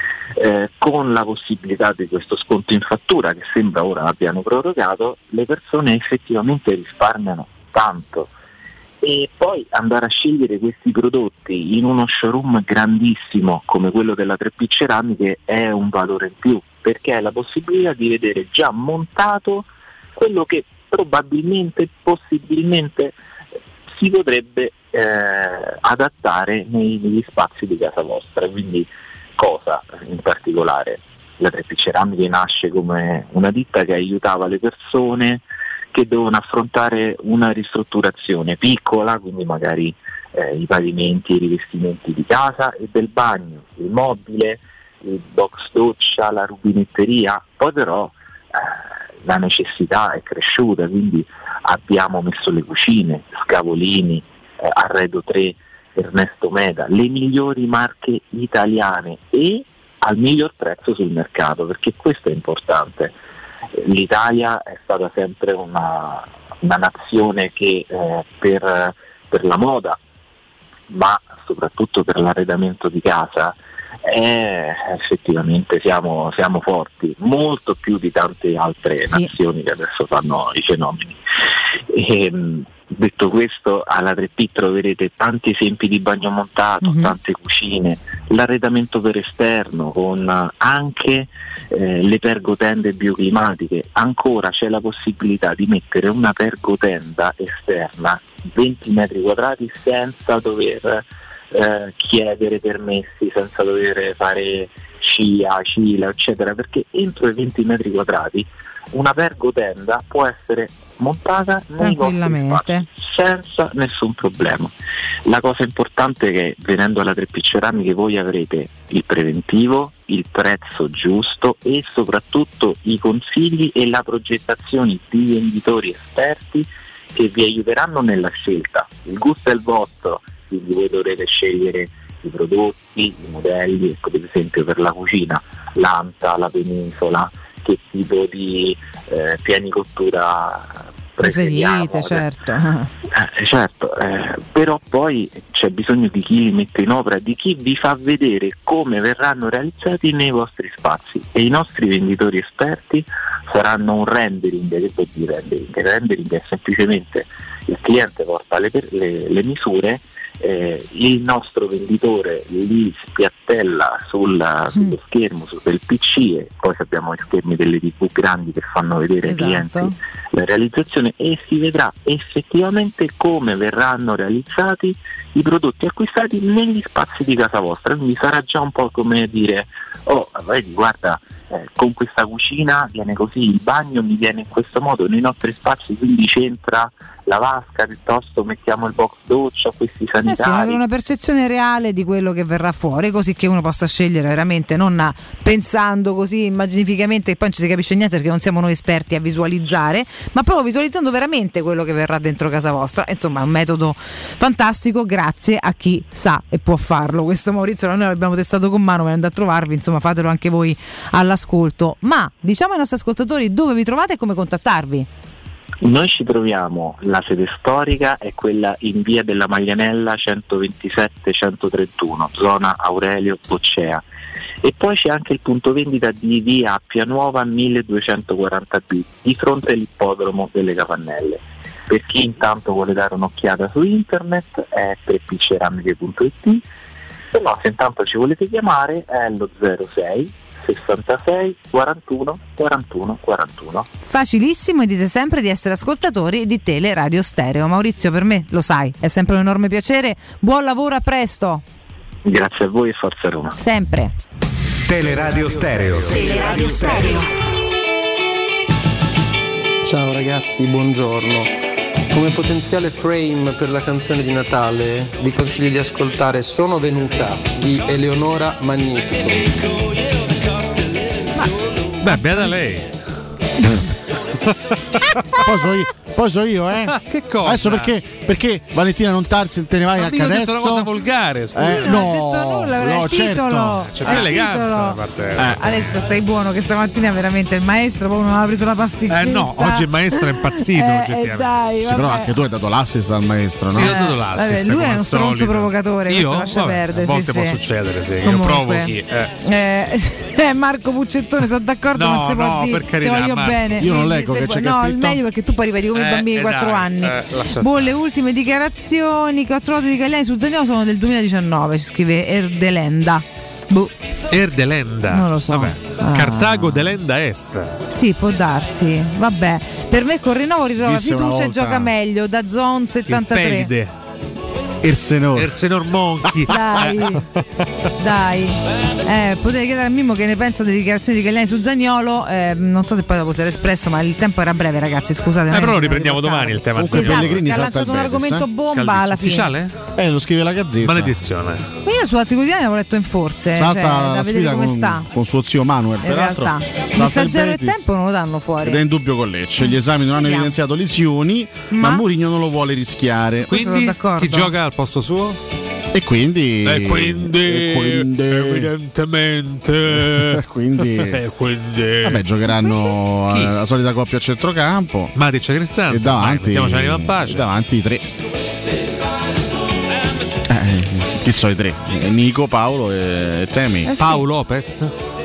[SPEAKER 16] con la possibilità di questo sconto in fattura che sembra ora abbiano prorogato, le persone effettivamente risparmiano tanto. E poi andare a scegliere questi prodotti in uno showroom grandissimo come quello della 3P Ceramiche è un valore in più, perché è la possibilità di vedere già montato quello che probabilmente, possibilmente si potrebbe adattare negli spazi di casa vostra. Quindi cosa in particolare? La 3P Ceramiche nasce come una ditta che aiutava le persone che devono affrontare una ristrutturazione piccola, quindi magari i pavimenti, i rivestimenti di casa e del bagno, il mobile, il box doccia, la rubinetteria. Poi però la necessità è cresciuta, quindi abbiamo messo le cucine, Scavolini, Arredo 3, Ernesto Meda, le migliori marche italiane e al miglior prezzo sul mercato, perché questo è importante. L'Italia è stata sempre una nazione che per la moda, ma soprattutto per l'arredamento di casa, effettivamente siamo forti, molto più di tante altre nazioni che adesso fanno i fenomeni. Detto questo, alla 3P troverete tanti esempi di bagno montato, tante cucine, l'arredamento per esterno con anche le pergotende bioclimatiche. Ancora c'è la possibilità di mettere una pergotenda esterna 20 metri quadrati senza dover chiedere permessi, senza dover fare scia, cila, eccetera, perché entro i 20 metri quadrati una pergotenda può essere montata nei vostri spazi senza nessun problema. La cosa importante è che venendo alla 3P Ceramiche voi avrete il preventivo, il prezzo giusto e soprattutto i consigli e la progettazione di venditori esperti che vi aiuteranno nella scelta. Il gusto è il vostro, quindi voi dovrete scegliere i prodotti, i modelli, ecco, per esempio per la cucina, l'Anta, la Penisola, che tipo di piani cottura
[SPEAKER 30] preferite, certo.
[SPEAKER 16] Certo, però poi c'è bisogno di chi li mette in opera, di chi vi fa vedere come verranno realizzati nei vostri spazi, e i nostri venditori esperti faranno un rendering. Che vuol dire rendering? Il rendering è semplicemente il cliente porta le misure, il nostro venditore li spiattella sullo schermo del PC, e poi abbiamo i schermi delle TV grandi che fanno vedere ai clienti la realizzazione, e si vedrà effettivamente come verranno realizzati i prodotti acquistati negli spazi di casa vostra. Quindi sarà già un po' come dire: oh, vedi, guarda, con questa cucina viene così, il bagno mi viene in questo modo, nei nostri spazi quindi c'entra la vasca, piuttosto mettiamo il box doccia, questi sanitari.
[SPEAKER 30] Sì, avere una percezione reale di quello che verrà fuori, così che uno possa scegliere veramente, non pensando così immaginificamente, che poi non ci si capisce niente perché non siamo noi esperti a visualizzare, ma proprio visualizzando veramente quello che verrà dentro casa vostra. Insomma, è un metodo fantastico, grazie a chi sa e può farlo. Questo Maurizio noi l'abbiamo testato con mano, venendo a trovarvi, insomma fatelo anche voi all'ascolto. Ma diciamo ai nostri ascoltatori dove vi trovate e come contattarvi.
[SPEAKER 16] Noi ci troviamo, la sede storica è quella in via della Maglianella 127-131, zona Aurelio Boccea, e poi c'è anche il punto vendita di via Appia Nuova 1240B, di fronte all'ippodromo delle Capannelle. Per chi intanto vuole dare un'occhiata su internet è 3pceramiche.it, se no, se intanto ci volete chiamare è lo 06 66 41 41 41.
[SPEAKER 30] Facilissimo, e dite sempre di essere ascoltatori di Teleradio Stereo. Maurizio, per me lo sai, è sempre un enorme piacere. Buon lavoro, a presto.
[SPEAKER 16] Grazie a voi e forza Roma.
[SPEAKER 30] Sempre.
[SPEAKER 1] Teleradio Stereo.
[SPEAKER 30] Teleradio Stereo.
[SPEAKER 15] Ciao ragazzi, buongiorno. Come potenziale frame per la canzone di Natale vi consiglio di ascoltare Sono venuta di Eleonora Magnifico.
[SPEAKER 7] Beh, beata lei.
[SPEAKER 31] Poi so io,
[SPEAKER 7] Che cosa?
[SPEAKER 31] Adesso perché Valentina non tarsi, te ne vai anche adesso.
[SPEAKER 7] Ho detto una cosa volgare, scusa.
[SPEAKER 30] Non ha detto nulla, il titolo.
[SPEAKER 7] C'è più eleganza da parte.
[SPEAKER 30] Adesso stai buono, che stamattina veramente il maestro proprio non ha preso la pasticchetta.
[SPEAKER 7] No, oggi il maestro è impazzito,
[SPEAKER 30] dai,
[SPEAKER 31] sì, però anche tu hai dato l'assist al maestro, no?
[SPEAKER 7] Sì, ho dato l'assist.
[SPEAKER 30] Lui è uno stronzo provocatore,
[SPEAKER 7] io
[SPEAKER 30] lascia perdere.
[SPEAKER 7] A volte può succedere, sì, io provochi.
[SPEAKER 30] Marco Puccettone, sono d'accordo, non si può dire.
[SPEAKER 7] Per carità,
[SPEAKER 30] ti voglio bene.
[SPEAKER 31] Io non leggo che c'è
[SPEAKER 30] scritto. No, il meglio, perché tu poi ripeti come i bambini di 4 anni. Le ultime dichiarazioni che ho trovato di Cagliari su Zaniolo sono del 2019, ci scrive Erdelenda.
[SPEAKER 7] Erdelenda?
[SPEAKER 30] Non lo so.
[SPEAKER 7] Vabbè. Cartago delenda est.
[SPEAKER 30] Sì, può darsi. Vabbè. Per me con rinnovo ritrova fiducia e gioca meglio. Da Zone 73.
[SPEAKER 7] Ersenor Monchi.
[SPEAKER 30] Dai. Potete chiedere al Mimmo che ne pensa delle dichiarazioni di Cagliari su Zaniolo. Non so se poi dopo si era espresso, ma il tempo era breve, ragazzi, scusate.
[SPEAKER 7] Però lo riprendiamo domani il tema.
[SPEAKER 30] Sì, esatto, che ha lanciato un argomento bomba alla fine.
[SPEAKER 7] Ufficiale?
[SPEAKER 31] Lo scrive la Gazzetta.
[SPEAKER 7] Maledizione.
[SPEAKER 30] Ma io sull'Attico Quotidiano avevo letto in forze.
[SPEAKER 31] Salta
[SPEAKER 30] da
[SPEAKER 31] la
[SPEAKER 30] vedere
[SPEAKER 31] sfida
[SPEAKER 30] come sta.
[SPEAKER 31] Con suo zio Manuel,
[SPEAKER 30] in realtà. Il Messaggero e Tempo non lo danno fuori.
[SPEAKER 31] Ed è in dubbio con Lecce. Gli esami non hanno evidenziato lesioni, ma Mourinho non lo vuole rischiare.
[SPEAKER 7] Quindi chi gioca al posto suo?
[SPEAKER 31] E quindi
[SPEAKER 7] evidentemente
[SPEAKER 31] vabbè, giocheranno la solita coppia a centrocampo,
[SPEAKER 7] Matic e Cristante,
[SPEAKER 31] e davanti
[SPEAKER 7] in pace.
[SPEAKER 31] Davanti i 3. Chi sono i 3? Nico, Paolo e Temi.
[SPEAKER 7] Paolo Lopez.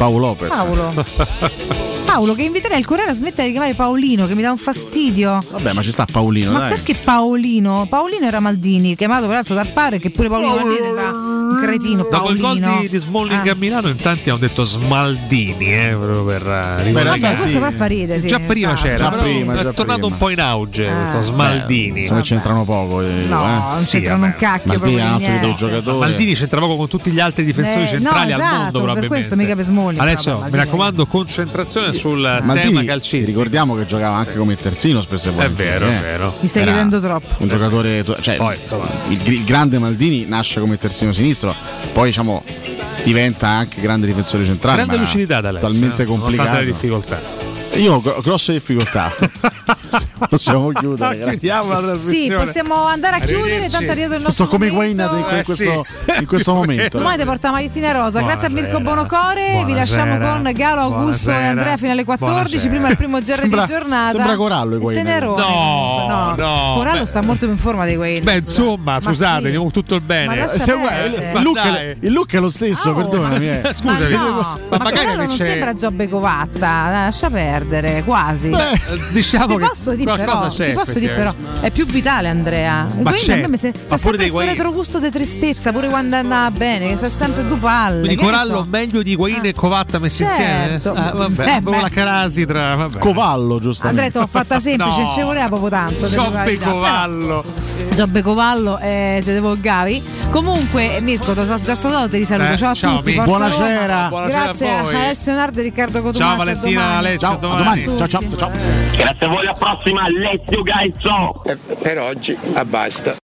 [SPEAKER 30] Paolo, che inviterei il Corriere a smettere di chiamare Paolino, che mi dà un fastidio.
[SPEAKER 31] Vabbè, ma ci sta Paolino,
[SPEAKER 30] ma
[SPEAKER 31] dai.
[SPEAKER 30] Perché Paolino? Paolino era Maldini, chiamato peraltro dal padre, che pure Paolino Maldini sembra un cretino.
[SPEAKER 7] Paolino. Dopo il gol di Smalling a Milano, in tanti hanno detto Smaldini, proprio per
[SPEAKER 30] ricordare. Questo però fa ridere, sì.
[SPEAKER 7] Già prima c'era, però è tornato un po' in auge questo Smaldini.
[SPEAKER 31] Insomma, c'entrano poco.
[SPEAKER 30] Non c'entrano un cacchio.
[SPEAKER 7] Maldini c'entra poco con tutti gli altri difensori centrali al mondo, probabilmente.
[SPEAKER 30] Per questo mica per Smalling.
[SPEAKER 7] Adesso mi raccomando, concentrazione sul tema calcistico.
[SPEAKER 31] Ricordiamo che giocava anche come terzino spesso e volentieri.
[SPEAKER 7] È vero.
[SPEAKER 30] Mi stai chiedendo troppo.
[SPEAKER 31] Un giocatore, cioè poi, insomma, il grande Maldini nasce come terzino sinistro, poi diciamo diventa anche grande difensore centrale.
[SPEAKER 7] Grande lucidità da Alessio,
[SPEAKER 31] talmente complicato.
[SPEAKER 7] Nonostante le difficoltà.
[SPEAKER 31] Io ho grosse difficoltà. Possiamo chiudere.
[SPEAKER 7] Chiudiamo la trasmissione.
[SPEAKER 30] Sì, possiamo andare a chiudere. Tanto è arrivato il nostro
[SPEAKER 31] sto come
[SPEAKER 30] momento.
[SPEAKER 31] in questo momento.
[SPEAKER 30] Domani ti porta la magliettina rosa. Grazie a Mirko Bonocore. Vi lasciamo con Galo, Augusto e Andrea fino alle 14. Prima il primo GR di giornata.
[SPEAKER 31] Sembra Corallo Higuain.
[SPEAKER 30] No. Corallo sta molto più in forma di Higuain.
[SPEAKER 7] Beh, insomma, scusate, andiamo tutto il bene.
[SPEAKER 31] Il look è lo stesso, perdonami.
[SPEAKER 7] Scusami,
[SPEAKER 30] ma magari non sembra Giobbe Covatta. Lascia perdere, quasi.
[SPEAKER 7] Diciamo che
[SPEAKER 30] ti posso dire però è più vitale Andrea.
[SPEAKER 7] Ma c'è
[SPEAKER 30] sempre questo retrogusto di tristezza pure quando andava bene, che sei sempre due palle.
[SPEAKER 7] Quindi Corallo meglio di Higuain e Covatta messi insieme? Vabbè, la Carasi tra
[SPEAKER 31] Covallo, giustamente.
[SPEAKER 30] Andrea, te l'ho fatta semplice, non ci voleva proprio tanto. Giobbe Covallo, siete volgavi. Comunque Mirko, ti ho già salutato, ti risaluto. Ciao a tutti,
[SPEAKER 31] buonasera.
[SPEAKER 30] Grazie a Alessio Nardo e Riccardo Cotumaccio.
[SPEAKER 7] Ciao Valentina, Alessio,
[SPEAKER 31] domani. Ciao.
[SPEAKER 12] Grazie a voi, alla prossima, let's you guys.
[SPEAKER 6] Per oggi basta.